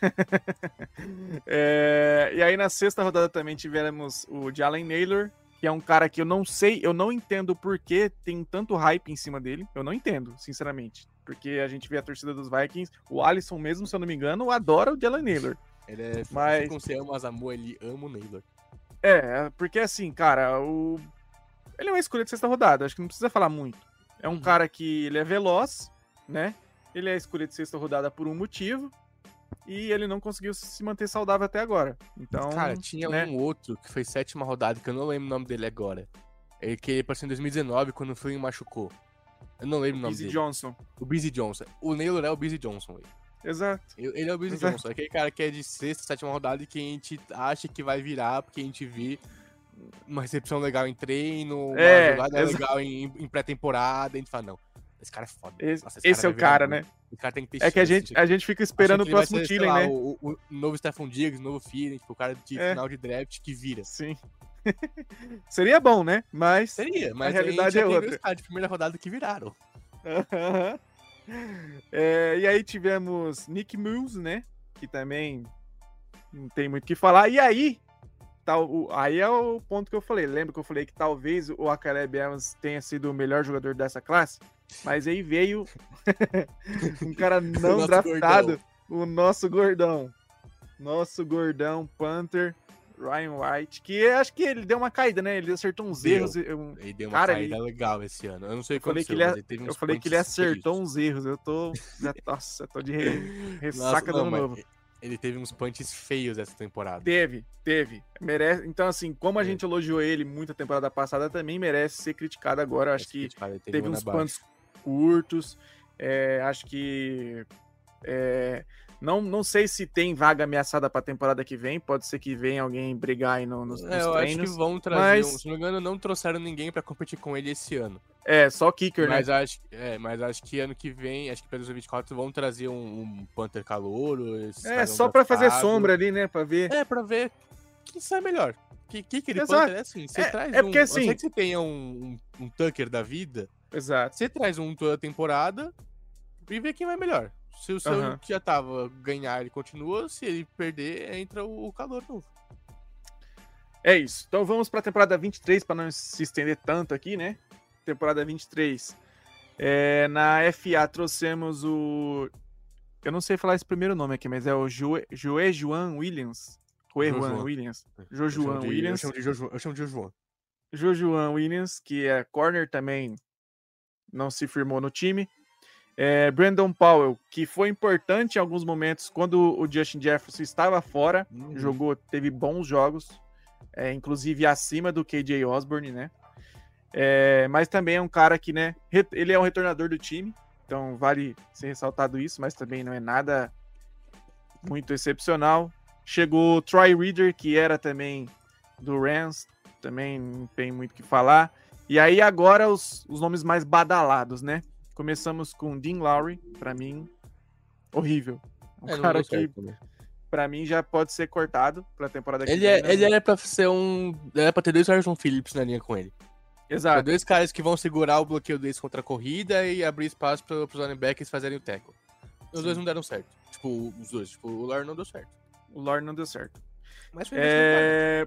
é, e aí na sexta rodada também tivemos o Jalen Naylor, que é um cara que eu não sei, eu não entendo por que tem tanto hype em cima dele. Eu não entendo, sinceramente. Porque a gente vê a torcida dos Vikings, o Alisson mesmo, se eu não me engano, adora o Jalen Naylor. Ele é... Mas... com você ama amor, ele ama o Naylor. É, porque assim, cara, o... ele é uma escolha de sexta rodada, acho que não precisa falar muito. É um uhum. cara que ele é veloz, né? Ele é escolha de sexta rodada por um motivo. E ele não conseguiu se manter saudável até agora. Então, cara, tinha né? um outro que foi sétima rodada, que eu não lembro o nome dele agora. Ele que apareceu em dois mil e dezenove, quando o Flynn machucou. Eu não lembro o, o nome Busy dele. Johnson. O Busy Johnson. O Naylor é o Busy Johnson. Ele. Exato. Ele é o Busy Exato. Johnson. Aquele cara que é de sexta, sétima rodada e que a gente acha que vai virar, porque a gente vê uma recepção legal em treino, uma é, jogada legal em, em pré-temporada, a gente fala, não. esse cara é foda. Esse, Nossa, esse é o cara, né? O cara tem que ter É que a chance, gente, tipo, a gente fica esperando o achando que ele vai próximo ser, sei Tillen, lá, né? O, o, o novo Stephon Diggs, o novo feeling, tipo, o cara de É. final de draft que vira. Sim. Seria bom, né? Mas Seria, mas a realidade a é gente já teve outra. os caras de primeira rodada que viraram. Aham. É, e aí tivemos Nick Mills, né? Que também não tem muito o que falar. E aí, tal, o- aí é o ponto que eu falei. Lembra que eu falei que talvez o Caleb Evans tenha sido o melhor jogador dessa classe? Mas aí veio um cara não Nosso draftado, gordão. o nosso gordão. Nosso gordão, Panther, Ryan White, que eu acho que ele deu uma caída, né? Ele acertou uns Deu. erros. eu- Ele deu uma Cara, caída ele- legal esse ano. Eu não sei o Eu que falei, aconteceu, que ele, mas a- ele teve uns eu falei que ele punches acertou feios. uns erros. Eu tô. Já, nossa, eu tô de re- Nossa, ressaca do não, ano mas novo. ele teve uns punches feios essa temporada. Teve, teve. Merece. Então, assim, como a É. gente elogiou ele muito a temporada passada, também merece ser criticado agora. Eu acho Esse que criticado, ele teve um uns abaixo. punts curtos. é, acho que. é, não, não sei se tem vaga ameaçada pra temporada que vem. Pode ser que venha alguém brigar aí no- nos, nos É, eu acho que treinos. vão trazer. mas- Um, se não me engano, não trouxeram ninguém pra competir com ele esse ano. É, só kicker, Mas né? acho, é, mas acho que ano que vem, acho que pra dois mil e vinte e quatro vão trazer um, um Panther calouro. esses É, caras só pra fazer draftados. sombra ali, né? Pra ver. É, pra ver quem sai melhor. Que, que aquele Exato. Panther é assim, você É- traz é um... porque, Eu assim- sei que você tenha um, um, um Tucker da vida, Exato. você traz um toda a temporada e vê quem vai melhor. Se o seu Aham. que já tava ganhar, ele continua. Se ele perder, entra o, o calor novo. É isso. Então vamos para a temporada vinte e três, para não se estender tanto aqui, né? Temporada vinte e três. É, na F A trouxemos o... Eu não sei falar esse primeiro nome aqui, mas é o Joe, Joe Juan Williams. Joe Juan Jojuan. Williams. Eu Jojuan chamo de- Williams. Eu chamo de Jojuan. Eu chamo de Jojuan. Jojuan Williams, que é corner também, não se firmou no time. É, Brandon Powell, que foi importante em alguns momentos quando o Justin Jefferson estava fora, Uhum. jogou, teve bons jogos, é, inclusive acima do K J Osborne, né? É, mas também é um cara que, né, re- ele é um retornador do time, então vale ser ressaltado isso, mas também não é nada muito excepcional. Chegou o Troy Reader, que era também do Rams, também não tem muito o que falar. E aí agora os, os nomes mais badalados, né? Começamos com Dean Lowry, pra mim, horrível. Um É, não cara deu que, certo, né? pra mim, já pode ser cortado pra temporada que Ele, vem. é, né? ele era pra ser um. Era pra ter dois Harrison Phillips na linha com ele. Pra Exato. dois caras que vão segurar o bloqueio deles contra a corrida e abrir espaço para os linebackers fazerem o tackle. Os Sim. dois não deram certo. Tipo, os dois. Tipo, o Lawyer não deu certo. O Lowry não deu certo. Mas foi um investimento barato. É...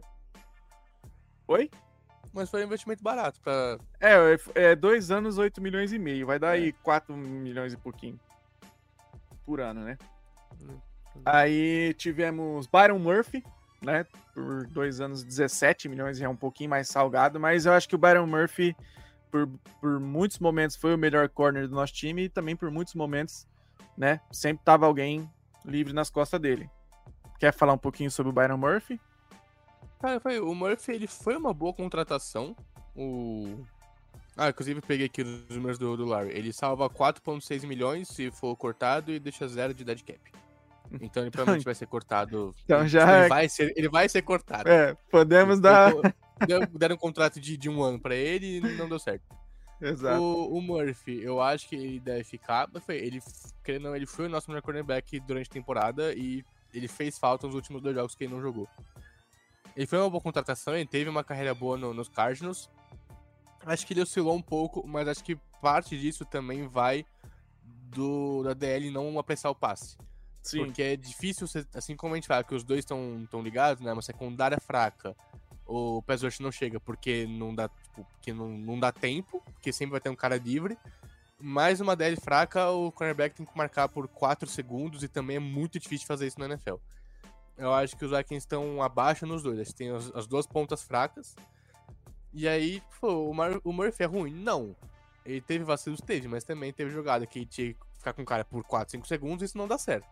Oi? Mas foi um investimento barato pra. É, é dois anos, oito milhões e meio. Vai dar É. aí quatro milhões e pouquinho por ano, né? Hum. Aí tivemos Byron Murphy, né? Por dois anos, dezessete milhões, já é um pouquinho mais salgado, mas eu acho que o Byron Murphy, por, por muitos momentos, foi o melhor corner do nosso time e também por muitos momentos, né? Sempre tava alguém livre nas costas dele. Quer falar um pouquinho sobre o Byron Murphy? Cara, foi, o Murphy ele foi uma boa contratação. O. Ah, inclusive eu peguei aqui os números do, do Larry. Ele salva quatro vírgula seis milhões se for cortado e deixa zero de dead cap. Então ele provavelmente vai ser cortado. Então Tipo, já- Ele vai ser, ele vai ser cortado. É, podemos dar. Deu- Deram um contrato de, de um ano pra ele e não deu certo. Exato. O, o Murphy, eu acho que ele deve ficar. Mas foi, ele, querendo ou não, ele foi o nosso melhor cornerback durante a temporada e ele fez falta nos últimos dois jogos que ele não jogou. Ele foi uma boa contratação, ele teve uma carreira boa no- nos Cardinals. Acho que ele oscilou um pouco, mas acho que parte disso também vai do da D L não apressar o passe. Sim. Porque é difícil, você- assim como a gente fala que os dois estão ligados, né? Uma secundária fraca, o pass rush não chega porque não dá, tipo, porque não, não dá tempo, porque sempre vai ter um cara livre. Mais uma D L fraca, o cornerback tem que marcar por quatro segundos e também é muito difícil fazer isso na N F L. Eu acho que os Vikings estão abaixo nos dois. Eles têm as, as duas pontas fracas. E aí, pô, o, Mar- o Murphy é ruim? Não. Ele teve vacilos? Teve, mas também teve jogada que ele tinha que ficar com o cara por quatro, cinco segundos e isso não dá certo.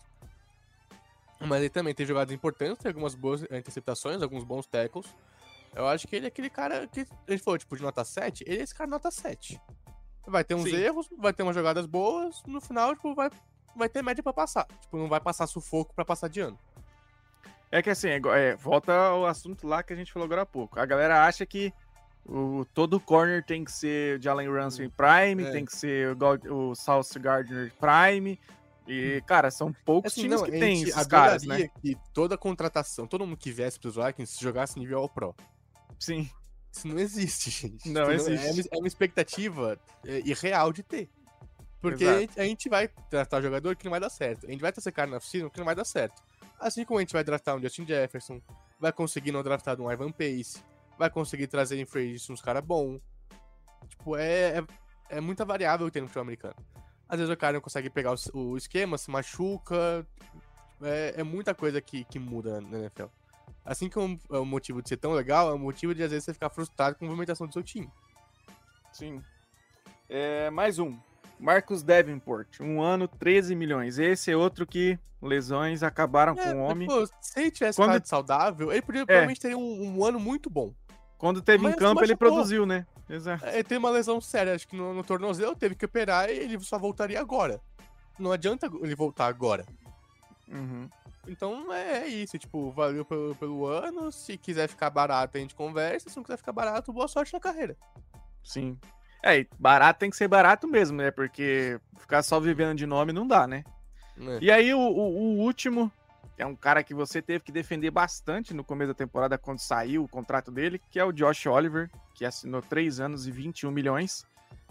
Mas ele também teve jogadas importantes, tem algumas boas interceptações, alguns bons tackles. Eu acho que ele é aquele cara que a gente falou, tipo, de nota sete, ele é esse cara nota sete. Vai ter uns Sim. erros, vai ter umas jogadas boas, no final, tipo, vai, vai ter média pra passar. Tipo, não vai passar sufoco pra passar de ano. É que assim, é igual- é, volta ao assunto lá que a gente falou agora há pouco. A galera acha que O, todo corner tem que ser de Allen Ramsey Prime, É. tem que ser o, God- o Sauce Gardner Prime. E, cara, são poucos Assim, times não, que a tem gente esses caras, adoraria né? que toda contratação, todo mundo que viesse pros Vikings jogasse nível All-Pro. Sim, Isso não existe, gente. Não Tipo, existe. É uma, é uma expectativa é, irreal de ter. Porque Exato. a gente, a gente vai tratar jogador que não vai dar certo. A gente vai trazer cara na oficina que não vai dar certo. Assim como a gente vai draftar um Justin Jefferson, vai conseguir não draftar um Ivan Pace, vai conseguir trazer em free agency uns caras bons. Tipo, é, é, é muita variável ter no futebol americano. Às vezes o cara não consegue pegar o, o esquema, se machuca. É, é muita coisa que, que muda na N F L. Assim que o, o motivo de ser tão legal, é o motivo de às vezes você ficar frustrado com a movimentação do seu time. Sim. É, mais um. Marcus Davenport, um ano, treze milhões. Esse é outro que lesões acabaram É, com o homem. pô, se ele tivesse Quando- ficado saudável, ele podia, provavelmente teria um, um ano muito bom. Quando teve Mas em campo, se ele machucou. produziu, né? Exato. Ele teve uma lesão séria, acho que no, no tornozelo, teve que operar e ele só voltaria agora. Não adianta ele voltar agora. Uhum. Então é, é isso, tipo, valeu pelo, pelo ano. Se quiser ficar barato, a gente conversa. Se não quiser ficar barato, boa sorte na carreira. Sim. É, e barato tem que ser barato mesmo, né? Porque ficar só vivendo de nome não dá, né? Né? E aí, o, o- o último, que é um cara que você teve que defender bastante no começo da temporada, quando saiu o contrato dele, que é o Josh Oliver, que assinou três anos e vinte e um milhões.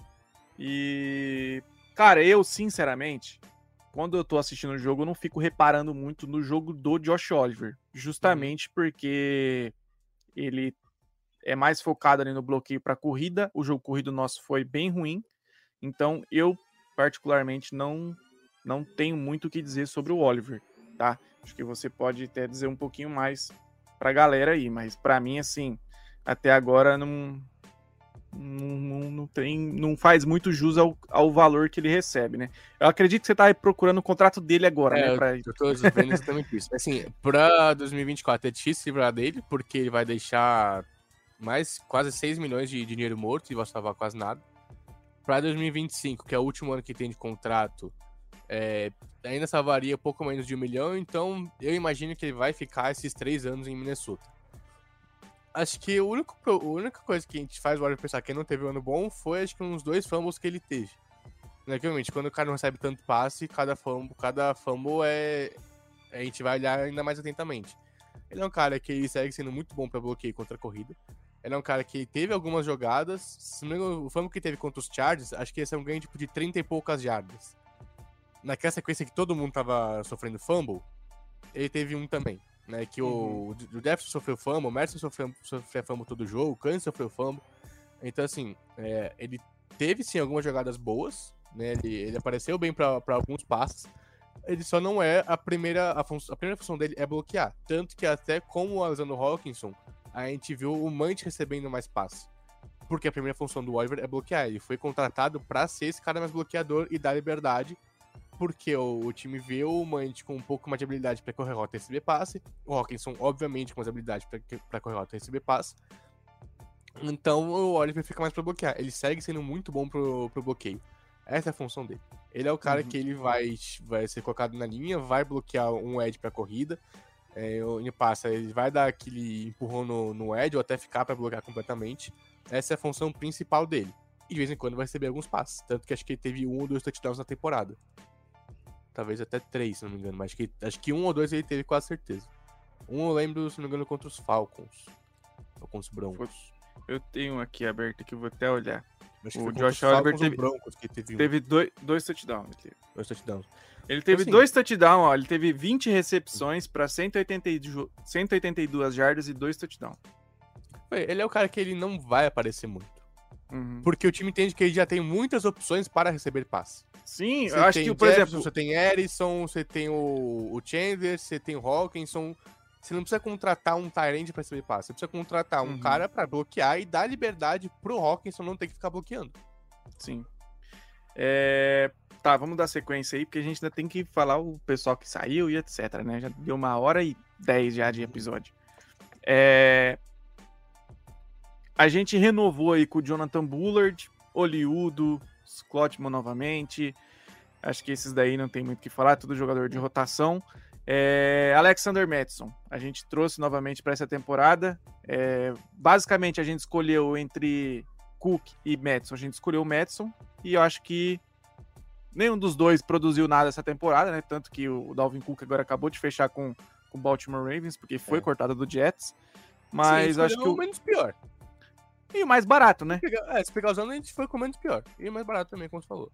E, cara, eu, sinceramente, quando eu tô assistindo o jogo, eu não fico reparando muito no jogo do Josh Oliver, justamente porque ele é mais focado ali no bloqueio para corrida. O jogo corrido nosso foi bem ruim. Então, eu, particularmente, não, não tenho muito o que dizer sobre o Oliver, tá? Acho que você pode até dizer um pouquinho mais pra galera aí, mas pra mim, assim, até agora não, não, não, não tem, não faz muito jus ao, ao valor que ele recebe, né? Eu acredito que você tá aí procurando o contrato dele agora, É, né? eu, Pra... eu tô vendo exatamente isso. Assim, pra dois mil e vinte e quatro é difícil se livrar dele, porque ele vai deixar mais quase seis milhões de dinheiro morto e vai salvar quase nada. Pra dois mil e vinte e cinco, que é o último ano que tem de contrato, é, ainda salvaria pouco menos de um milhão, então eu imagino que ele vai ficar esses três anos em Minnesota. Acho que o único, pro- a única coisa que a gente faz o Warrior pensar que ele não teve um ano bom foi, acho que uns dois fumbles que ele teve. Né, que, obviamente, quando o cara não recebe tanto passe, cada fumble, cada fumble é... a gente vai olhar ainda mais atentamente. Ele é um cara que ele segue sendo muito bom pra bloqueio contra a corrida. Ele é um cara que teve algumas jogadas. Se não me engano, o fumble que teve contra os Chargers, acho que esse é um ganho tipo, de trinta e poucas jardas. Naquela sequência que todo mundo tava sofrendo fumble, ele teve um também. Né, que Uhum. o, o Jefferson sofreu fumble, o Mercer sofreu, sofreu fumble todo jogo, o Kansas sofreu fumble. Então, assim, é, ele teve sim algumas jogadas boas, né? Ele, ele apareceu bem pra pra alguns passes. Ele só não é a primeira. A, fun- a primeira função dele é bloquear. Tanto que até com o Alexander Hawkinson, a gente viu o Mant recebendo mais passes. Porque a primeira função do Oliver é bloquear. Ele foi contratado pra ser esse cara mais bloqueador e dar liberdade. Porque o, o time vê o Mant com um pouco mais de habilidade pra correr rota e receber passe. O Hawkinson, obviamente, com mais habilidade pra, pra correr rota e receber passe. Então o Oliver fica mais pra bloquear. Ele segue sendo muito bom pro, pro bloqueio. Essa é a função dele. Ele é o cara Uhum. que ele vai, vai ser colocado na linha, vai bloquear um edge pra corrida. É, ele passa, ele vai dar aquele empurrão no, no edge ou até ficar pra bloquear completamente. Essa é a função principal dele. E de vez em quando vai receber alguns passes. Tanto que acho que ele teve um ou dois touchdowns na temporada. Talvez até três, se não me engano. Mas acho que, acho que um ou dois ele teve com certeza. Um eu lembro, se não me engano, contra os Falcons. Falcons Broncos. Eu tenho aqui aberto que eu vou até olhar. Acho que O foi contra Josh os Falcons Oliver ou teve- Broncos que teve, um. Teve dois, dois touchdowns. Ele teve, dois touchdowns. ele teve Assim- dois touchdowns, ó. Ele teve vinte recepções para cento e oitenta e du- cento e oitenta e duas jardas e dois touchdowns. Ele é o cara que ele não vai aparecer muito. Uhum. Porque o time entende que ele já tem muitas opções para receber passe. Sim, Você eu acho tem que, por Jefferson, exemplo, você tem Erison, você tem o, o Chandler, você tem o Hawkinson. Você não precisa contratar um Tyrande para receber passe. Você precisa contratar um Uhum. cara para bloquear e dar liberdade pro Hawkinson não ter que ficar bloqueando. sim. É, Tá, vamos dar sequência aí, porque a gente ainda tem que falar o pessoal que saiu e etc, né? Já deu uma hora e dez já de episódio. É, A gente renovou aí com o Jonathan Bullard, Oliudo, Scotman novamente. Acho que esses daí não tem muito o que falar, tudo jogador de rotação. É, Alexander Mattison, a gente trouxe novamente para essa temporada. É, basicamente, a gente escolheu entre Cook e Mattison. A gente escolheu o Mattison e eu acho que nenhum dos dois produziu nada essa temporada, né? Tanto que o Dalvin Cook agora acabou de fechar com o Baltimore Ravens, porque foi é. cortado do Jets. Mas Sim, acho que o menos pior. E o mais barato, né? Se pegar, é, se pegar os anos, a gente foi com o menos pior. E o mais barato também, como você falou.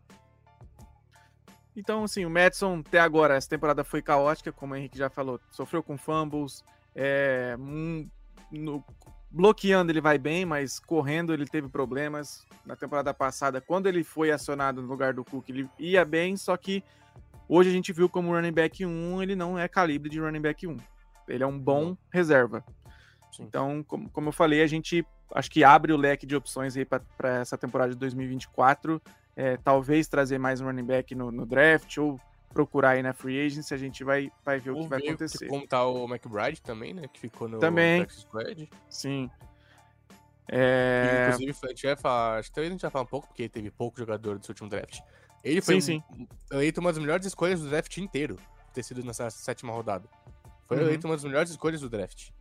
Então, assim, o Mattison até agora, essa temporada foi caótica, como o Henrique já falou. Sofreu com fumbles, é, um, no, bloqueando ele vai bem, mas correndo ele teve problemas. Na temporada passada, quando ele foi acionado no lugar do Cook, ele ia bem, só que hoje a gente viu como running back um, ele não é calibre de running back um. Ele é um bom não. reserva. Sim. Então, como, como eu falei, a gente acho que abre o leque de opções aí para essa temporada de dois mil e vinte e quatro. É, talvez trazer mais um running back no, no draft ou procurar aí na free agency, a gente vai, vai ver ou o que vai acontecer. Como tá o McBride também, né? Que ficou no também. Texas Squad. Sim. É... E, inclusive, a gente vai falar, acho que talvez a gente vai falar um pouco, porque teve pouco jogador do seu último draft. Ele foi sim, um, sim. eleito uma das melhores escolhas do draft inteiro, ter sido nessa sétima rodada. Foi uhum. eleito uma das melhores escolhas do draft.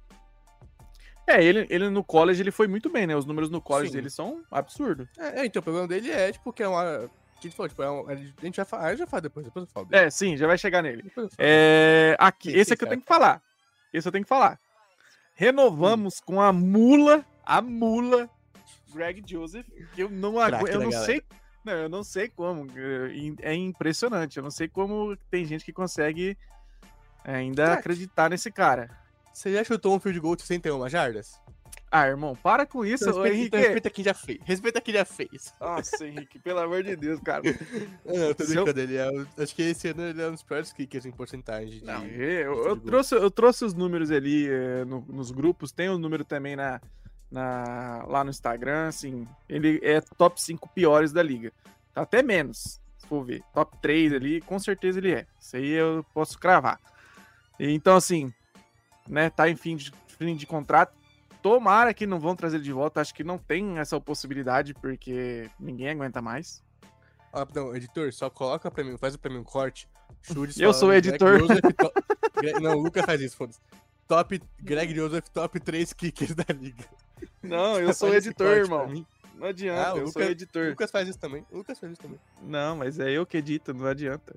É, ele, ele no college ele foi muito bem, né? Os números no college Sim. dele são absurdos. É, então o problema dele é, tipo, que é uma... Que a gente falou, tipo, é um, a gente vai falar, já fala depois, depois eu falo dele. É, sim, já vai chegar nele. É, aqui, sim, esse aqui sim, eu tenho que falar. Esse eu tenho que falar. Renovamos hum. com a mula, a mula, Greg Joseph, que eu não aguento, eu não sei... Não, eu não sei como. É impressionante. Eu não sei como tem gente que consegue ainda Crack. acreditar nesse cara. Você já chutou um field goal de sessenta e uma jardas? Ah, irmão, para com isso, então, respeita, Henrique. Então respeita quem já fez. Respeita quem já fez. Nossa, Henrique, pelo amor de Deus, cara. Não, eu tô brincando, eu... ele é, acho que esse ano ele é um dos piores kickers em porcentagem. De, não, eu, eu, trouxe, eu trouxe os números ali é, no, nos grupos, tem o um número também na, na, lá no Instagram, assim, ele é top cinco piores da liga. Tá até menos, se for ver. Top três ali, com certeza ele é. Isso aí eu posso cravar. Então, assim, né, tá em fim de, fim de contrato. Tomara que não vão trazer ele de volta. Acho que não tem essa possibilidade, porque ninguém aguenta mais. Ah, não, editor, só coloca pra mim, faz pra mim um corte. Eu sou o editor. Joseph, to... Não, o Lucas faz isso, foda-se. Top, Greg Joseph, top três kickers da liga. Não, eu sou o editor, irmão. Não adianta, ah, eu Lucas, sou o editor. O Lucas faz isso também. O Lucas faz isso também. Não, mas é eu que edito, não adianta.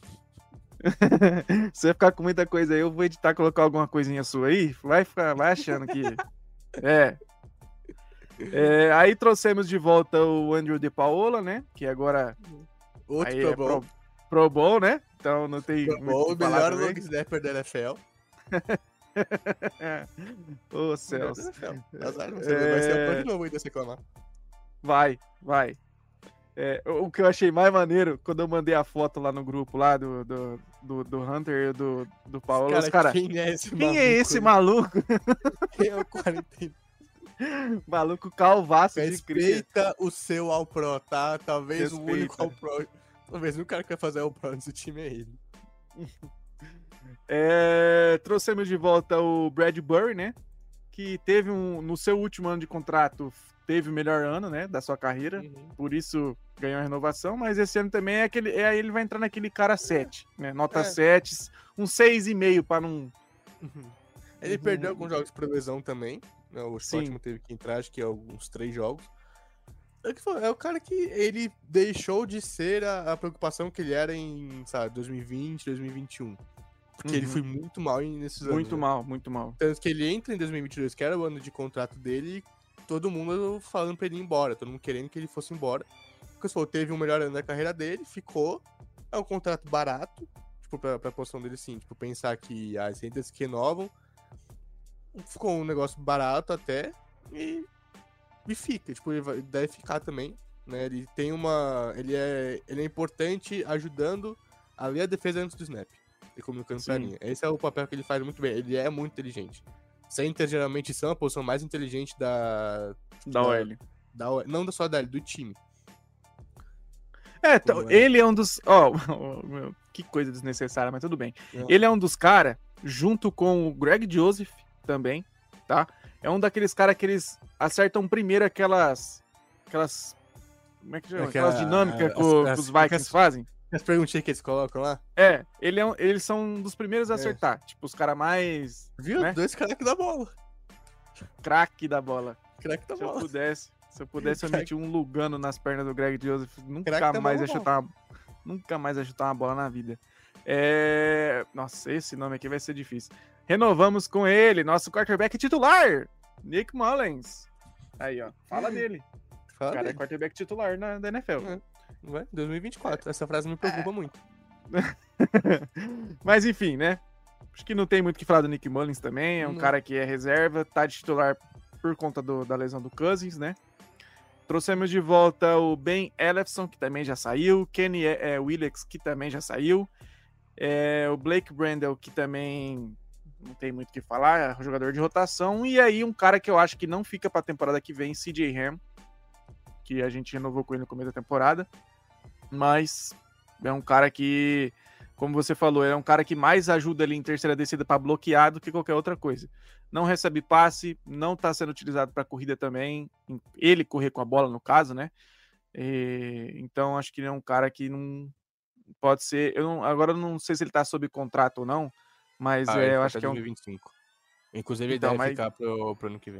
Se você ficar com muita coisa aí, eu vou editar, colocar alguma coisinha sua aí, vai, ficar, vai achando que... É. é. Aí trouxemos de volta o Andrew De Paola, né? Que agora... Outro Pro é Bowl. Pro, Pro Bowl, né? Então não tem Pro Bowl, o melhor long snapper da N F L. Ô, Celso. Azar, você é... vai ser o de novo ainda se reclamar. Vai, vai. É, o que eu achei mais maneiro, quando eu mandei a foto lá no grupo lá do, do, do, do Hunter e do, do Paulo, cara, os caras... Quem é esse quem maluco? Quem é esse maluco? Quem é o quarenta? Maluco calvaço de cria. Respeita o seu All-Pro, tá? Talvez Respeita. o único All-Pro... Talvez o cara que vai fazer All-Pro nesse time é ele. É, trouxemos de volta o Bradbury, né? Que teve um... No seu último ano de contrato... Teve o melhor ano, né, da sua carreira, uhum. Por isso ganhou a renovação, mas esse ano também é aquele, é, ele vai entrar naquele cara sete, né, nota é. sete, um seis vírgula cinco para não... Uhum. Ele uhum. perdeu alguns jogos por lesão também, né, o Scotman teve que entrar, acho que alguns três jogos. É o cara que ele deixou de ser a, a preocupação que ele era em, sabe, dois mil e vinte, dois mil e vinte e um. Porque uhum. ele foi muito mal nesses anos. Muito né? mal, muito mal. Tanto que ele entra em dois mil e vinte e dois, que era o ano de contrato dele, todo mundo falando pra ele ir embora, todo mundo querendo que ele fosse embora. Porque se teve um melhor ano da carreira dele, ficou. É um contrato barato, tipo, pra, pra posição dele, sim. Tipo, pensar que as rendas que renovam, ficou um negócio barato até, e, e fica. Tipo, ele vai, deve ficar também, né? Ele tem uma... Ele é, ele é importante ajudando a ler a defesa antes do snap. E comunicando sim. pra linha. Esse é o papel que ele faz muito bem. Ele é muito inteligente. Center geralmente são a posição mais inteligente da... Da, da O L. Da O L. Não só da O L, do time. É, então, ele é um dos... Ó, oh, que coisa desnecessária, mas tudo bem. Uhum. Ele é um dos caras, junto com o Greg Joseph também, tá? É um daqueles caras que eles acertam primeiro aquelas... Aquelas... Como é que chama? Aquelas dinâmicas que, que os Vikings as, fazem. As perguntinhas que eles colocam lá. É, ele é um- eles são um dos primeiros a É. acertar. Tipo, os caras mais. Viu? Né? Dois craques da bola. Craque da bola. Craque da Se eu bola. pudesse, se eu pudesse, eu Craque. metia um Lugano nas pernas do Greg Joseph. Nunca Craque da mais bola, ia chutar uma, nunca mais ia chutar uma bola na vida. É... Nossa, esse nome aqui vai ser difícil. Renovamos com ele, nosso quarterback titular, Nick Mullins. Aí, ó, fala dele. Fala O cara é dele. quarterback titular na, da N F L. É. Vai, dois mil e vinte e quatro. Essa frase me preocupa muito. Mas enfim, né? Acho que não tem muito o que falar do Nick Mullins também. É um Não. cara que é reserva, tá de titular por conta do- da lesão do Cousins, né? Trouxemos de volta o Ben Ellefson, que também já saiu. Kenny é, Willix, que também já saiu. É, o Blake Brandel, que também não tem muito o que falar, é um jogador de rotação. E aí um cara que eu acho que não fica pra temporada que vem, C J Ham, que a gente renovou com ele no começo da temporada. Mas é um cara que, como você falou, é um cara que mais ajuda ali em terceira descida para bloquear do que qualquer outra coisa. Não recebe passe, não está sendo utilizado para corrida também. Ele correr com a bola, no caso, né? E, então, acho que ele é um cara que não pode ser. Eu não, agora eu não sei se ele está sob contrato ou não, mas Ah, é, ele eu vai acho até que é um. dois mil e vinte e cinco. Inclusive, ele Então, deve mas- ficar pro, pro ano que vem.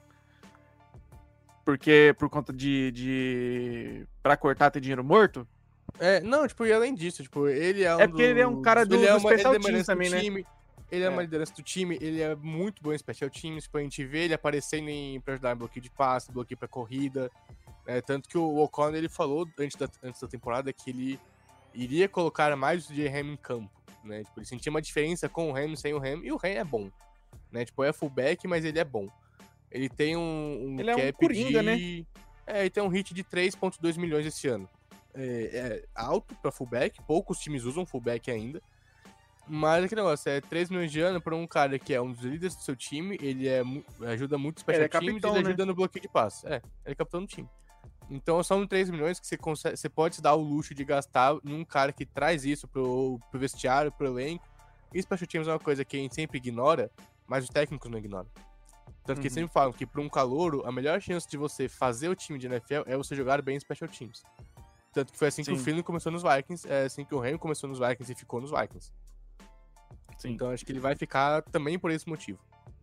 Porque por conta de. de... para cortar ter dinheiro morto. É, não, tipo, e além disso, tipo, ele é um É porque ele é um dos- cara do- ele é do uma, ele special é uma teams liderança do também, né? time, Ele é, É. uma liderança do time, ele é muito bom em special teams, tipo, a gente vê ele aparecendo em, pra ajudar em bloqueio de passe, bloqueio pra corrida, né? Tanto que o O'Connor, ele falou antes da, antes da temporada que ele iria colocar mais o D J Ham em campo, né? Tipo, ele sentia uma diferença com o Ham e sem o Ham, e o Ham é bom, né? Tipo, é fullback, mas ele é bom. Ele tem um, um Ele é um cap coringa, de... né? É, ele tem um hit de três vírgula dois milhões esse ano. É, é alto pra fullback, poucos times usam fullback ainda. Mas aquele negócio, é três milhões de ano pra um cara que é um dos líderes do seu time, ele é, mu- ajuda muito os special Ele é teams capitão, e ele né? ajuda no bloqueio de passe. É, ele é capitão do time. Então são três milhões que você, consegue, você pode se dar o luxo de gastar em um cara que traz isso pro, pro vestiário, pro elenco. E special teams é uma coisa que a gente sempre ignora, mas os técnicos não ignoram. Tanto que Uhum. sempre falam que para um calouro, a melhor chance de você fazer o time de N F L é você jogar bem em special teams. Tanto que foi assim que Sim. o Flynn começou nos Vikings, é assim que o Ham começou nos Vikings e ficou nos Vikings. Sim. Então acho que ele vai ficar também por esse motivo.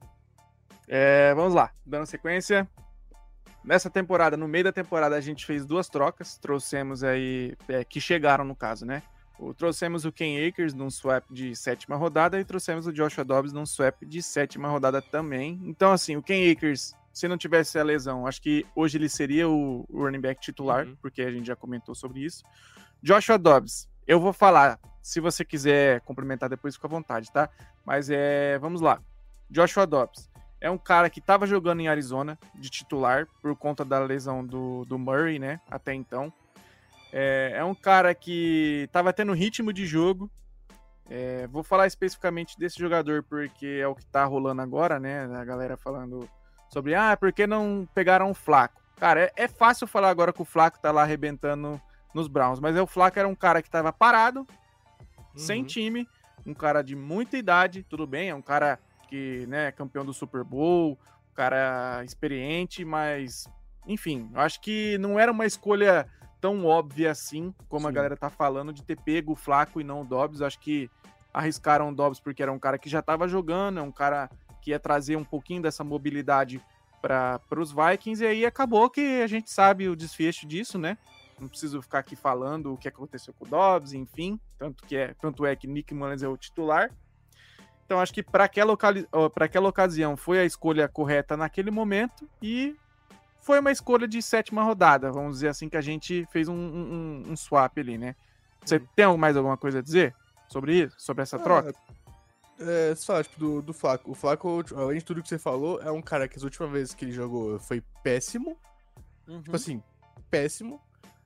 É, vamos lá, dando sequência. Nessa temporada, no meio da temporada, a gente fez duas trocas. Trouxemos aí, é, que chegaram no caso, né? O, trouxemos o Ken Akers num swap de sétima rodada e trouxemos o Joshua Dobbs num swap de sétima rodada também. Então, assim, o Ken Akers, se não tivesse a lesão, acho que hoje ele seria o, o running back titular, Uhum. porque a gente já comentou sobre isso. Joshua Dobbs, eu vou falar. Se você quiser complementar depois, fica à vontade, tá? Mas é, vamos lá. Joshua Dobbs é um cara que estava jogando em Arizona de titular por conta da lesão do, do Murray, né? Até então. É, é um cara que estava tendo ritmo de jogo. É, vou falar especificamente desse jogador porque é o que tá rolando agora, né? A galera falando sobre, ah, por que não pegaram o Flaco? Cara, é, é fácil falar agora que o Flaco tá lá arrebentando nos Browns, mas é, o Flaco era um cara que tava parado, sem Uhum. time, um cara de muita idade, tudo bem, é um cara que, né, é campeão do Super Bowl, um cara experiente, mas, enfim, eu acho que não era uma escolha tão óbvia assim, como a Sim. galera tá falando, de ter pego o Flaco e não o Dobbs. Eu acho que arriscaram o Dobbs porque era um cara que já tava jogando, é um cara que ia trazer um pouquinho dessa mobilidade para os Vikings, e aí acabou que a gente sabe o desfecho disso, né? Não preciso ficar aqui falando o que aconteceu com o Dobbs, enfim, tanto, que é, tanto é que Nick Mullins é o titular. Então acho que para aquela, ocali- ó, pra aquela ocasião foi a escolha correta naquele momento e foi uma escolha de sétima rodada, vamos dizer assim, que a gente fez um, um, um swap ali, né? Você Uhum. tem mais alguma coisa a dizer sobre isso, sobre essa troca? É, só, tipo, do, do Flaco. O Flaco, tipo, além de tudo que você falou, é um cara que as últimas vezes que ele jogou foi péssimo. Uhum. Tipo assim, péssimo.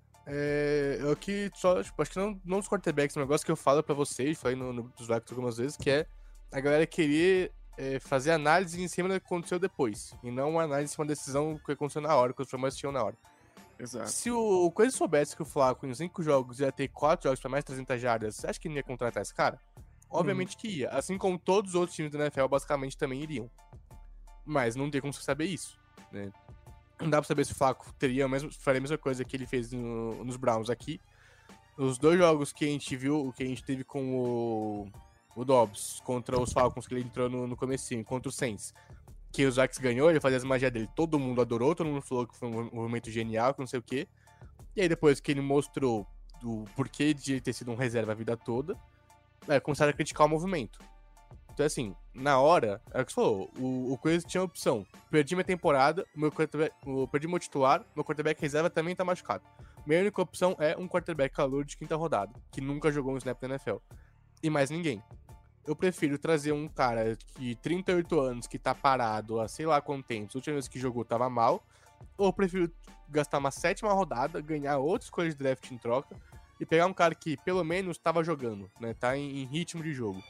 É, é o que só, tipo, acho que não, não dos quarterbacks, é um negócio que eu falo pra vocês, falei no, no grupo dos Vikings algumas vezes, que é a galera querer é, fazer análise em cima do que aconteceu depois. E não uma análise em cima da decisão que aconteceu na hora, que os famosos tinham na hora. Exato. Se o, o Coisa soubesse que o Flaco em cinco jogos ia ter quatro jogos pra mais trezentas jardas, você acha que não ia contratar esse cara? Obviamente que ia. Assim como todos os outros times da N F L basicamente também iriam. Mas não tem como você saber isso, né? Não dá pra saber se o Flaco teria a mesma, faria a mesma coisa que ele fez no- nos Browns aqui. os dois jogos que a gente viu, que a gente teve com o, o Dobbs contra os Falcons, que ele entrou no, no comecinho, contra o Saints, que o Zax ganhou, ele fazia as magias dele, todo mundo adorou, todo mundo falou que foi um movimento genial, que não sei o quê. E aí depois que ele mostrou o porquê de ele ter sido um reserva a vida toda, é, começaram a criticar o movimento. Então, assim, na hora, é o que você falou, o, o Coelho tinha a opção. Perdi minha temporada, o meu quarterback, o, perdi meu titular, meu quarterback reserva também tá machucado. Minha única opção é um quarterback calor de quinta rodada, que nunca jogou um snap na N F L. E mais ninguém. Eu prefiro trazer um cara de trinta e oito anos que tá parado há sei lá quanto tempo, as últimas vezes que jogou tava mal, ou eu prefiro gastar uma sétima rodada, ganhar outra escolha de draft em troca, e pegar um cara que pelo menos tava jogando, né, tá em, em ritmo de jogo.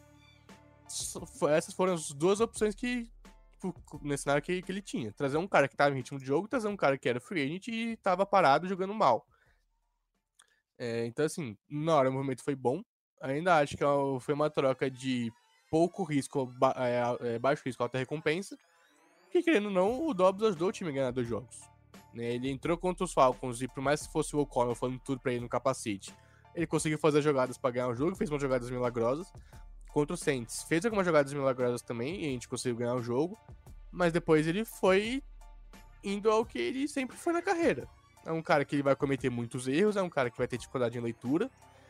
Essas foram as duas opções que, nesse cenário que, que ele tinha. Trazer um cara que tava em ritmo de jogo, trazer um cara que era free agent e tava parado jogando mal. É, então, assim, na hora o movimento foi bom. Ainda acho que foi uma troca de pouco risco, ba é, baixo risco, alta recompensa. Que, querendo ou não, o Dobbs ajudou o time a ganhar dois jogos. Né, ele entrou contra os Falcons e, por mais que fosse o O'Connell falando tudo pra ele no capacete, ele conseguiu fazer jogadas pra ganhar o jogo, fez umas jogadas milagrosas. Contra o Saints, fez algumas jogadas milagrosas também, e a gente conseguiu ganhar o jogo, mas depois ele foi indo ao que ele sempre foi na carreira. É um cara que ele vai cometer muitos erros, é um cara que vai ter dificuldade em leitura,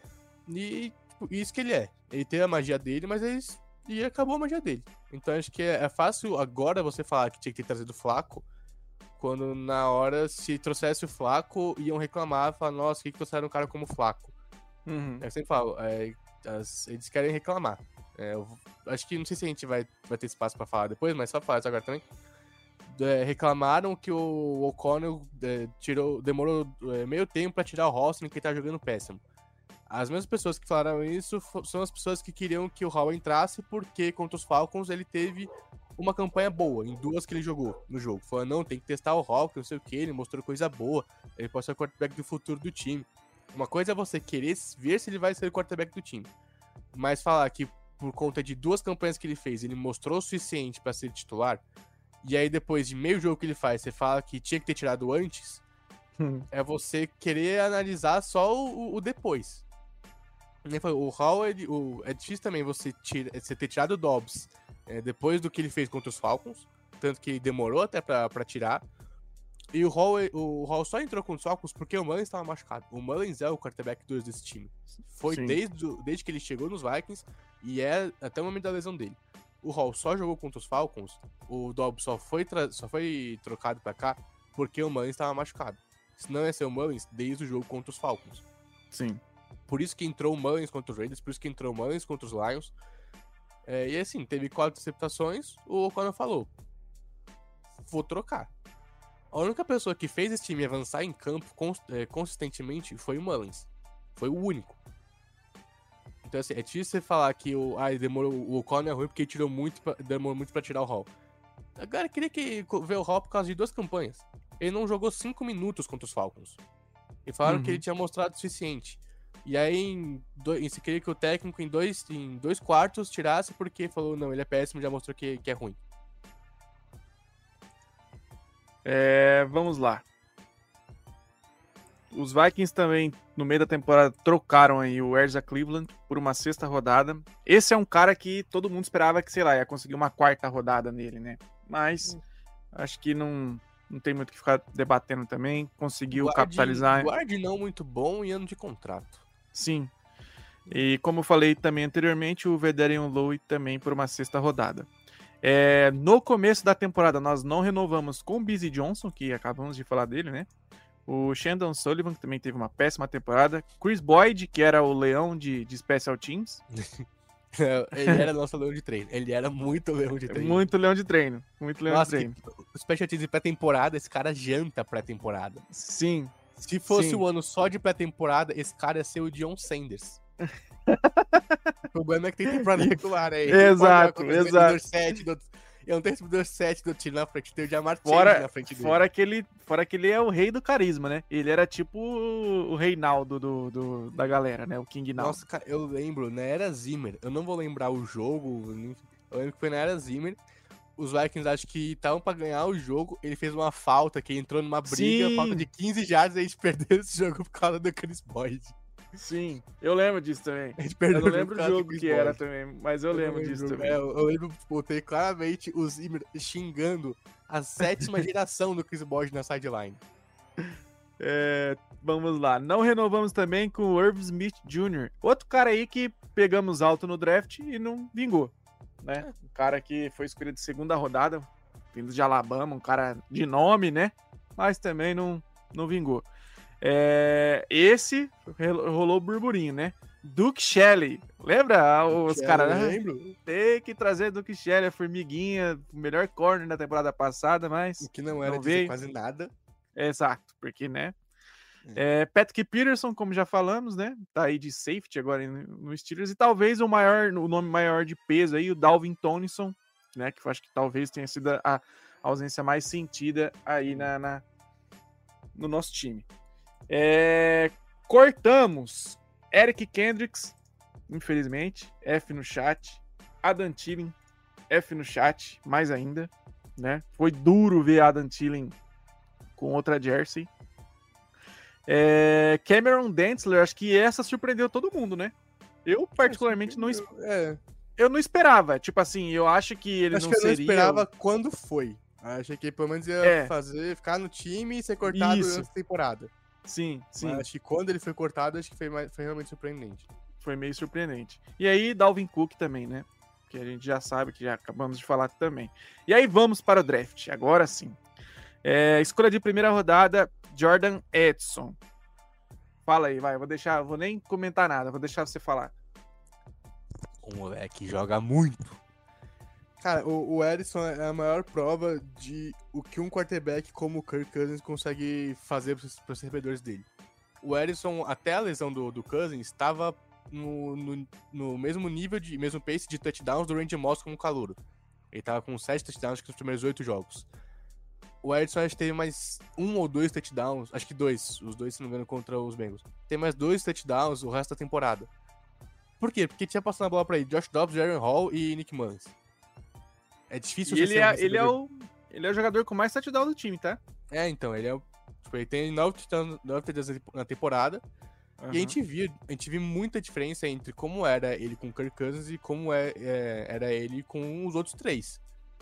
e tipo, isso que ele é. Ele tem a magia dele, mas ele, e acabou a magia dele. Então acho que é, é fácil agora você falar que tinha que ter trazido o Flacco, quando na hora, se trouxesse o Flacco, iam reclamar, falar, nossa, por que, que trouxeram um cara como o Flacco? Uhum. Eu sempre falo, é, as, eles querem reclamar. É, eu acho que não sei se a gente vai, vai ter espaço pra falar depois, mas só falar isso agora também. É, reclamaram que o O'Connell é, tirou, demorou é, meio tempo pra tirar o Hawson, que ele tá jogando péssimo. As mesmas pessoas que falaram isso são as pessoas que queriam que o Hall entrasse, porque contra os Falcons ele teve uma campanha boa em duas que ele jogou no jogo. Falando, não, tem que testar o Hall, que não sei o que, ele mostrou coisa boa, ele pode ser o quarterback do futuro do time. Uma coisa é você querer ver se ele vai ser o quarterback do time, mas falar que por conta de duas campanhas que ele fez, ele mostrou o suficiente pra ser titular, e aí depois de meio jogo que ele faz, você fala que tinha que ter tirado antes, hum. é você querer analisar só o, o depois. O Hall, ele, o, é difícil também você, tira, você ter tirado o Dobbs é, depois do que ele fez contra os Falcons, tanto que demorou até pra, pra tirar. E o Hall, o Hall só entrou contra os Falcons porque o Mullins estava machucado. O Mullins é o quarterback dois desse time. Foi desde, desde que ele chegou nos Vikings e é até o momento da lesão dele. O Hall só jogou contra os Falcons, o Dobbs só foi, só foi trocado pra cá porque o Mullins estava machucado. Se não ia ser o Mullins desde o jogo contra os Falcons. Sim. Por isso que entrou o Mullins contra os Raiders, por isso que entrou o Mullins contra os Lions. É, e assim, teve quatro interceptações, o O'Connell falou, vou trocar. A única pessoa que fez esse time avançar em campo cons é, consistentemente foi o Mullins. Foi o único. Então assim, é difícil você falar que o, ah, demorou, o O'Connell é ruim porque ele tirou muito pra, demorou muito pra tirar o Hall. Agora eu queria que, ver o Hall por causa de duas campanhas. Ele não jogou cinco minutos contra os Falcons. E falaram uhum. que ele tinha mostrado o suficiente. E aí, em do, em, você queria que o técnico em dois, em dois quartos tirasse porque falou, não, ele é péssimo, já mostrou que, que é ruim. É, vamos lá. Os Vikings também, no meio da temporada, trocaram aí o Ezra Cleveland por uma sexta rodada. Esse é um cara que todo mundo esperava que, sei lá, ia conseguir uma quarta rodada nele, né? Mas acho que não, não tem muito o que ficar debatendo também. Conseguiu guarde, capitalizar. Guarde não muito bom e ano de contrato. Sim. E como eu falei também anteriormente, o Vederian Lowe também por uma sexta rodada. É, no começo da temporada, nós não renovamos com o Bizzy Johnson, que acabamos de falar dele, né? O Shandon Sullivan, que também teve uma péssima temporada. Chris Boyd, que era o leão de, de Special Teams. Ele era nosso leão de treino. Ele era muito leão de treino. Muito leão de treino. Muito leão Nossa, de treino. O Special Teams de pré-temporada, esse cara janta pré-temporada. Sim. Se fosse sim. um ano só de pré-temporada, esse cara ia ser o Deion Sanders. O problema é que tem temporada regular aí. Exato, exato. Eu não tenho recebedor sete do time na frente, tem o Jamar Chase na frente dele. Fora que, ele, fora que ele é o rei do carisma, né? Ele era tipo o Reinaldo do, do, da galera, né? O King Naldo. Nossa, cara, eu lembro, na era Zimmer, eu não vou lembrar o jogo, eu lembro que foi na era Zimmer, os Vikings acho que estavam pra ganhar o jogo, ele fez uma falta, que entrou numa briga, Sim. falta de quinze jardas, e a gente perdeu esse jogo por causa do Chris Boyd. Sim, eu lembro disso também. A gente Eu perdeu não o jogo lembro por o causa do jogo Chris que era Bosh. também, mas eu lembro disso também. É, eu, eu lembro, botei claramente o Zimmer xingando a sétima geração do Chris Bosh na sideline. É, vamos lá. Não renovamos também com o Irv Smith Júnior Outro cara aí que pegamos alto no draft e não vingou, né? Um cara que foi escolhido de segunda rodada, vindo de Alabama, um cara de nome, né? Mas também não, não vingou. É, esse rolou burburinho, né? Duke Shelley. Lembra os caras, né? Lembro. Tem que trazer Duke Shelley, a formiguinha, o melhor corner da temporada passada, mas O que não era não dizer veio. quase nada. Exato, porque, né? É, Patrick Peterson, como já falamos, né? Tá aí de safety agora no Steelers. E talvez o maior, o nome maior de peso aí, o Dalvin Tomlinson, né? Que eu acho que talvez tenha sido a, a ausência mais sentida aí na, na no nosso time. É, cortamos Eric Kendricks, infelizmente. F no chat. Adam Thielen, F no chat, mais ainda, né? Foi duro ver Adam Thielen com outra jersey. É, Cameron Dantzler, acho que essa surpreendeu todo mundo, né? Eu, particularmente, não, es- É, eu não esperava. Tipo assim, eu acho que ele acho não que eu não seria... esperava quando foi. Achei que pelo menos ia É. fazer, ficar no time e ser cortado Isso. durante a temporada. Sim, sim. Mas acho que quando ele foi cortado, acho que foi, mais- foi realmente surpreendente. Foi meio surpreendente. E aí, Dalvin Cook também, né? Que a gente já sabe, que já acabamos de falar também. E aí, vamos para o draft. Agora sim. É, escolha de primeira rodada, Jordan Edson. Fala aí, vai. Vou deixar, vou nem comentar nada, vou deixar você falar. O moleque joga muito. Cara, o, o Edson é a maior prova de o que um quarterback como o Kirk Cousins consegue fazer para os recebedores dele. O Edson, até a lesão do, do Cousins, estava no, no, no mesmo nível, de mesmo pace de touchdowns do Randy Moss como calouro. Ele estava com sete touchdowns nos primeiros oito jogos. O Edson acho que teve mais um ou dois touchdowns, acho que dois, os dois se não me engano contra os Bengals. Tem mais dois touchdowns o resto da temporada. Por quê? Porque tinha passando a bola pra ele Josh Dobbs, Jaren Hall e Nick Mullins. É difícil E você ele ser um é, recebedor. ele, é o, ele é o jogador com mais touchdown do time, tá? É, então, ele é o... Tipo, ele tem nove touchdowns nove touchdowns na temporada. Uhum. E a gente viu, a gente viu muita diferença entre como era ele com o Kirk Cousins e como é, é, era ele com os outros três.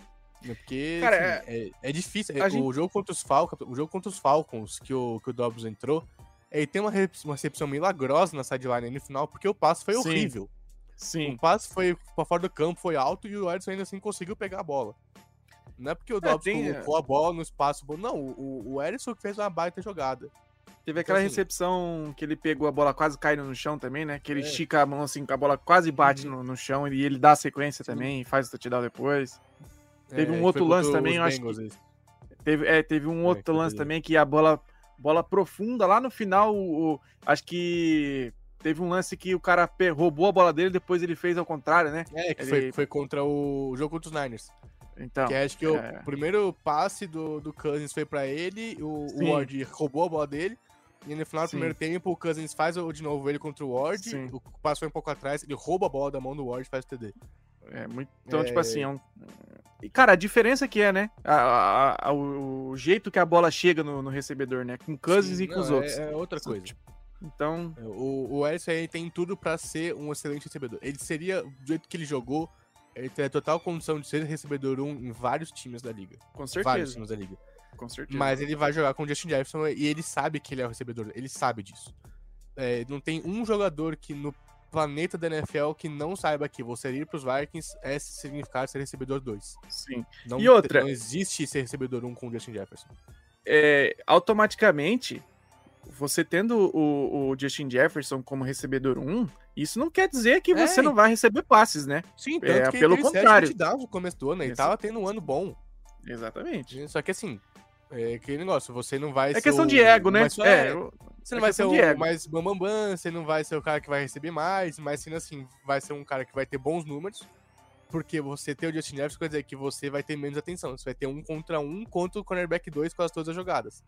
Porque, Cara, assim, é, é difícil. a O, gente- jogo contra os Falcons, o jogo contra os Falcons que o, que o Dobbs entrou, ele tem uma, rep- uma recepção milagrosa na sideline aí no final, porque o passe foi Sim. horrível. Sim. O passe foi pra fora do campo, foi alto e o Edson ainda assim conseguiu pegar a bola. Não é porque o Dobbs tem- colocou a bola no espaço bom. Não, o, o Edson que fez uma baita jogada. Teve aquela assim- recepção que ele pegou a bola quase caindo no chão também, né? Que ele É. estica a mão assim, a bola quase bate Uhum. no, no chão e ele dá a sequência Sim. também e faz o touchdown depois. Teve um É, outro foi lance contra também, os eu acho Bengals, que- esse. Teve, é, teve um É, outro foi lance dele. também que a bola, bola profunda lá no final, o, o- acho que teve um lance que o cara pe- roubou a bola dele, depois ele fez ao contrário, né? É, que Ele- foi, foi contra o, o jogo contra os Niners. Então, que acho que é. o primeiro passe do, do Cousins foi pra ele, o, o Sim. Ward roubou a bola dele, e no final do Sim. primeiro tempo o Cousins faz o, de novo ele contra o Ward, Sim. o passe foi um pouco atrás, ele rouba a bola da mão do Ward e faz o T D. É muito, então, É. tipo assim, é um... E, cara, a diferença que é, né? A- a- a- o, o jeito que a bola chega no, no recebedor, né? Com o Cousins Sim, e com não, os é- outros. É, outra coisa. Então, O, o Edson aí tem tudo pra ser um excelente recebedor. Ele seria, do jeito que ele jogou, ele teria total condição de ser recebedor um em vários times da liga. com Vários certeza. times da liga. Com certeza. Mas ele vai jogar com o Justin Jefferson e ele sabe que ele é o recebedor, ele sabe disso. É, não tem um jogador que no planeta da N F L que não saiba que você ir pros Vikings é significar ser recebedor dois. Sim. Não, E outra? Não existe ser recebedor um com o Justin Jefferson. É, automaticamente, você tendo o, o Justin Jefferson como recebedor um, isso não quer dizer que É. você não vai receber passes, né? Sim, tanto É, que pelo ele teve contrário. sete touchdowns no começo do ano, ele Esse- tava tendo um ano bom. Exatamente. Só que assim, é aquele negócio, você não vai É ser questão o- de ego, o né? mais- É, é, eu- Você é não vai ser questão o de ego. mais bambambam, você não vai ser o cara que vai receber mais, mas sim, assim, vai ser um cara que vai ter bons números, porque você ter o Justin Jefferson quer dizer que você vai ter menos atenção, você vai ter um contra um contra o cornerback dois com as todas as jogadas.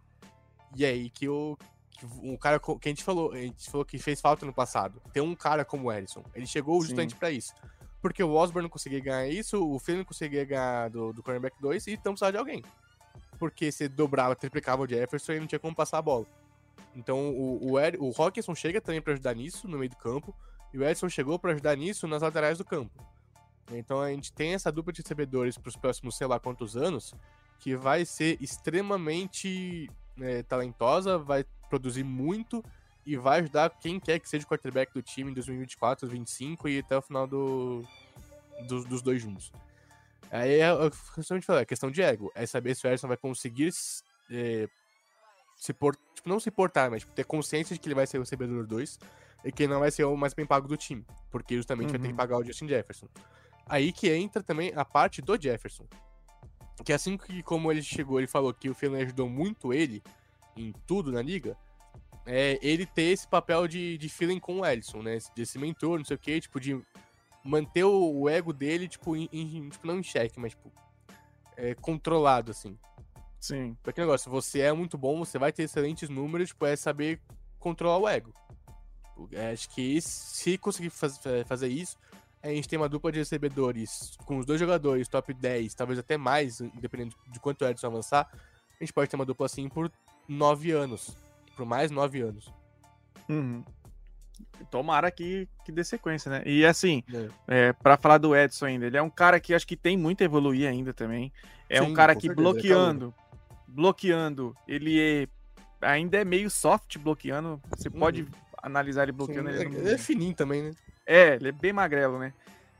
E aí que o, que o cara co- que a gente falou, a gente falou que fez falta no passado, ter um cara como o Edson, ele chegou Sim. justamente pra isso. Porque o Osborne não conseguia ganhar isso, o Phil não conseguia ganhar do, do cornerback dois, e então precisava de alguém. Porque você dobrava, triplicava o Jefferson e não tinha como passar a bola. Então o, o, Ed, o Hockenson chega também para ajudar nisso, no meio do campo, e o Edson chegou para ajudar nisso nas laterais do campo. Então a gente tem essa dupla de recebedores para os próximos sei lá quantos anos, que vai ser extremamente é, talentosa, vai produzir muito e vai ajudar quem quer que seja o quarterback do time em dois mil e vinte e quatro, dois mil e vinte e cinco e até o final do, do, dos dois juntos. Aí é a questão de falar, é questão de ego, é saber se o Edson vai conseguir é, se por, tipo, não se portar, mas tipo, ter consciência de que ele vai ser o recebedor dois e que ele não vai ser o mais bem pago do time, porque justamente uhum. vai ter que pagar o Justin Jefferson. Aí que entra também a parte do Jefferson. Que assim que como ele chegou, ele falou que o Phelan ajudou muito ele em tudo na liga, é ele ter esse papel de, de feeling com o Edson, né? Desse mentor, não sei o que, tipo, de manter o, o ego dele, tipo, em, em, tipo, não em xeque, mas, tipo, é, controlado, assim. Sim. Porque o negócio, você é muito bom, você vai ter excelentes números, tipo, é saber controlar o ego. É, acho que se conseguir faz, fazer isso, a gente tem uma dupla de recebedores com os dois jogadores, top dez, talvez até mais, dependendo de quanto o Edson avançar, a gente pode ter uma dupla assim por nove anos. Por mais nove anos. Uhum. Tomara que, que dê sequência, né? E assim, é. É, pra falar do Edson ainda, ele é um cara que acho que tem muito a evoluir ainda também. É Sim, um cara que certeza, bloqueando, é bloqueando, ele é, ainda é meio soft bloqueando. Você uhum. pode analisar ele bloqueando. Sim, ele, é, não... ele é fininho também, né? É, ele é bem magrelo, né?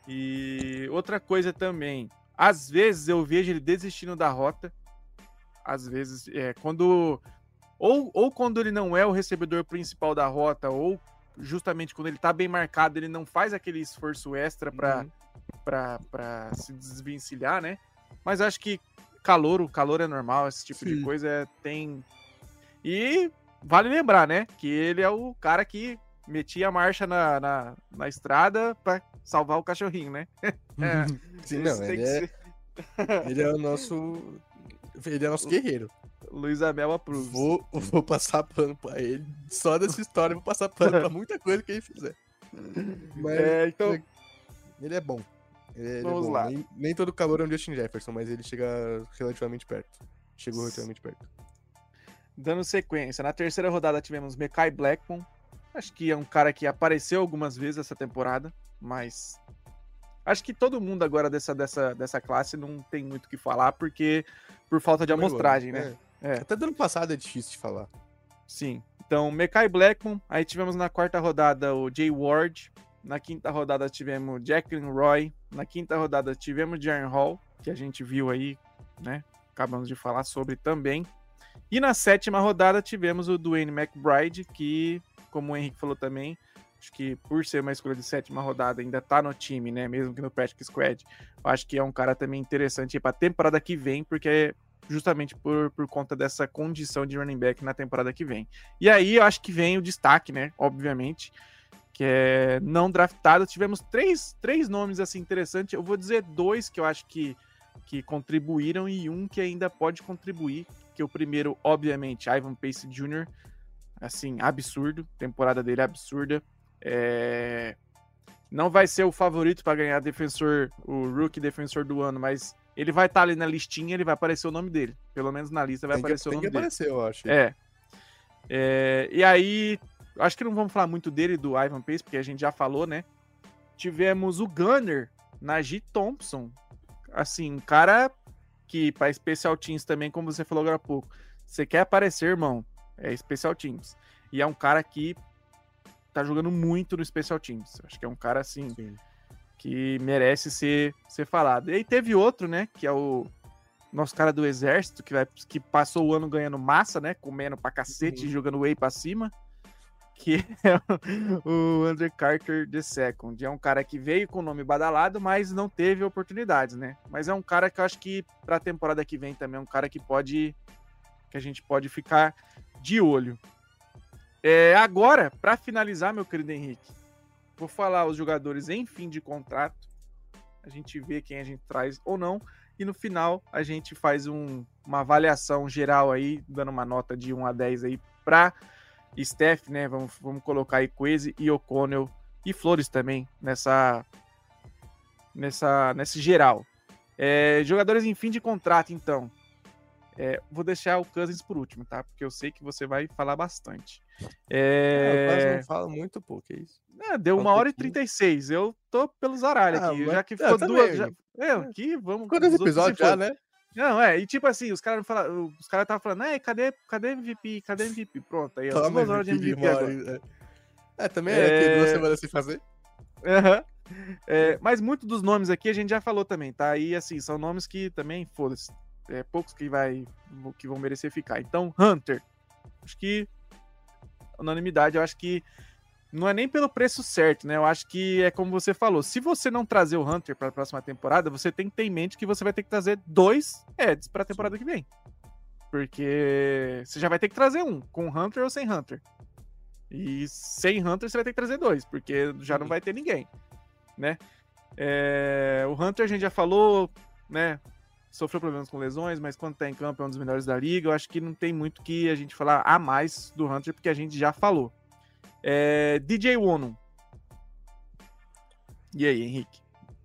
E outra coisa também, às vezes eu vejo ele desistindo da rota. Às vezes, é, quando... Ou, ou quando ele não é o recebedor principal da rota, ou justamente quando ele tá bem marcado, ele não faz aquele esforço extra pra, uhum. pra, pra se desvencilhar, né? Mas acho que calouro, calor é normal, esse tipo Sim. de coisa é, tem... E vale lembrar, né? Que ele é o cara que metia a marcha na, na, na estrada pra salvar o cachorrinho, né? é, Sim, não, ele é... ele é o nosso... Ele é nosso guerreiro. Luiz Abel approves. Vou, vou passar pano pra ele. Só dessa história, vou passar pano pra muita coisa que ele fizer. Mas é, então... ele é bom. Ele, Vamos ele é bom. lá. Nem, nem todo calor é um Justin Jefferson, mas ele chega relativamente perto. Chegou relativamente perto. Dando sequência, na terceira rodada tivemos Mekhi Blackmon. Acho que é um cara que apareceu algumas vezes essa temporada, mas... Acho que todo mundo agora dessa, dessa, dessa classe não tem muito o que falar, porque por falta de amostragem, né? É. É. Até do ano passado é difícil de falar. Sim. Então, Mekhi Blackmon, aí tivemos na quarta rodada o Jay Ward, na quinta rodada tivemos Jacqueline Roy, na quinta rodada tivemos Jaren Hall, que a gente viu aí, né? Acabamos de falar sobre também. E na sétima rodada tivemos o Dwayne McBride, que, como o Henrique falou também, acho que por ser uma escolha de sétima rodada ainda tá no time, né? Mesmo que no Practice Squad. Eu acho que é um cara também interessante para a temporada que vem, porque é justamente por, por conta dessa condição de running back na temporada que vem. E aí eu acho que vem o destaque, né? Obviamente, que é não draftado. Tivemos três, três nomes assim interessantes. Eu vou dizer dois que eu acho que, que contribuíram e um que ainda pode contribuir. Que o primeiro, obviamente, Ivan Pace Júnior Assim, absurdo. A temporada dele é absurda. É... Não vai ser o favorito para ganhar defensor, o rookie defensor do ano, mas ele vai estar tá ali na listinha, ele vai aparecer o nome dele. Pelo menos na lista vai tem aparecer que, o nome dele. Tem que aparecer, eu acho. É. é. E aí, acho que não vamos falar muito dele, do Ivan Pace, porque a gente já falou, né? Tivemos o Gunner, Najee Thompson. Assim, um cara que para Special Teams também, como você falou agora há pouco, você quer aparecer, irmão, é Special Teams. E é um cara que tá jogando muito no Special Teams. Acho que é um cara, assim, Sim. que merece ser, ser falado. E aí teve outro, né, que é o nosso cara do exército, que, vai, que passou o ano ganhando massa, né, comendo pra cacete, uhum. jogando whey pra cima, que é o Andre Carter the Second. É um cara que veio com o nome badalado, mas não teve oportunidades, né. Mas é um cara que eu acho que pra temporada que vem também é um cara que pode, que a gente pode ficar de olho. É, agora, para finalizar, meu querido Henrique, vou falar os jogadores em fim de contrato, a gente vê quem a gente traz ou não, e no final a gente faz um, uma avaliação geral aí, dando uma nota de um a dez aí para Steph, né? Vamos, vamos colocar aí Kwesi e O'Connell e Flores também nessa, nessa, nesse geral. É, jogadores em fim de contrato, então. É, vou deixar o Cousins por último, tá? Porque eu sei que você vai falar bastante. É, eu quase É... não falo muito pouco, é isso. É, deu Fala uma um hora e pouquinho. trinta e seis. Eu tô pelos aralhos Ah, aqui. mas Já que ah, ficou duas. também. Já... É, É. aqui, vamos. Ficou dois os outros se episódios já, fodem. né? Não, é, e tipo assim, os caras falam, os caras estavam falando, é, cadê, cadê M V P? Cadê M V P? Pronto, aí, ó, Toma duas horas de M V P de M V P uma hora. agora. É, é também é aqui duas semanas sem fazer. Aham. É, mas muitos dos nomes aqui a gente já falou também, tá? E assim, são nomes que também, foda-se, é poucos que, vai, que vão merecer ficar. Então, Hunter, acho que unanimidade, eu acho que não é nem pelo preço certo, né? Eu acho que é como você falou, se você não trazer o Hunter para a próxima temporada, você tem que ter em mente que você vai ter que trazer dois Eds para a temporada que vem. Porque você já vai ter que trazer um, com Hunter ou sem Hunter. E sem Hunter você vai ter que trazer dois, porque já não vai ter ninguém, né? É, o Hunter a gente já falou, né? Sofreu problemas com lesões, mas quando tá em campo é um dos melhores da liga. Eu acho que não tem muito que a gente falar a mais do Hunter, porque a gente já falou. É, D J Wonnum. E aí, Henrique?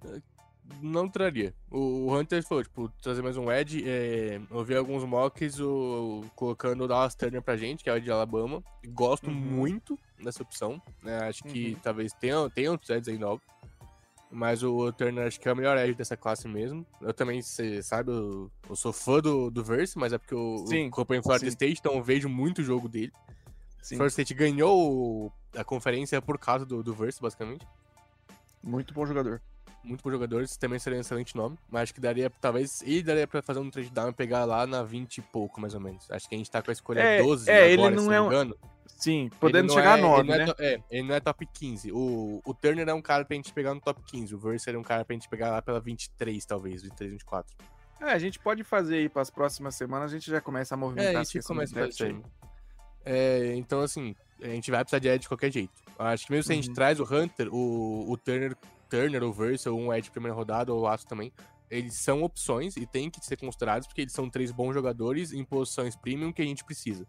Não traria. O, o Hunter falou, tipo, trazer mais um Ed. É, eu vi alguns mocks o, colocando o Dallas Turner pra gente, que é o de Alabama. Gosto Uhum. muito dessa opção, né? Acho que Uhum. talvez tenha, tenha outros Eds aí novos. Mas o Turner acho que é o melhor Ed dessa classe mesmo. Eu também, você sabe, eu, eu sou fã do, do Verse, mas é porque eu, Sim, eu acompanho Florida sim. State, então eu vejo muito o jogo dele. Sim. Florida State ganhou a conferência por causa do, do Verse, basicamente. Muito bom jogador. Muito bons jogadores, também seria um excelente nome. Mas acho que daria, talvez, ele daria pra fazer um trade down e pegar lá na vinte e pouco, mais ou menos. Acho que a gente tá com a escolha É, doze é, agora, ele não se não é me um- engano. Sim, podendo Ele não chegar é, a nove, ele não é, né? to- é, ele não é top quinze. O, o Turner é um cara pra gente pegar no top quinze. O Verse seria um cara pra gente pegar lá pela vinte e três, talvez, vinte e três, vinte e quatro. É, a gente pode fazer aí para as próximas semanas, a gente já começa a movimentar É, a essa gente questão começa do a draft fazer aí. time. É, então, assim, a gente vai precisar de Ed de qualquer jeito. Acho que mesmo se a gente Uhum. traz o Hunter, o, o Turner, Turner, o Verse, ou um Ed de primeira rodada, ou o Laço também, eles são opções e tem que ser considerados porque eles são três bons jogadores em posições premium que a gente precisa.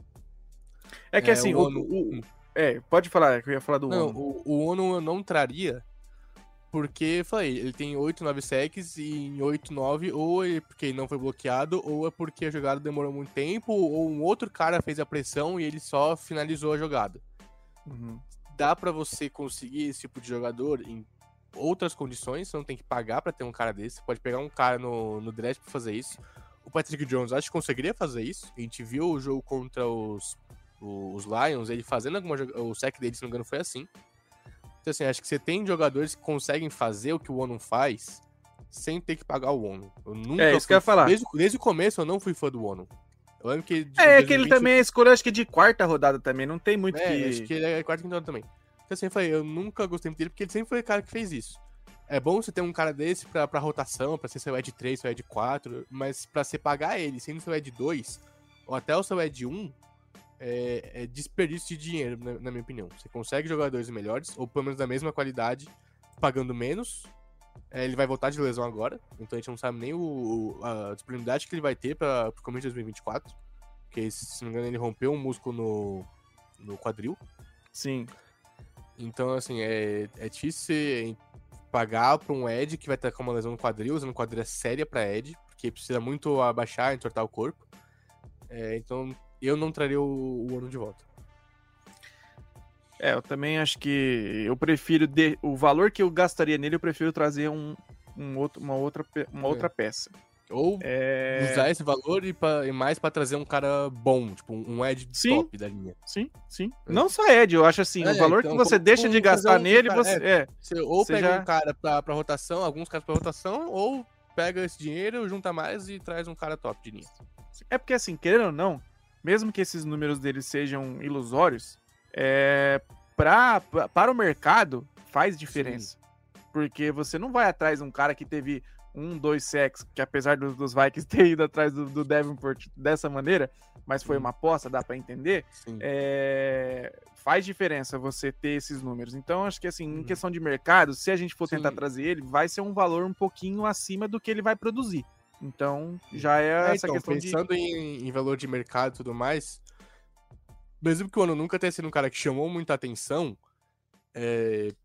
É que É, assim, o o, Ono- o- é, pode falar, que eu ia falar do Não, Ono. o, o Ono eu não traria porque, falei, ele tem oito, nove sacks e em oito, nove ou é porque ele não foi bloqueado ou é porque a jogada demorou muito tempo ou um outro cara fez a pressão e ele só finalizou a jogada. Uhum. Dá pra você conseguir esse tipo de jogador em outras condições, você não tem que pagar pra ter um cara desse. Você pode pegar um cara no, no draft pra fazer isso. O Patrick Jones acho que conseguiria fazer isso. A gente viu o jogo contra os, os Lions, ele fazendo alguma joga- o sack dele, se não me engano, foi assim. Então, assim, acho que você tem jogadores que conseguem fazer o que o Ono faz sem ter que pagar o Ono. Eu nunca É, isso que fui, eu ia falar. Desde, desde o começo eu não fui fã do Ono. Eu lembro que. de É, é que ele dois mil e vinte também é escolha, acho que de quarta rodada também, não tem muito É, que... acho que ele é quarto quinto ano também. Então assim, eu falei, eu nunca gostei muito dele, porque ele sempre foi o cara que fez isso. É bom você ter um cara desse pra, pra rotação, pra ser seu Ed três, seu Ed quatro, mas pra você pagar ele sendo seu Ed dois, ou até o seu Ed um, é, é desperdício de dinheiro, na, na minha opinião. Você consegue jogadores melhores, ou pelo menos da mesma qualidade, pagando menos. É, ele vai voltar de lesão agora, então a gente não sabe nem o, a disponibilidade que ele vai ter pra, pro começo de dois mil e vinte e quatro, porque se não me engano ele rompeu um músculo no, no quadril. Sim. Então, assim, é, é difícil você pagar pra um Ed que vai estar com uma lesão no quadril, usando quadrilha séria pra Ed, porque precisa muito abaixar, entortar o corpo. É, então, eu não traria o, o Ono de volta. É, eu também acho que eu prefiro... De... O valor que eu gastaria nele, eu prefiro trazer um, um outro, uma, outra, pe- uma É. outra peça. Ou É... usar esse valor e, pra, e mais pra trazer um cara bom, tipo, um Ed Sim. top da linha. Sim, sim. É. Não só Ed, eu acho assim, É, o valor então, que você como- deixa de como fazer gastar um nele, cara- você... É, Você ou Você pega já- um cara pra, pra rotação, alguns caras pra rotação, ou pega esse dinheiro, junta mais e traz um cara top de linha. é porque assim, querendo ou não, mesmo que esses números deles sejam ilusórios, é, pra, pra- para o mercado faz diferença. Porque você não vai atrás de um cara que teve um, dois sacks, que apesar dos, dos Vikings ter ido atrás do, do Davenport dessa maneira, mas foi Sim. uma aposta, dá pra entender, Sim. é, faz diferença você ter esses números. Então, acho que assim, em Uhum. questão de mercado, se a gente for tentar Sim. trazer ele, vai ser um valor um pouquinho acima do que ele vai produzir. Então, já é, É, essa então, questão de... pensando em, em valor de mercado e tudo mais, mesmo que o Ono nunca tenha sido um cara que chamou muita atenção, é,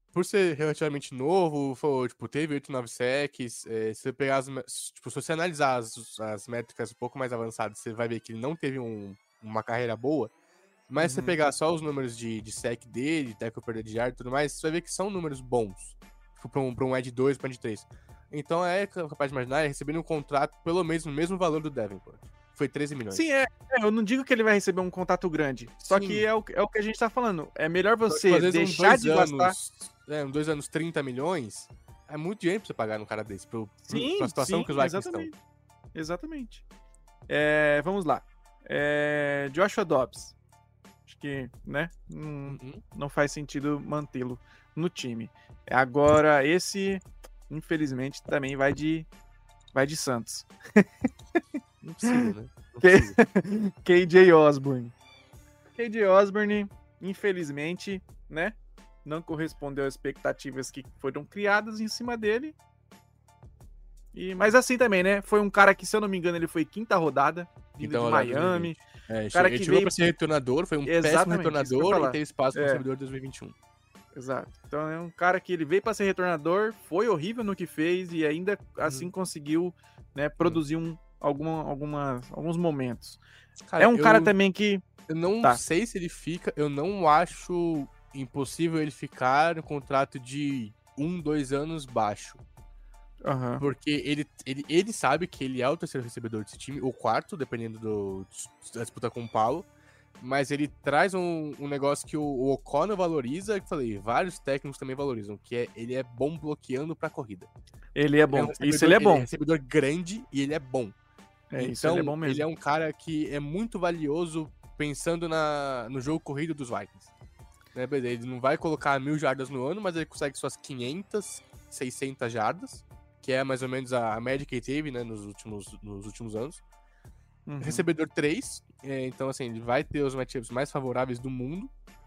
por ser relativamente novo, foi, tipo, teve oito, nove sacks, é, se você pegar as, me- tipo, se você analisar as, as métricas um pouco mais avançadas, você vai ver que ele não teve um- uma carreira boa, mas se você Uhum. pegar só os números de, de sack dele, tackle perda de yarda e tudo mais, você vai ver que são números bons, tipo, pra um, pra um Ed dois, pra um Ed três. Então é capaz de imaginar ele recebendo um contrato pelo menos no mesmo valor do Davenport. Foi treze milhões. Sim, é, é, eu não digo que ele vai receber um contato grande. Só Sim. que é o, é o que a gente tá falando. É melhor Então, você tipo, às vezes, um deixar dois de gastar. anos, é, um dois anos, trinta milhões, é muito dinheiro pra você pagar num cara desse, pro, pro, Sim, pra situação sim, que os Vikings exatamente. estão. Exatamente. É, vamos lá. É, Joshua Dobbs. Acho que, né? Não, Uhum. não faz sentido mantê-lo no time. Agora, esse, infelizmente, também vai de, vai de Santos. Não precisa, né? Não Que- precisa. K J Osborne. K J Osborne, infelizmente, né? Não correspondeu às expectativas que foram criadas em cima dele. E, mas assim também, né? Foi um cara que, se eu não me engano, ele foi quinta rodada, vindo Então, de rodada Miami. dois mil e vinte. É, cara ele que chegou veio- pra ser retornador, foi um péssimo Exatamente, isso que eu ia retornador e falar. teve espaço para É. recebedor de dois mil e vinte e um. Exato. Então é um cara que ele veio para ser retornador, foi horrível no que fez e ainda assim Uhum. conseguiu, né, produzir um, alguma, algumas, alguns momentos. Cara, é um cara eu- também que Eu não Tá. sei se ele fica, eu não acho impossível ele ficar no contrato de um, dois anos baixo. Aham. Porque ele, ele, ele sabe que ele é o terceiro recebedor desse time, ou quarto, dependendo do, da disputa com o Paulo. Mas ele traz um, um negócio que o, o O'Connell valoriza, que eu falei, vários técnicos também valorizam, que é ele é bom bloqueando pra corrida. Ele é Ele é bom. um recebedor- Isso ele é bom. recebedor grande e ele é bom. É, isso então, ele é bom mesmo. ele é um cara que é muito valioso pensando na, no jogo corrido dos Vikings. Né, beleza, ele não vai colocar mil jardas no ano, mas ele consegue suas quinhentas, seiscentas jardas, que é mais ou menos a a média que ele teve, né, nos últimos, nos últimos anos. Uhum. Recebedor três, é, então assim, ele vai ter os matchups mais favoráveis do mundo.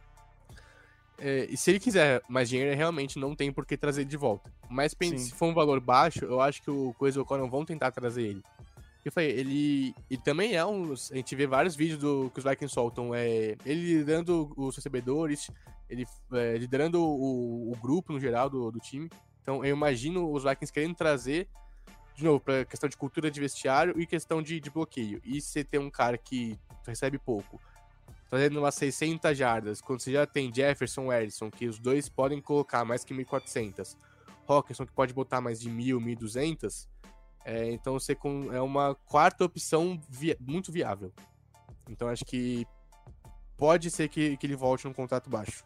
É, e se ele quiser mais dinheiro, ele realmente não tem por que trazer ele de volta. Mas pense, Sim. se for um valor baixo, eu acho que o Coisa e o O'Connell vão tentar trazer ele. Eu falei, ele, ele também é um. A gente vê vários vídeos do, que os Vikings soltam. É, ele liderando os recebedores, ele é, liderando o, o grupo no geral do, do time. Então eu imagino os Vikings querendo trazer, de novo, pra questão de cultura de vestiário e questão de, de bloqueio. E você tem um cara que recebe pouco, fazendo umas seiscentas jardas, quando você já tem Jefferson e Ellison, que os dois podem colocar mais que mil e quatrocentas, Hawkinson que pode botar mais de mil, mil e duzentas. É, então você com, é uma quarta opção via, muito viável. Então acho que pode ser que, que ele volte num contrato baixo.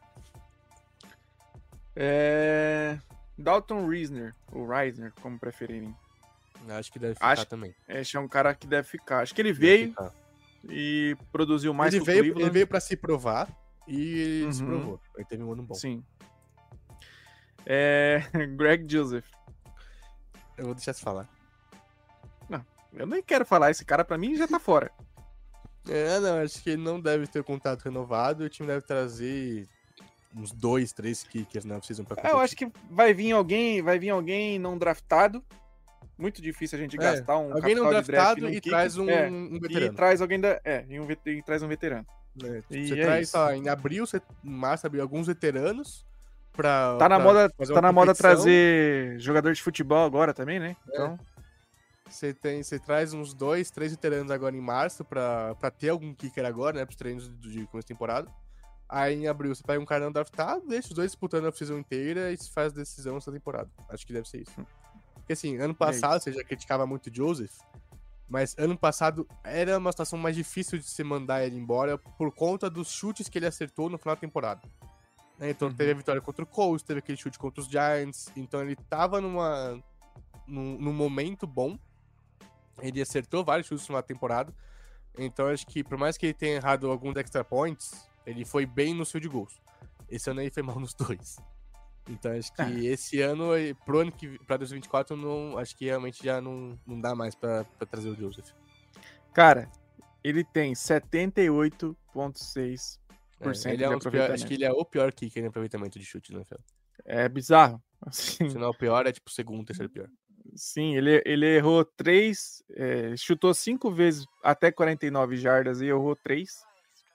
É... Dalton Reisner, ou Reisner, como preferirem. Acho que deve ficar Acho- também. Esse é um cara que deve ficar. Acho que ele Deve veio ficar. e produziu mais Ele que o veio, Cleveland. ele veio pra se provar e ele se Uhum. provou. Ele teve um ano bom. Sim. É... Greg Joseph. Eu vou deixar você falar. Eu nem quero falar, esse cara pra mim já tá fora. É, não, acho que ele não deve ter contrato renovado. O time deve trazer uns dois, três kickers, né? Precisam pra É, eu acho que vai vir alguém, vai vir alguém não draftado. Muito difícil a gente É, gastar um alguém não capital de draft draftado num e kicker. traz um, É, um e veterano. traz alguém da, é, e, um, vet- e traz um veterano. Né? Tipo, E você é traz, isso. sei lá, em abril, você, em março, abriu alguns veteranos pra. Tá na pra moda, fazer tá uma na moda competição. trazer jogador de futebol agora também, né? É. Então, Você, tem, você traz uns dois, três veteranos agora em março pra, pra ter algum kicker agora, né? Pros treinos de, de começo de temporada. Aí em abril você pega um cara não draftado, deixa os dois disputando a season inteira e se faz decisão essa temporada. Acho que deve ser isso. Porque assim, ano passado você já criticava muito o Joseph, mas ano passado era uma situação mais difícil de se mandar ele embora por conta dos chutes que ele acertou no final da temporada. Né, Então Uhum. teve a vitória contra o Colts, teve aquele chute contra os Giants, então ele tava numa, num, num momento bom. Ele acertou vários chutes na temporada. Então acho que por mais que ele tenha errado alguns extra points, ele foi bem nos field goals. Esse ano ele foi mal nos dois. Então acho que Ah. esse ano, pro ano que pra dois mil e vinte e quatro, não, acho que realmente já não, não dá mais pra, pra trazer o Joseph. cara, ele tem setenta e oito vírgula seis por cento É, ele de é um dos piores, acho aproveitamento. que ele é o pior kicker em aproveitamento de chute, né, Fel? É bizarro. Assim, Se não é o pior, é tipo o segundo, terceiro pior. sim, ele, ele errou três, é, chutou cinco vezes até quarenta e nove jardas e errou três.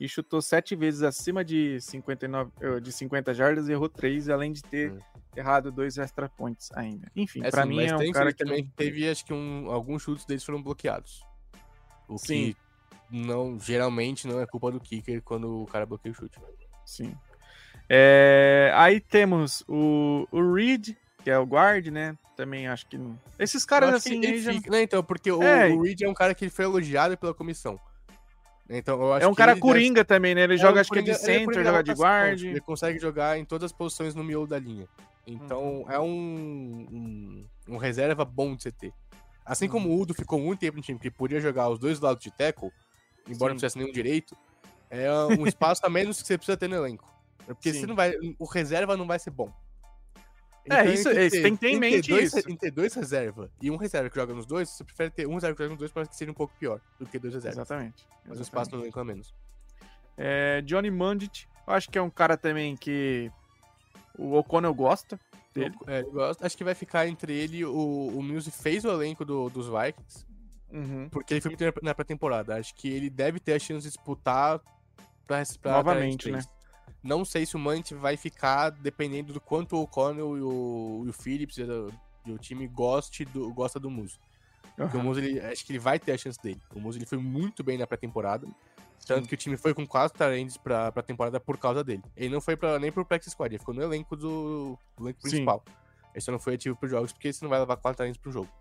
e chutou sete vezes acima de, cinquenta e nove, eh, de cinquenta jardas e errou três, além de ter hum. errado dois extra points ainda. Enfim, é, pra sim, mim mas é um tem, cara que... também teve, acho que um, alguns chutes deles foram bloqueados. O sim. que não, geralmente não é culpa do kicker quando o cara bloqueia o chute. Sim. É, aí temos o, o Reed, que é o guard, né? Também acho que não... Esses caras assim... Ele aí já... fica, né, então, porque o, é. o Reed é um cara que foi elogiado pela comissão. Então, eu acho é um cara que coringa deve... também, né? Ele é joga, um acho coringa, que é de center, é joga de guard. Ele consegue jogar em todas as posições no miolo da linha. Então, uhum. é um, um, um reserva bom de C T. Assim uhum. como o Udo ficou muito tempo no time, que podia jogar os dois lados de tackle, embora Sim. não fizesse nenhum direito, é um espaço a menos que você precisa ter no elenco. Porque você não vai, o reserva não vai ser bom. Então, é, isso, ter, tem que ter em mente ter dois, isso. Em ter dois reserva e um reserva que joga nos dois, você prefere ter um reserva que joga nos dois para que seja um pouco pior do que dois reservas. Exatamente. Mas o espaço no elenco é menos. É, Johnny Mundit, eu acho que é um cara também que o O'Connell gosta dele. É, eu gosto. Acho que vai ficar entre ele e o, o Mills fez o elenco do, dos Vikings, uhum. porque ele foi muito na pré-temporada. Acho que ele deve ter a chance de disputar pra, pra novamente, né? Não sei se o Mundit vai ficar dependendo do quanto o O'Connell e o, e o Phillips e o, e o time goste do, gosta do Muso. Uhum. Porque o Muso, ele, acho que ele vai ter a chance dele. O Muso ele foi muito bem na pré-temporada. Tanto Sim. que o time foi com quatro talentos pra, pra temporada por causa dele. Ele não foi pra, nem pro practice squad, ele ficou no elenco do, do elenco principal. Sim. Ele só não foi ativo pros jogos, porque você não vai levar quatro talentos pro jogo.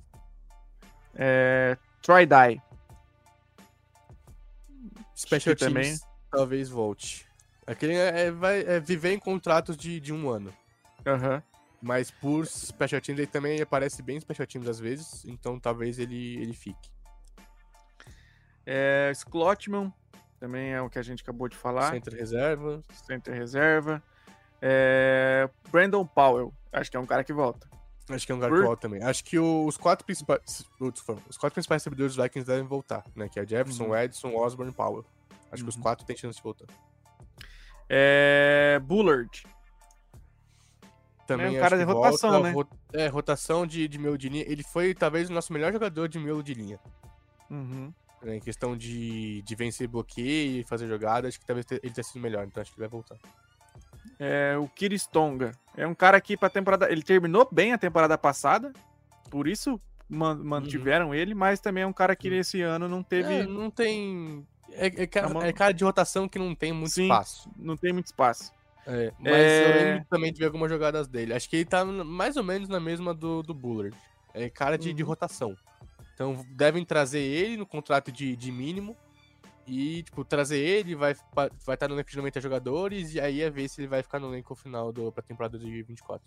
É... Troy Dye. Special Teams também. Talvez volte. Aquele é, é, vai é viver em contratos de, de um ano. Aham. Uhum. Mas por Special Teams ele também aparece bem em Special Teams às vezes, então talvez ele, ele fique. É, Schlotman, também é o que a gente acabou de falar. Center reserva. Center reserva. É, Brandon Powell, acho que é um cara que volta. Acho que é um cara Por... que volta também. Acho que os quatro principais os quatro principais recebedores dos Vikings devem voltar, né? Que é Jefferson, uhum. Edson, Osborne e Powell. Acho uhum. que os quatro têm chance de voltar. É, Bullard. Também é um cara de rotação, volta, né? Ro... É, rotação de, de miolo de linha. Ele foi talvez o nosso melhor jogador de miolo de linha. Uhum. Em questão de, de vencer bloqueio e fazer jogada, acho que talvez ele tenha sido melhor, então acho que ele vai voltar. É, o Kiristonga. É um cara que pra temporada. Ele terminou bem a temporada passada, por isso man, mantiveram uhum. ele, mas também é um cara que esse ano não teve. É, não tem. É, é, cara, é cara de rotação que não tem muito Sim, espaço. Não tem muito espaço. É, mas é... eu lembro também de ver algumas jogadas dele. Acho que ele tá mais ou menos na mesma do, do Bullard. É cara de, uhum. de rotação. Então devem trazer ele no contrato de, de mínimo e, tipo, trazer ele, vai estar vai tá no elenco de noventa jogadores e aí é ver se ele vai ficar no elenco final do, pra temporada de vinte e quatro.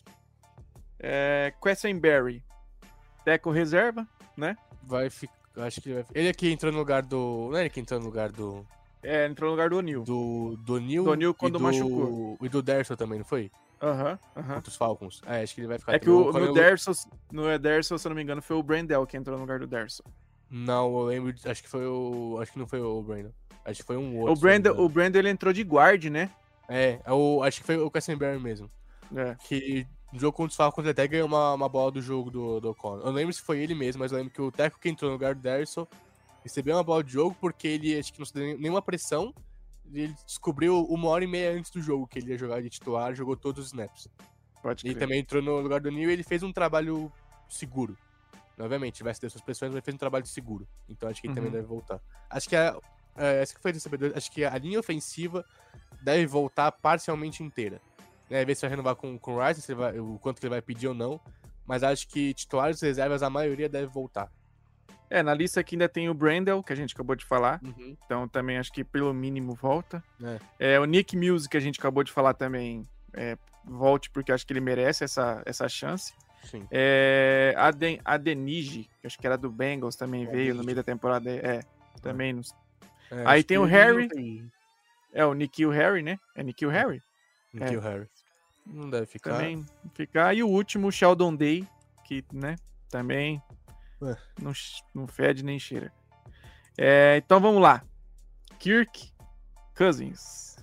É, Quessenberry, Teco reserva, né? Vai ficar, acho que ele vai... Ele aqui entrou no lugar do... Não é ele que entrou no lugar do... É, entrou no lugar do O'Neal. Do, do O'Neal do O'Neal quando e do... machucou. E do Derso também, não foi? Aham, uhum, aham. Uhum. Contra os Falcons. É, acho que ele vai ficar... É que o, no, Derso, no Derso, se eu não me engano, foi o Brandel que entrou no lugar do Derso. Não, eu lembro, acho que foi o... Acho que não foi o Brandel. Acho que foi um outro. O Brandel, o Brandel ele entrou de guard, né? É, o, acho que foi o Quessenberry mesmo. É. Que no jogo contra os Falcons ele até ganhou uma, uma bola do jogo do, do O'Connell. Eu não lembro se foi ele mesmo, mas eu lembro que o Teco que entrou no lugar do Derso recebeu uma bola de jogo porque ele, acho que não se deu nenhuma pressão. Ele descobriu uma hora e meia antes do jogo que ele ia jogar de titular, jogou todos os snaps. Pode crer. Ele também entrou no lugar do Neil e ele fez um trabalho seguro. Obviamente, vai ter suas pressões, mas fez um trabalho seguro. Então acho que ele uhum. também deve voltar. Acho que a, é, essa que foi recebedor, acho que a linha ofensiva deve voltar parcialmente inteira. Né, ver se vai renovar com, com o Rice, se ele vai, o quanto que ele vai pedir ou não. Mas acho que titulares e reservas, a maioria deve voltar. É, na lista aqui ainda tem o Brandel, que a gente acabou de falar. Uhum. Então também acho que pelo mínimo volta. É. É, o Nick Mills, que a gente acabou de falar também, é, volte porque acho que ele merece essa, essa chance. Sim. É, a, Den, a Denige, que acho que era do Bengals, também é, veio no meio da temporada. É, também. Não... É, Aí tem o Harry. Tem... É, o Nikhil Harry, né? É Nikhil Harry? Nikhil é. Harry. Não deve ficar. Também ficar. E o último, o Sheldon Day, que, né, também não, não fede nem cheira. É, então vamos lá. Kirk Cousins.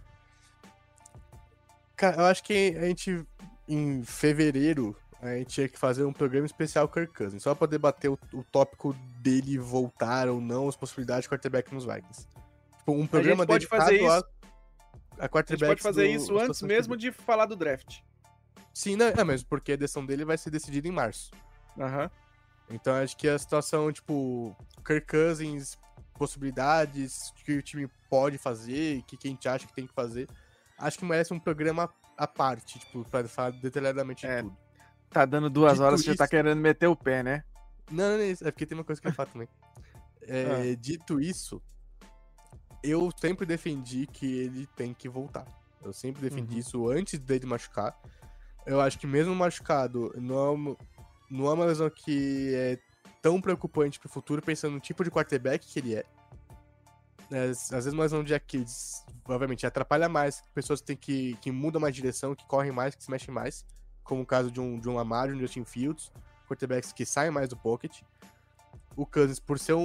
Cara, eu acho que a gente, em fevereiro, a gente tinha que fazer um programa especial Kirk Cousins, só pra debater o, o tópico dele voltar ou não, as possibilidades de quarterback nos Vikings. Um programa a gente pode dedicado fazer isso. a, a A gente pode fazer do, isso antes mesmo de falar do draft. Sim, não, é mesmo, porque a decisão dele vai ser decidida em março. Aham. Então acho que a situação, tipo, Kirk Cousins, possibilidades que o time pode fazer, que quem a gente acha que tem que fazer, acho que merece um programa à parte, tipo, pra falar detalhadamente É. de tudo. Tá dando duas Dito horas, você já isso- tá querendo meter o pé, né? Não, não é isso, é porque tem uma coisa que eu falo também. É, Dito isso, eu sempre defendi que ele tem que voltar. Eu sempre defendi Uhum. isso antes dele machucar. Eu acho que mesmo machucado, não é uma, não é uma lesão que é tão preocupante pro futuro, pensando no tipo de quarterback que ele é. É, às vezes uma lesão de Aquiles, obviamente, atrapalha mais. Pessoas que, tem que, que mudam mais de direção, que correm mais, que se mexem mais. Como o caso de um, de um Lamar, de um Justin Fields. Quarterbacks que saem mais do pocket. O Cousins, por ser um,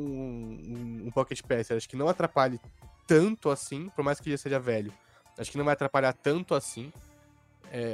um, um pocket passer, acho que não atrapalhe tanto assim, por mais que ele seja velho. Acho que não vai atrapalhar tanto assim. É,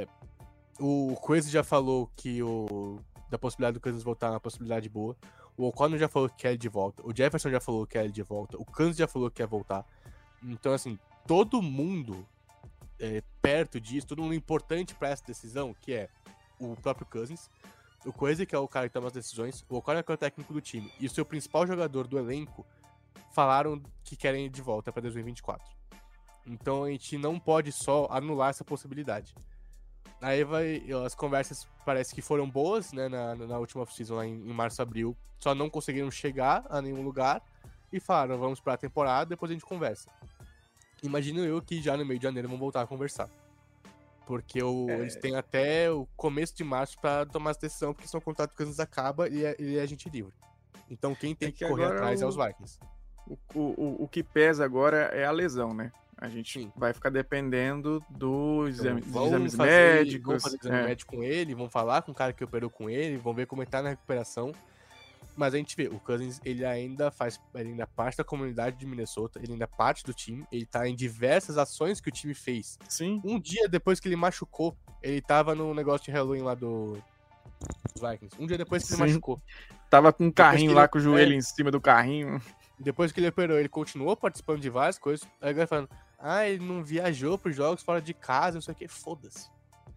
o Cousins já falou que o da possibilidade do Cousins voltar é uma possibilidade boa. O O'Connor já falou que quer ele de volta. O Jefferson já falou que quer ele de volta. O Cousins já falou que quer voltar. Então, assim, todo mundo é, perto disso, todo mundo importante pra essa decisão, que é o próprio Cousins, o Cousins, que é o cara que toma as decisões, o O'Connor, que é o técnico do time, e o seu principal jogador do elenco falaram que querem ir de volta pra dois mil e vinte e quatro. Então, a gente não pode só anular essa possibilidade. Aí vai, as conversas parece que foram boas, né, na, na última off-season, lá em, em março, abril, só não conseguiram chegar a nenhum lugar e falaram, vamos pra temporada, depois a gente conversa. Imagino eu que já no meio de janeiro vão voltar a conversar. Porque o, É. eles têm até o começo de março pra tomar essa decisão, porque senão o contrato do Cousins acaba e é, ele é agente livre. Então quem tem É que, que correr agora atrás o- é os Vikings. O, o, o- o que pesa agora é a lesão, né? A gente Sim. vai ficar dependendo do exame, Então, dos vão exames fazer, médicos. Vão fazer exame é. médico com ele, vão falar com o cara que operou com ele, vão ver como ele tá na recuperação. Mas a gente vê, o Cousins, ele ainda faz, ele ainda parte da comunidade de Minnesota, ele ainda parte do time, ele tá em diversas ações que o time fez. Sim. Um dia depois que ele machucou, ele tava no negócio de Halloween lá do dos Vikings. Um dia depois que Sim. ele machucou. Tava com um carrinho que lá ele- com o joelho é. em cima do carrinho. Depois que ele operou, ele continuou participando de várias coisas. Aí a galera falando, ah, ele não viajou pros jogos fora de casa, não sei o que. Foda-se.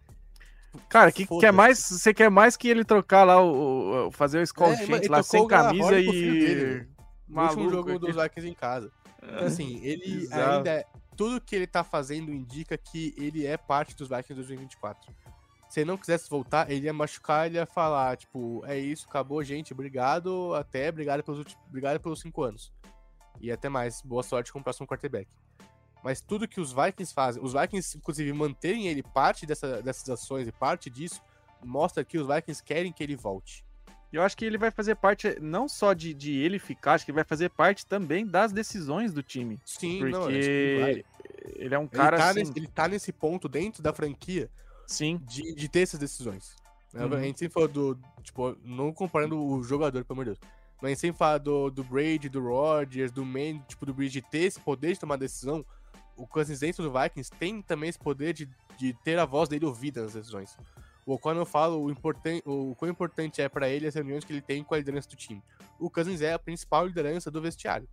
Cara, que Foda-se. quer mais? Você quer mais que ele trocar lá o, o- fazer o Skull É, Chant ele lá tocou sem o Graham camisa Horner pro filho dele, e velho. No maluco último jogo aqui. dos Vikings em casa. Então, assim, ele Bizarro. ainda é... Tudo que ele tá fazendo indica que ele é parte dos Vikings dois mil e vinte e quatro. Se ele não quisesse voltar, ele ia machucar, ele ia falar, tipo, é isso, acabou, gente, obrigado, até, obrigado pelos, ulti- obrigado pelos cinco anos. E até mais, boa sorte com o próximo quarterback. Mas tudo que os Vikings fazem, os Vikings, inclusive, manterem ele parte dessa, dessas ações e parte disso, mostra que os Vikings querem que ele volte. Eu acho que ele vai fazer parte não só de, de ele ficar, acho que ele vai fazer parte também das decisões do time. Sim, Porque não, eu acho que ele vai. ele é um Ele cara tá, assim. nesse, ele tá nesse ponto dentro da franquia Sim. de, de ter essas decisões. Né? Uhum. A gente sempre falou do. Tipo, não comparando o jogador, pelo amor de Deus. Mas a gente sempre fala do, do Brady, do Rodgers, do Man, tipo, do Brady de ter esse poder de tomar decisão. O Cousins dentro do Vikings tem também esse poder de, de ter a voz dele ouvida nas decisões. O O'Connell fala o, importan o quão importante é pra ele as reuniões que ele tem com a liderança do time. O Cousins é a principal liderança do vestiário.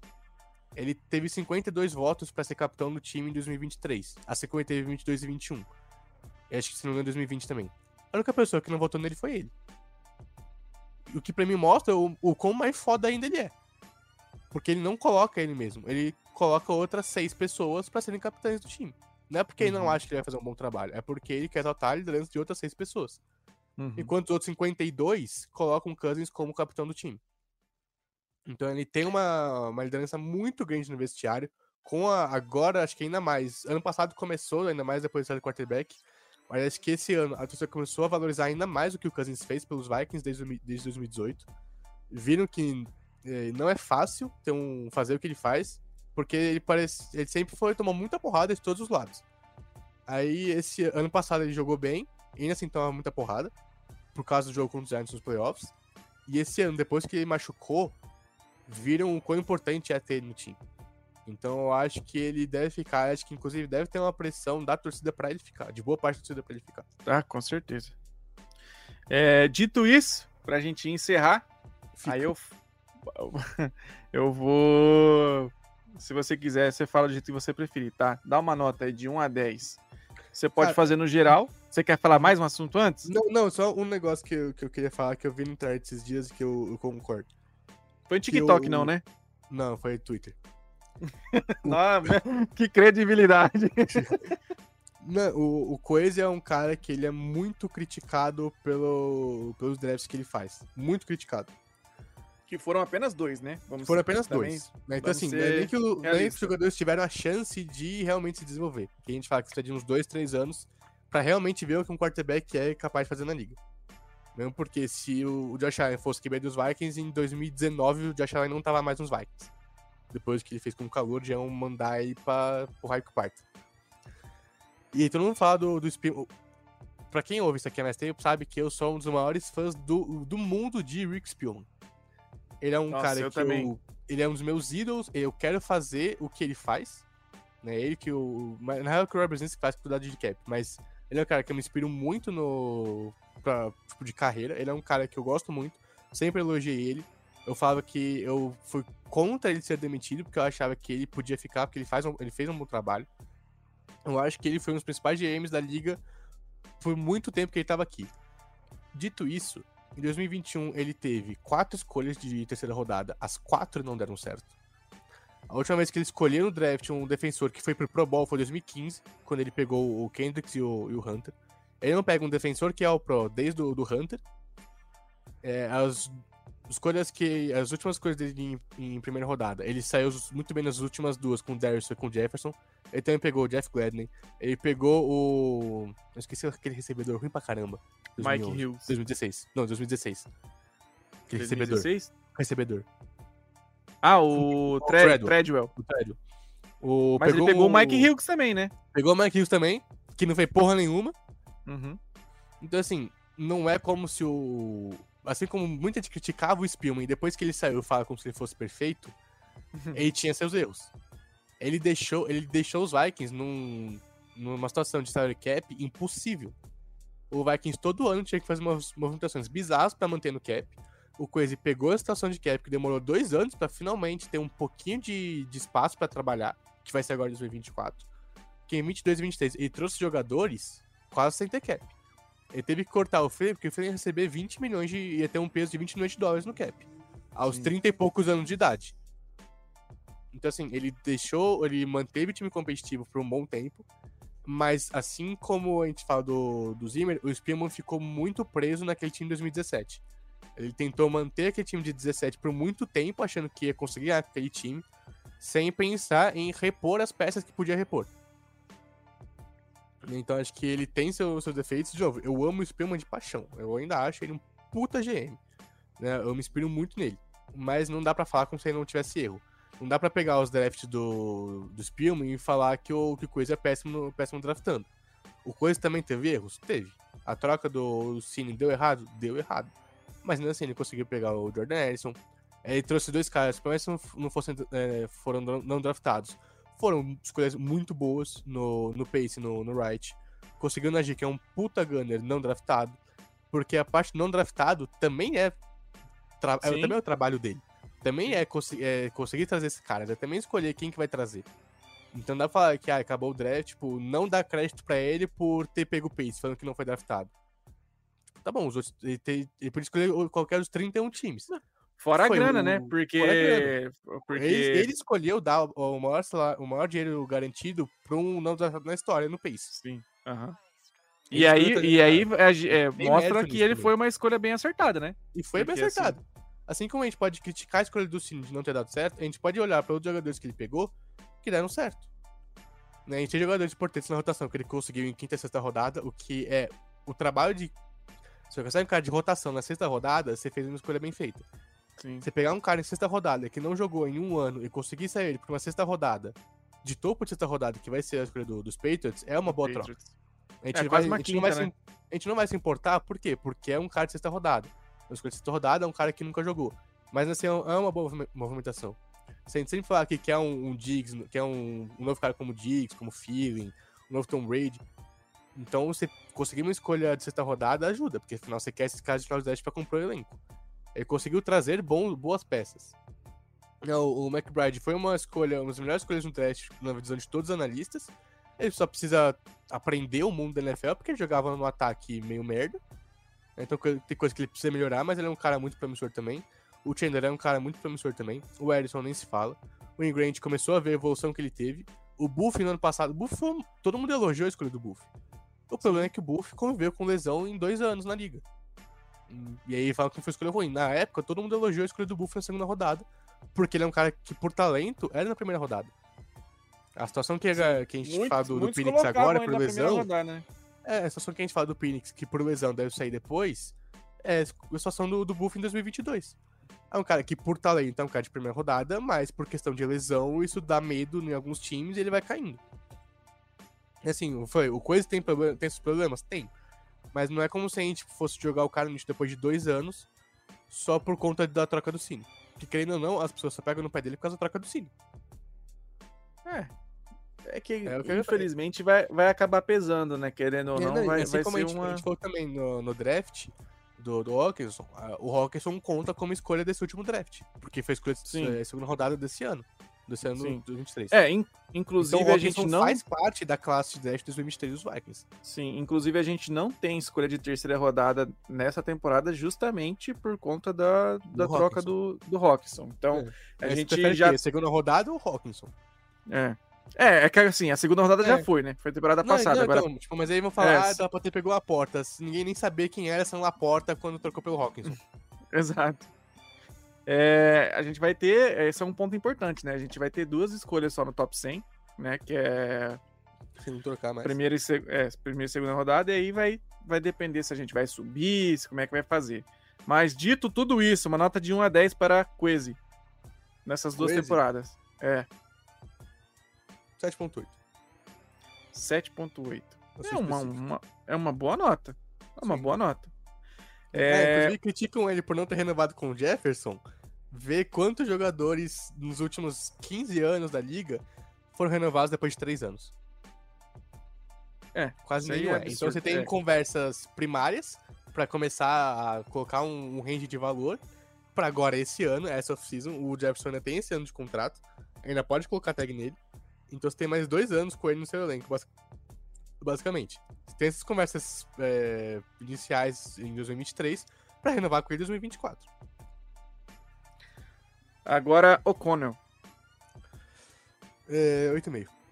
Ele teve cinquenta e dois votos pra ser capitão do time em dois mil e vinte e três. A sequência teve vinte e dois e vinte e um. Eu acho que se não me engano, dois mil e vinte também. A única pessoa que não votou nele foi ele. O que pra mim mostra o, o quão mais foda ainda ele é. Porque ele não coloca ele mesmo. Ele coloca outras seis pessoas pra serem capitães do time. Não é porque ele não Uhum. acha que ele vai fazer um bom trabalho. É porque ele quer exaltar a liderança de outras seis pessoas. Uhum. Enquanto os outros cinquenta e dois colocam o Cousins como capitão do time. Então ele tem uma, uma liderança muito grande no vestiário. Com a, agora, acho que ainda mais. Ano passado começou, ainda mais depois do quarterback. Mas acho que esse ano a torcida começou a valorizar ainda mais o que o Cousins fez pelos Vikings desde, desde dois mil e dezoito. Viram que eh, não é fácil ter um, fazer o que ele faz, porque ele parece. Ele sempre foi tomar muita porrada de todos os lados. Aí esse ano passado ele jogou bem, e ainda assim tomava muita porrada, por causa do jogo contra os Giants nos playoffs. E esse ano, depois que ele machucou, viram o quão importante é ter ele no time. Então eu acho que ele deve ficar, acho que inclusive deve ter uma pressão da torcida pra ele ficar, de boa parte da torcida pra ele ficar. Ah, com certeza. É, dito isso, pra gente encerrar, Fica. aí eu, eu vou Se você quiser, você fala do jeito que você preferir, tá? Dá uma nota aí de um a dez. Você pode Cara, fazer no geral. Você quer falar mais um assunto antes? Não, não, só um negócio que eu, que eu queria falar, que eu vi no thread esses dias e que eu, eu concordo. Foi em TikTok, eu- não, né? Não, foi Twitter. Não, que credibilidade. Não, o, o Coese é um cara que ele é muito criticado pelo, pelos drafts que ele faz. Muito criticado. Que foram apenas dois, né? Vamos Foram ser- apenas também- dois. Né? Então, vamos assim, ser não é nem que, o, não é nem que os realista. jogadores tiveram a chance de realmente se desenvolver. Porque a gente fala que precisa de uns dois, três anos pra realmente ver o que um quarterback é capaz de fazer na liga. Mesmo porque se o, o Josh Allen fosse Q B dos Vikings, em dois mil e dezenove o Josh Allen não tava mais nos Vikings. Depois que ele fez com o calor, já iam mandar ele pra, pro raio que parta. E aí, todo mundo fala do, do Spielman. Pra quem ouve isso aqui há mais tempo, sabe que eu sou um dos maiores fãs do, do mundo de Rick Spielman. Ele é um Nossa, cara eu que também. eu... Ele é um dos meus ídolos, eu quero fazer o que ele faz. Né? Ele que o... Na real, é o que o Rob Brzezinski faz com cuidado de cap, mas ele é um cara que eu me inspiro muito no... Pra, tipo, de carreira. Ele é um cara que eu gosto muito, sempre elogiei ele. Eu falava que eu fui contra ele ser demitido, porque eu achava que ele podia ficar, porque ele, faz um... ele fez um bom trabalho. Eu acho que ele foi um dos principais G Ms da liga por muito tempo que ele estava aqui. Dito isso, em dois mil e vinte e um ele teve quatro escolhas de terceira rodada, as quatro não deram certo. A última vez que ele escolheu no draft um defensor que foi pro Pro Bowl foi em dois mil e quinze, quando ele pegou o Kendricks e o, e o Hunter. Ele não pega um defensor que é o Pro desde o do Hunter. É, as escolhas que. As últimas escolhas dele em, em primeira rodada, ele saiu muito bem nas últimas duas, com o Darius e com o Jefferson. Ele também pegou o Jeff Gladney. Ele pegou o. Eu esqueci aquele recebedor ruim pra caramba. Mike dois mil e onze, Hughes. dois mil e dezesseis. Não, dois mil e dezesseis. Aquele dois mil e recebedor. dezesseis? Recebedor. Ah, o, O Tre- Treadwell. Treadwell. O Treadwell. O, Mas ele pegou o Mike Hughes também, né? Pegou o Mike Hughes também, que não fez porra nenhuma. Uhum. Então, assim, não é como se o. Assim como muita gente criticava o Spielman e depois que ele saiu fala como se ele fosse perfeito, ele tinha seus erros. Ele deixou, ele deixou os Vikings num, numa situação de salary cap impossível. O Vikings todo ano tinha que fazer umas movimentações bizarras pra manter no cap. O Coese pegou a situação de cap, que demorou dois anos pra finalmente ter um pouquinho de, de espaço pra trabalhar, que vai ser agora em dois mil e vinte e quatro. Que em vinte e dois e vinte e três ele trouxe jogadores quase sem ter cap. Ele teve que cortar o Freeland, porque o Freeland ia receber vinte milhões de... ia ter um peso de vinte milhões de dólares no cap. Aos Sim. trinta e poucos anos de idade. Então, assim, ele deixou... Ele manteve o time competitivo por um bom tempo. Mas, assim como a gente fala do, do Zimmer, o Spielman ficou muito preso naquele time de dois mil e dezessete. Ele tentou manter aquele time de dezessete por muito tempo, achando que ia conseguir ganhar aquele time, sem pensar em repor as peças que podia repor. Então acho que ele tem seu, seus defeitos. De novo, eu amo o Spielman de paixão. Eu ainda acho ele um puta G M. Né? Eu me inspiro muito nele. Mas não dá pra falar como se ele não tivesse erro. Não dá pra pegar os drafts do, do Spielman e falar que o que Coisa é péssimo, péssimo draftando. O Coisa também teve erros? Teve. A troca do Cine deu errado? Deu errado. Mas ainda assim, ele conseguiu pegar o Jordan Harrison. Ele trouxe dois caras, pelo menos não, não fossem, é, foram não draftados. Foram escolhas muito boas no, no Pace e no, no Wright. Conseguiu o Najee, que é um puta gunner não draftado. Porque a parte não draftado também é, tra- é, também é o trabalho dele. Também é, cons- é conseguir trazer esse cara. É também escolher quem que vai trazer. Então dá pra falar que ah, acabou o draft, tipo, não dá crédito pra ele por ter pego o Pace, falando que não foi draftado. Tá bom, os outros, ele, tem, ele podia escolher qualquer dos trinta e um times. Fora Foi a grana, o- né? fora a Porque. grana. Porque... Ele, ele escolheu dar o- o maior, salário- o maior dinheiro garantido pra um não draftado na história, no Pace. Sim. aham. Ele E aí, escolheu e aí também, é, é, Tem mostra mérito que nisso ele também. foi uma escolha bem acertada, né? E foi bem Porque, assim- acertado. Assim como a gente pode criticar a escolha do Cine de não ter dado certo, a gente pode olhar para outros jogadores que ele pegou que deram certo. Né? A gente tem jogadores importantes na rotação que ele conseguiu em quinta e sexta rodada, o que é o trabalho de... Se você consegue um cara de rotação na sexta rodada, você fez uma escolha bem feita. Sim. Você pegar um cara em sexta rodada que não jogou em um ano e conseguir sair ele pra uma sexta rodada, de topo de sexta rodada, que vai ser a escolha do- dos Patriots, é uma boa troca. Patriots. A gente, É, não vai, quase uma a, gente não vai quinta, se, né? a gente não vai se importar, por quê? Porque é um cara de sexta rodada. A escolha de sexta rodada é um cara que nunca jogou. Mas assim, é uma boa movime- movimentação. Se a gente sempre falar que quer um, um Diggs, quer um, um novo cara como Diggs, como Feeling, um novo Tom Brady, então você conseguir uma escolha de sexta rodada ajuda, porque afinal você quer esses caras de final de draft pra comprar o elenco. Ele conseguiu trazer bom, boas peças. Não, o McBride foi uma escolha, uma das melhores escolhas no draft, na visão de todos os analistas. Ele só precisa aprender o mundo da N F L, porque ele jogava no ataque meio merda. Então tem coisa que ele precisa melhorar, mas ele é um cara muito promissor também. O Chandler é um cara muito promissor também. O Harrison nem se fala. O Ingram começou a ver a evolução que ele teve. O Buff no ano passado, o Buff foi um... todo mundo elogiou a escolha do Buff. O problema é que o Buff conviveu com lesão em dois anos na liga. E aí falam que foi escolha ruim. Na época, todo mundo elogiou a escolha do Buff na segunda rodada, porque ele é um cara que, por talento, era na primeira rodada. A situação que, a, que a gente Muito, fala do, do Phoenix agora, por lesão... Rodada, né? É, a situação que a gente fala do Phoenix, que por lesão deve sair depois, é a situação do, do Buff em dois mil e vinte e dois. É um cara que, por talento, é um cara de primeira rodada, mas por questão de lesão, isso dá medo em alguns times e ele vai caindo. E assim, foi, o Coisa tem, problema, tem esses problemas? Tem. Mas não é como se a gente fosse jogar o cara depois de dois anos só por conta da troca do Cine. Porque, querendo ou não, as pessoas só pegam no pé dele por causa da troca do Cine. É. É que, é que infelizmente, vai, vai acabar pesando, né? Querendo ou não, não vai, assim vai como ser a gente, uma... a gente falou também no, no draft do, do Hawkinson, o Hawkinson conta como escolha desse último draft. Porque foi escolha de segunda rodada desse ano. Desse ano Sim. de vinte e três. É, in, inclusive então, a gente não... faz parte da classe de draft de dois mil e vinte e três dos Vikings. Sim, inclusive a gente não tem escolha de terceira rodada nessa temporada justamente por conta da, da do troca do, do Hawkinson. Então, é. a Mas gente já... Segunda rodada ou Hawkinson? É. É, é que assim, a segunda rodada é. já foi, né? Foi temporada não, passada. Não, agora... então, tipo, mas aí vão falar, é. ah, dá pra ter pegou a porta. Ninguém nem sabia quem era Sam Laporta quando trocou pelo Hawkinson. Exato. É, a gente vai ter, esse é um ponto importante, né? A gente vai ter duas escolhas só no top cem, né? Que é se não trocar mais. Primeira e, seg... é, primeira e segunda rodada, e aí vai, vai depender se a gente vai subir, se, como é que vai fazer. Mas dito tudo isso, uma nota de um a dez para Quezi nessas duas Quezi? temporadas. É. sete ponto oito. sete ponto oito. É uma, uma, é uma boa nota. É uma Sim. boa nota. É... é, inclusive criticam ele por não ter renovado com o Jefferson. Vê quantos jogadores nos últimos quinze anos da liga foram renovados depois de três anos. É, quase nenhum. É. Então você tem é. conversas primárias para começar a colocar um, um range de valor para agora esse ano, essa off-season. O Jefferson ainda tem esse ano de contrato, ainda pode colocar tag nele. Então você tem mais dois anos com ele no seu elenco, basicamente. Você tem essas conversas é, iniciais em dois mil e vinte e três para renovar com ele em dois mil e vinte e quatro. Agora, O'Connell. É, oito vírgula cinco.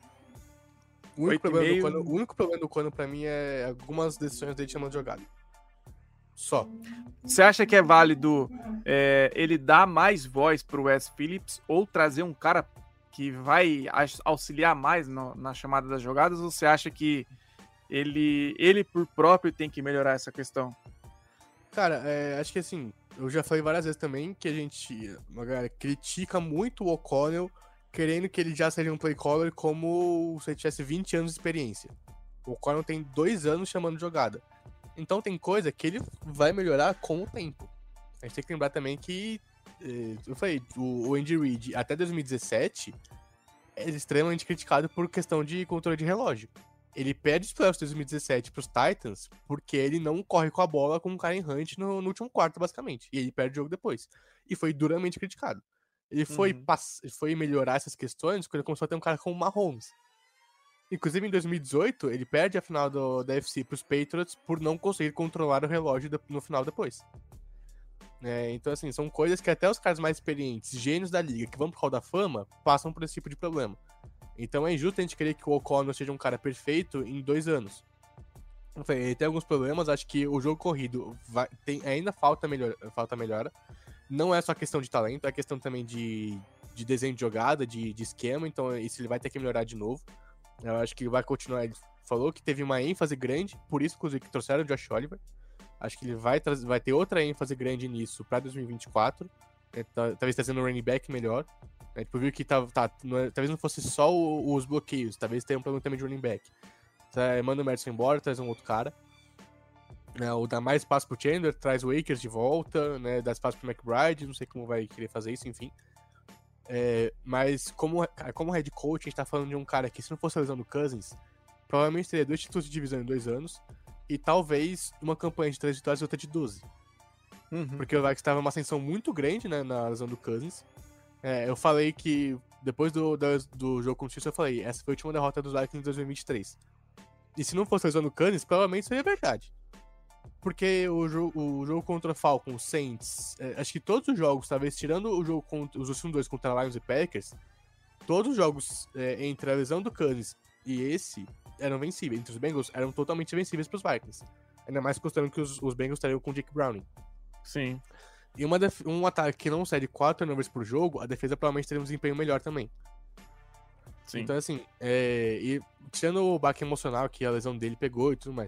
O único, problema do O'Connell, o único problema do O'Connell pra mim é algumas decisões dele chamando de jogada. Só. Você acha que é válido é, ele dar mais voz pro Wes Phillips ou trazer um cara que vai auxiliar mais no, na chamada das jogadas, ou você acha que ele, ele por próprio tem que melhorar essa questão? Cara, é, acho que assim, eu já falei várias vezes também que a gente a galera, critica muito o O'Connell querendo que ele já seja um play caller como se ele tivesse vinte anos de experiência. O O'Connell tem dois anos chamando de jogada. Então tem coisa que ele vai melhorar com o tempo. A gente tem que lembrar também que, eu falei, o Andy Reid até dois mil e dezessete é extremamente criticado por questão de controle de relógio. Ele perde os playoffs de dois mil e dezessete pros Titans porque ele não corre com a bola com o Karen Hunt no, no último quarto, basicamente. E ele perde o jogo depois. E foi duramente criticado. Ele foi, uhum. pass... foi melhorar essas questões quando ele começou a ter um cara como o Mahomes. Inclusive, em dois mil e dezoito, ele perde a final do, da A F C pros Patriots por não conseguir controlar o relógio no final depois. É, então, assim, são coisas que até os caras mais experientes, gênios da liga, que vão pro Hall da Fama, passam por esse tipo de problema. Então é injusto a gente querer que o O'Connell seja um cara perfeito em dois anos. Ele tem alguns problemas, acho que o jogo corrido vai, tem, ainda falta, melhor, falta melhora. Não é só questão de talento, é questão também de, de desenho de jogada, de, de esquema, então isso ele vai ter que melhorar de novo. Eu acho que ele vai continuar, ele falou que teve uma ênfase grande, por isso, inclusive, que trouxeram o Josh Oliver. Acho que ele vai, vai ter outra ênfase grande nisso pra dois mil e vinte e quatro, é, tá, talvez trazendo um running back melhor. É, tipo, viu que tá, tá, não é, talvez não fosse só o, os bloqueios, talvez tenha um problema também de running back. Tá, manda o Madison embora, traz um outro cara. É, ou dá mais espaço pro Chandler, traz o Akers de volta, né, dá espaço pro McBride, não sei como vai querer fazer isso, enfim. É, mas como, como head coach, a gente tá falando de um cara que, se não fosse a lesão do Cousins, provavelmente teria dois títulos de divisão em dois anos e talvez uma campanha de três vitórias e outra de doze. Uhum. Porque o Vikings tava uma ascensão muito grande, né, na lesão do Cousins. É, eu falei que depois do, do, do jogo com o Chiefs, eu falei, essa foi a última derrota dos Vikings em dois mil e vinte e três. E se não fosse a lesão do Cousins, provavelmente seria verdade. Porque o, jo o jogo contra o Falcons, Saints, é, acho que todos os jogos, talvez tirando o jogo contra os últimos dois contra Lions e Packers, todos os jogos é, entre a lesão do Cousins e esse eram vencíveis. Entre os Bengals, eram totalmente vencíveis pros Vikings. Ainda mais considerando que os, os Bengals estariam com o Jake Browning. Sim. E uma um ataque que não cede quatro turnovers por jogo, a defesa provavelmente teria um desempenho melhor também. Sim. Então, assim, é, e tirando o baque emocional que a lesão dele pegou e tudo mais.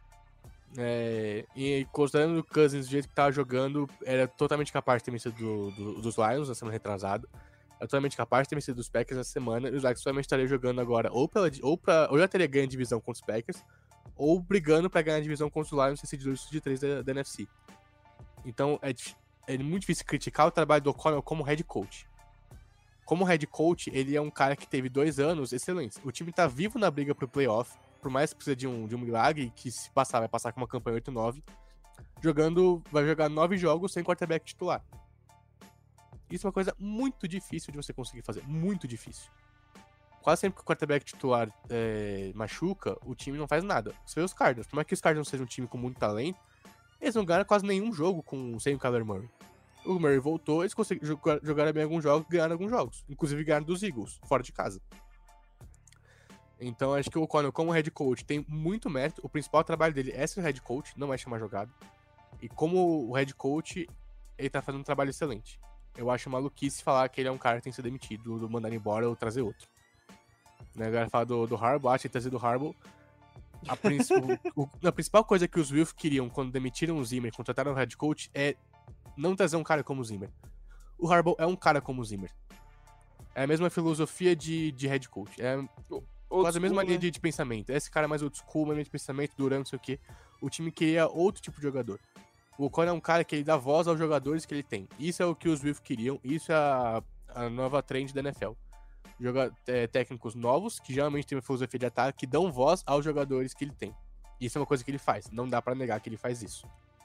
É, e considerando o Cousins do jeito que tava jogando, era totalmente capaz de ter vencido do, do, dos Lions na semana retrasada. Era totalmente capaz de ter vencido dos Packers na semana. E os Vikings provavelmente estariam jogando agora ou, pela, ou, pra, ou já teria ganho a divisão contra os Packers, ou brigando pra ganhar a divisão contra os Lions e ser de três da, da N F C. Então, é, é muito difícil criticar o trabalho do O'Connell como head coach. Como head coach, ele é um cara que teve dois anos excelentes. O time tá vivo na briga pro playoff, por mais que precise de um, de um milagre, que se passar, vai passar com uma campanha oito nove, jogando, vai jogar nove jogos sem quarterback titular. Isso é uma coisa muito difícil de você conseguir fazer, muito difícil. Quase sempre que o quarterback titular é, machuca, o time não faz nada. Você vê os Cardinals, por mais que os Cardinals sejam um time com muito talento, eles não ganharam quase nenhum jogo com, sem o Kyler Murray. O Murray voltou, eles conseguiram jogar, jogaram bem alguns jogos, ganharam alguns jogos. Inclusive ganharam dos Eagles, fora de casa. Então acho que o O'Connell, como head coach, tem muito mérito. O principal trabalho dele é ser head coach, não é chamar jogada. E como o head coach, ele tá fazendo um trabalho excelente. Eu acho maluquice falar que ele é um cara que tem que ser demitido, do mandar embora ou trazer outro. Né, agora falar do, do Harbaugh, acho que trazer do Harbaugh. A, o, o, a principal coisa que os Wilf queriam quando demitiram o Zimmer e contrataram o head coach é não trazer um cara como o Zimmer. O Harbaugh é um cara como o Zimmer. É a mesma filosofia de, de head coach. É quase a mesma linha de, de pensamento. É esse cara mais old school, mesma linha de pensamento, durante não sei o quê. O time queria outro tipo de jogador. O O'Connell é um cara que ele dá voz aos jogadores que ele tem. Isso é o que os Wilf queriam. Isso é a, a nova trend da N F L. Joga, é, técnicos novos, que geralmente tem uma filosofia de ataque, que dão voz aos jogadores que ele tem. Isso é uma coisa que ele faz. Não dá pra negar que ele faz isso.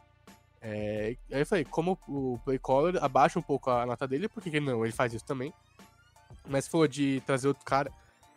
É, aí eu falei, como o play caller abaixa um pouco a nota dele, porque não, ele faz isso também. Mas se for de trazer outro cara,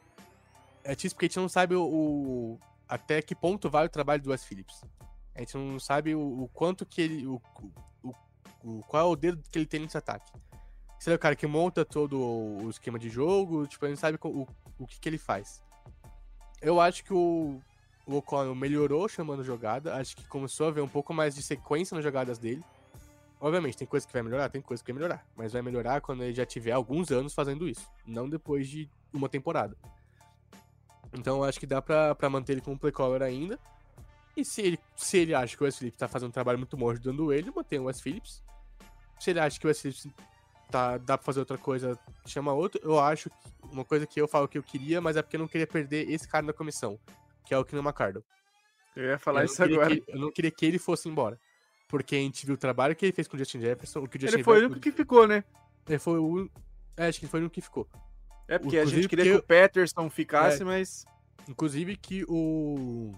é tipo porque a gente não sabe o, o até que ponto vai o trabalho do Wes Phillips. A gente não sabe o, o quanto que ele, o, o, o, qual é o dedo que ele tem nesse ataque. Se ele é o cara que monta todo o esquema de jogo, tipo, a gente sabe o, o que que ele faz. Eu acho que o O O'Connell melhorou chamando jogada, acho que começou a ver um pouco mais de sequência nas jogadas dele. Obviamente, tem coisa que vai melhorar, tem coisa que vai melhorar, mas vai melhorar quando ele já tiver alguns anos fazendo isso, não depois de uma temporada. Então, acho que dá pra, pra manter ele como play caller ainda. E se ele, se ele acha que o Wes Phillips tá fazendo um trabalho muito bom ajudando ele, mantém o Wes Phillips. Se ele acha que o Wes Phillips tá, dá pra fazer outra coisa, chama outro. Eu acho que uma coisa que eu falo que eu queria, mas é porque eu não queria perder esse cara na comissão, que é o Keenan McCardle. Eu ia falar eu isso agora. Que, eu não queria que ele fosse embora. Porque a gente viu o trabalho que ele fez com o Justin Jefferson. O que o Justin ele foi o único que ficou, né? Ele foi o. É, acho que ele foi o único que ficou. É, porque Inclusive a gente queria que que o Patterson ficasse, é, mas. Inclusive que o.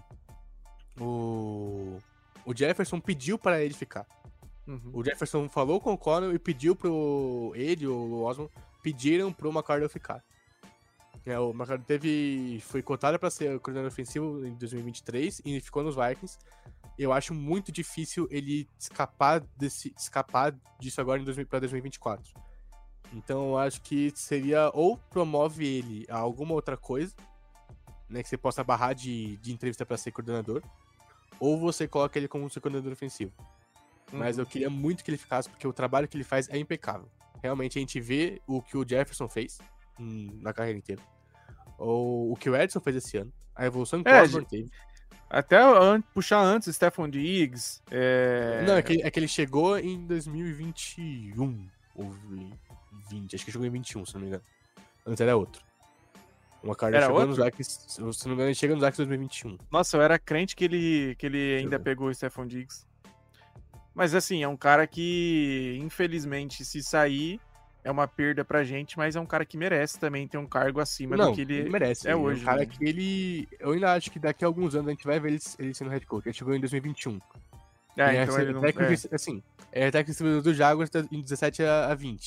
O. O Jefferson pediu pra ele ficar. Uhum. O Jefferson falou com o O'Connell e pediu pro. Ele, o Osmond, pediram pro McCardle ficar. É, o McCardle teve. Foi cotado pra ser coordenador ofensivo em dois mil e vinte e três e ficou nos Vikings. Eu acho muito difícil ele escapar, desse, escapar disso agora em dois mil, pra dois mil e vinte e quatro. Então eu acho que seria ou promove ele a alguma outra coisa, né, que você possa barrar de, de entrevista pra ser coordenador, ou você coloca ele como seu coordenador ofensivo. Uhum. Mas eu queria muito que ele ficasse, porque o trabalho que ele faz é impecável. Realmente a gente vê o que o Jefferson fez hum, na carreira inteira, ou o que o Edson fez esse ano, a evolução que o é, Osborne teve. Até an puxar antes o Stephon Diggs. É... Não, é que, é que ele chegou em dois mil e vinte e um ou vinte, acho que chegou em vinte e um, se não me engano. Antes era outro. Uma cara chegou outro? nos Vikings, se não me engano, ele chega nos Vikings em dois mil e vinte e um. Nossa, eu era crente que ele, que ele ainda Chegou. pegou o Stephon Diggs. Mas assim, é um cara que, infelizmente, se sair, é uma perda pra gente, mas é um cara que merece também ter um cargo acima não, do que ele, ele merece. é ele hoje. É um cara né? que ele... Eu ainda acho que daqui a alguns anos a gente vai ver ele, ele sendo head coach. Ele chegou em dois mil e vinte e um. É, ele então é ele não... técnico, É. Assim, é técnico do Jaguars em dezessete a vinte.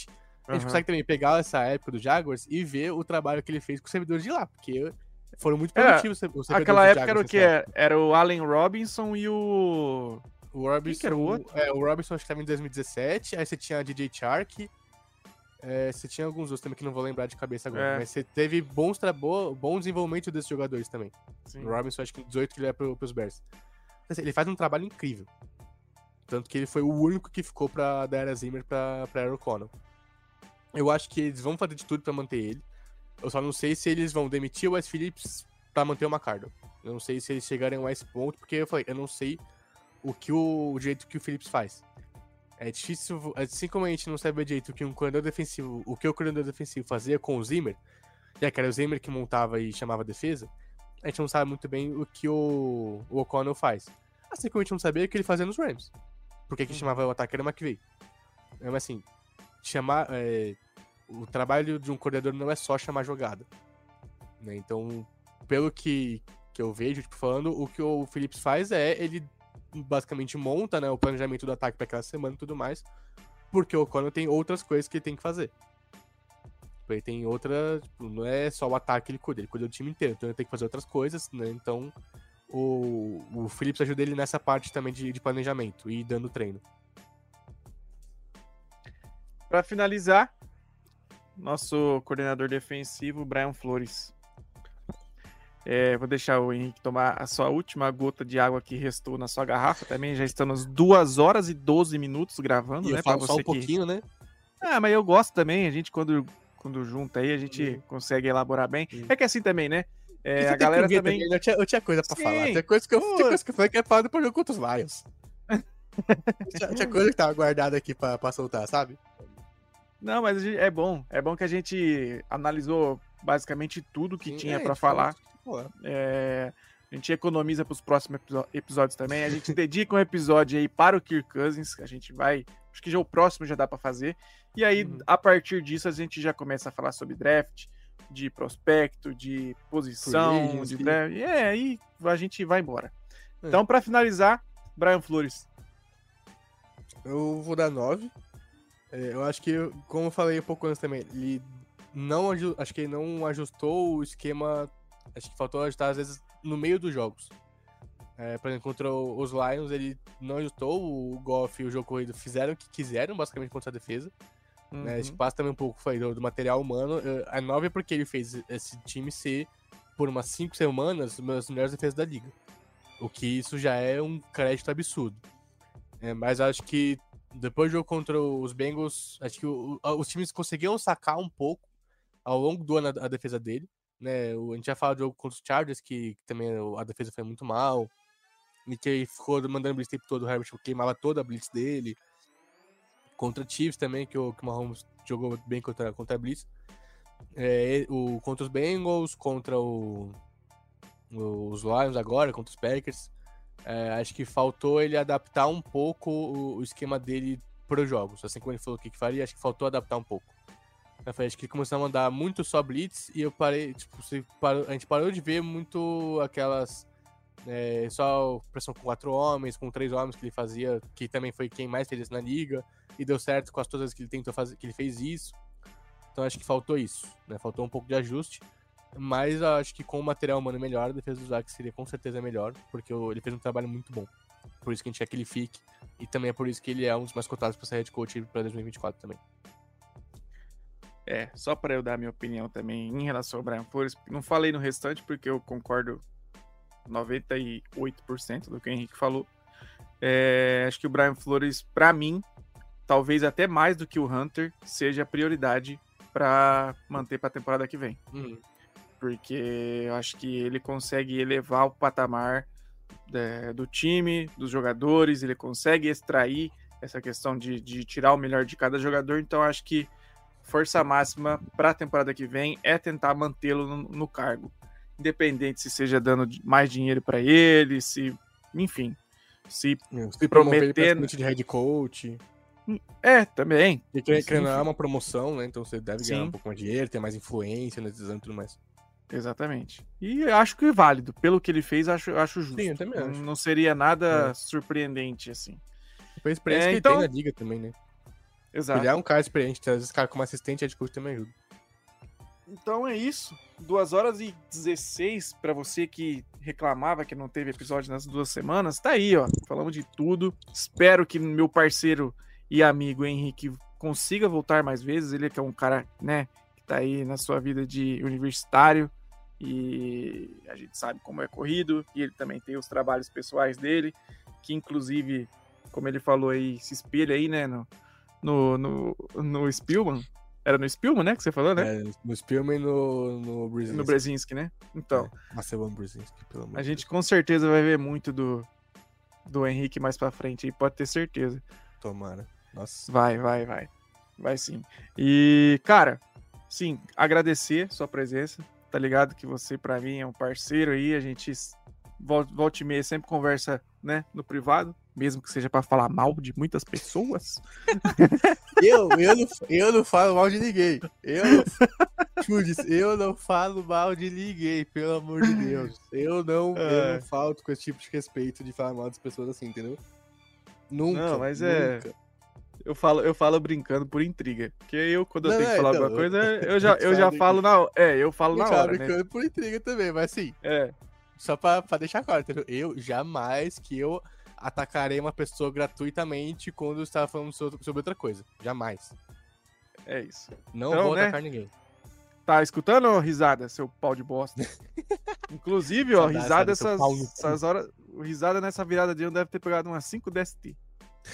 a gente Aham. consegue também pegar essa época do Jaguars e ver o trabalho que ele fez com os servidores de lá, porque foram muito É, produtivos os servidores Aquela do época era o Jaguars que? nessa época. Era o Allen Robinson e o. O Quem Robinson, que era o outro? É, o Robinson acho que tava em dois mil e dezessete, aí você tinha a D J Chark, é, você tinha alguns outros também que não vou lembrar de cabeça agora, É. mas você teve bons tra... bo- bom desenvolvimento desses jogadores também. Sim. O Robinson acho que em dezoito que ele é pro, pros Bears. Assim, ele faz um trabalho incrível. Tanto que ele foi o único que ficou pra da era Zimmer pra, pra Aaron Connell. Eu acho que eles vão fazer de tudo pra manter ele. Eu só não sei se eles vão demitir o Wes Phillips pra manter o McCardle. Eu não sei se eles chegarem a esse ponto, porque eu falei, eu não sei o que o, o jeito que o Phillips faz. É difícil, assim como a gente não sabe o jeito que um coordenador defensivo, o que o coordenador defensivo fazia com o Zimmer, já que era o Zimmer que montava e chamava a defesa, a gente não sabe muito bem o que o, o O'Connell faz. Assim como a gente não sabia o que ele fazia nos Rams. Porque quem chamava o ataque era o McVay. Mas assim, chamar, é, o trabalho de um coordenador não é só chamar jogada. Né? Então, pelo que, que eu vejo, tipo, falando, o que o Phillips faz é, ele basicamente monta, né, o planejamento do ataque para aquela semana e tudo mais, porque o O'Connell tem outras coisas que ele tem que fazer. Ele tem outra, tipo, não é só o ataque que ele cuida, ele cuida do time inteiro, então ele tem que fazer outras coisas, né, então o, o Phillips ajuda ele nessa parte também de, de planejamento e dando treino. Pra finalizar, nosso coordenador defensivo, Brian Flores. É, vou deixar o Henrique tomar a sua última gota de água que restou na sua garrafa também. Já estamos duas horas e doze minutos gravando, E né? eu Pra falo você só um que... pouquinho, né? Ah, mas eu gosto também. A gente, quando, quando junta aí, a gente Hum. consegue elaborar bem. Hum. É que assim também, né? É, E você a tem que galera ver também... né? eu, tinha, eu tinha coisa pra Sim. falar. Tinha coisa que eu, tinha coisa que eu falei que é falar depois do jogo contra os Lions. tinha, tinha coisa que tava guardada aqui pra, pra soltar, sabe? Não, mas a gente- é bom. É bom que a gente analisou basicamente tudo que Sim, tinha é, pra a gente falou falar. tudo que tinha que falar. É, a gente economiza para os próximos episo- episódios também. A gente dedica um episódio aí para o Kirk Cousins, que a gente vai. Acho que já o próximo já dá para fazer. E aí, Uhum. a partir disso, a gente já começa a falar sobre draft, de prospecto, de posição, Free agency. de draft. E é, aí a gente vai embora. É. Então, para finalizar, Brian Flores. Eu vou dar nove. É, eu acho que, como eu falei um pouco antes também, ele não aju- acho que ele não ajustou o esquema. Acho que faltou ajustar, às vezes, no meio dos jogos. É, por exemplo, contra o- os Lions, ele não ajustou. O Goff e o jogo corrido fizeram o que quiseram, basicamente, contra a defesa. Né? Acho que Uhum. passa também um pouco foi, do, do material humano. É, a nove é porque ele fez esse time ser, por umas cinco semanas, uma das melhores defesas da liga. O que isso já é um crédito absurdo. É, mas acho que depois do jogo contra os Bengals, acho que o- o- os times conseguiram sacar um pouco ao longo do ano a, a defesa dele. Né? O- a gente já falou do jogo contra os Chargers, que, que também a defesa foi muito mal. E que ele ficou mandando blitz o tempo todo, o Herbert queimava toda a blitz dele. Contra Chiefs também, que o, que o Mahomes jogou bem contra, contra a blitz. É, o, contra os Bengals, contra o, os Lions agora, contra os Packers. É, acho que faltou ele adaptar um pouco o, o esquema dele para os jogos. Assim como ele falou o que, que faria, acho que faltou adaptar um pouco. Eu falei, acho que ele começou a mandar muito só blitz e eu parei, tipo, você parou, a gente parou de ver muito aquelas é, só pressão com quatro homens, com três homens que ele fazia, que também foi quem mais fez isso na liga e deu certo com as todas que ele tentou fazer, que ele fez isso. Então acho que faltou isso, né? Faltou um pouco de ajuste. Mas eu acho que com o material humano melhor, a defesa do Zac seria com certeza melhor, porque ele fez um trabalho muito bom. Por isso que a gente quer que ele fique. E também é por isso que ele é um dos mais cotados para ser head coach para dois mil e vinte e quatro também. É, só para eu dar minha opinião também em relação ao Brian Flores. Não falei no restante porque eu concordo noventa e oito por cento do que o Henrique falou. É, acho que o Brian Flores, para mim, talvez até mais do que o Hunter, seja a prioridade para manter para a temporada que vem. Uhum. Porque eu acho que ele consegue elevar o patamar é, do time, dos jogadores, ele consegue extrair essa questão de, de tirar o melhor de cada jogador. Então acho que força máxima para a temporada que vem é tentar mantê-lo no, no cargo, independente se seja dando mais dinheiro para ele, se, enfim, se, se prometendo prometendo de head coach. É, também. E que, que não é uma promoção, né? Então você deve ganhar Sim. um pouco mais de dinheiro, ter mais influência na decisão e tudo mais. Exatamente. E acho que é válido. Pelo que ele fez, acho, acho justo. Sim, eu também não, acho. não seria nada É. surpreendente, assim. Foi a experiência É, que então- ele tem na liga também, né? Exato. Ele é um cara experiente, então, às vezes, cara como assistente, head coach também ajuda. Então é isso. duas horas e dezesseis pra você que reclamava que não teve episódio nas duas semanas. Tá aí, ó. Falamos de tudo. Espero que meu parceiro e amigo Henrique consiga voltar mais vezes. Ele que é um cara, né, que tá aí na sua vida de universitário. E a gente sabe como é corrido. E ele também tem os trabalhos pessoais dele. Que inclusive, como ele falou aí, se espelha aí, né, no, no, no, no Spielman. Era no Spielman, né, que você falou, né? É, no Spielman e no, no Brzezinski. No Brzezinski, né? Então, é. Marcelão Brzezinski, pelo amor a de gente Deus. com certeza vai ver muito do, do Henrique mais pra frente aí, pode ter certeza. Tomara. Nossa. Vai, vai, vai. Vai sim. E, cara, sim, agradecer sua presença, tá ligado? Que você, pra mim, é um parceiro aí, a gente volta, volta e meia sempre conversa, né, no privado, mesmo que seja pra falar mal de muitas pessoas. Eu, eu, não, eu não falo mal de ninguém. Eu não, Chudes, eu não falo mal de ninguém, pelo amor de Deus. Eu não, eu não falto com esse tipo de respeito de falar mal das pessoas assim, entendeu? Nunca. Não, mas nunca. é. Eu falo, eu falo brincando por intriga. Porque eu, quando eu Não, tenho que é, falar então, alguma coisa, eu- eu já, eu já falo na É, eu falo Eu na tava hora, né? brincando por intriga também, mas assim, É. só pra, pra deixar claro, entendeu? Eu jamais que eu atacarei uma pessoa gratuitamente quando eu estava falando sobre sobre outra coisa. Jamais. É isso. Não Então, vou né? atacar ninguém. Tá escutando, ô, risada, seu pau de bosta? Inclusive, ó, Saudades, risada sabe, seu essas, pau no cu. essas horas. O risada nessa virada de ano deve ter pegado umas cinco D S T.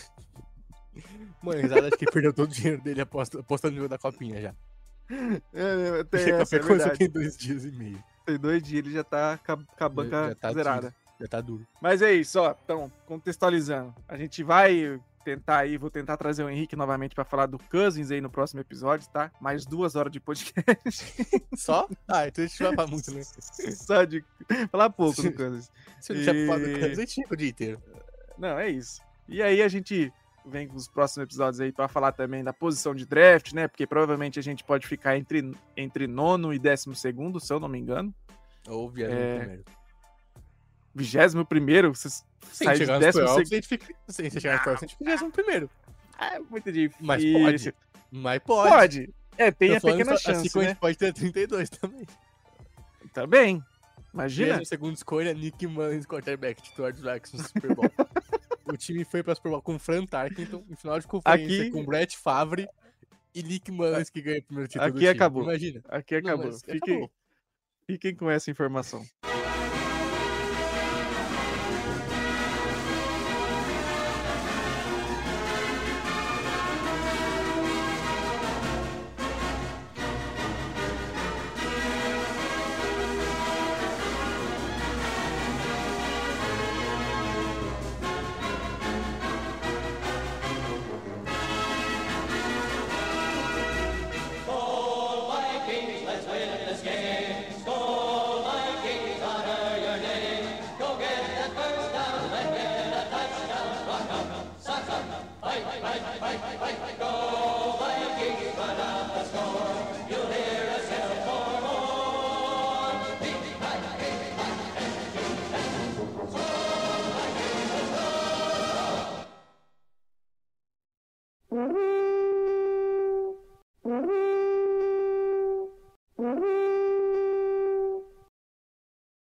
Mano, risada acho que perdeu todo o dinheiro dele aposta- apostando no jogo da copinha já. É, tem Porque a essa, é Copinha começou verdade. tem dois dias e meio. Tem dois dias, ele já tá com a, com a banca Já tá zerada. duro, Já tá duro. Mas é isso, ó. Então, contextualizando. A gente vai tentar aí, vou tentar trazer o Henrique novamente pra falar do Cousins aí no próximo episódio, tá? Mais duas horas de podcast. Só? Ah, então a gente vai falar muito, né? Só de falar pouco do Cousins. Se eu deixar pro lado do E- Kansas, a gente fica o dia inteiro. Não, é isso. E aí a gente vem com os próximos episódios aí pra falar também da posição de draft, né? Porque provavelmente a gente pode ficar entre, entre nono e décimo segundo, se eu não me engano. Ou viagem É, primeiro. Vigésimo primeiro, vocês Se saem de chegar nos décimo playoffs, a segundo. gente fica... Se chegar nos playoffs, a gente fica vigésimo primeiro. É muito difícil. Mas pode. Mas pode. Pode. É, tem Tô a falando pequena só- Assim chance, como a né? gente pode ter trinta e dois também. Também. Imagina. Mesmo segunda escolha, Nick Mullins, quarterback titular dos Vikings no Super Bowl. O time foi pra Super Bowl com Fran Tarkenton, em final de conferência Aqui- com Brett Favre e Nick Mullins que ganha o primeiro título do Aqui time. acabou. Imagina. Aqui Não, acabou. mas Fiquem, acabou. fiquem com essa informação.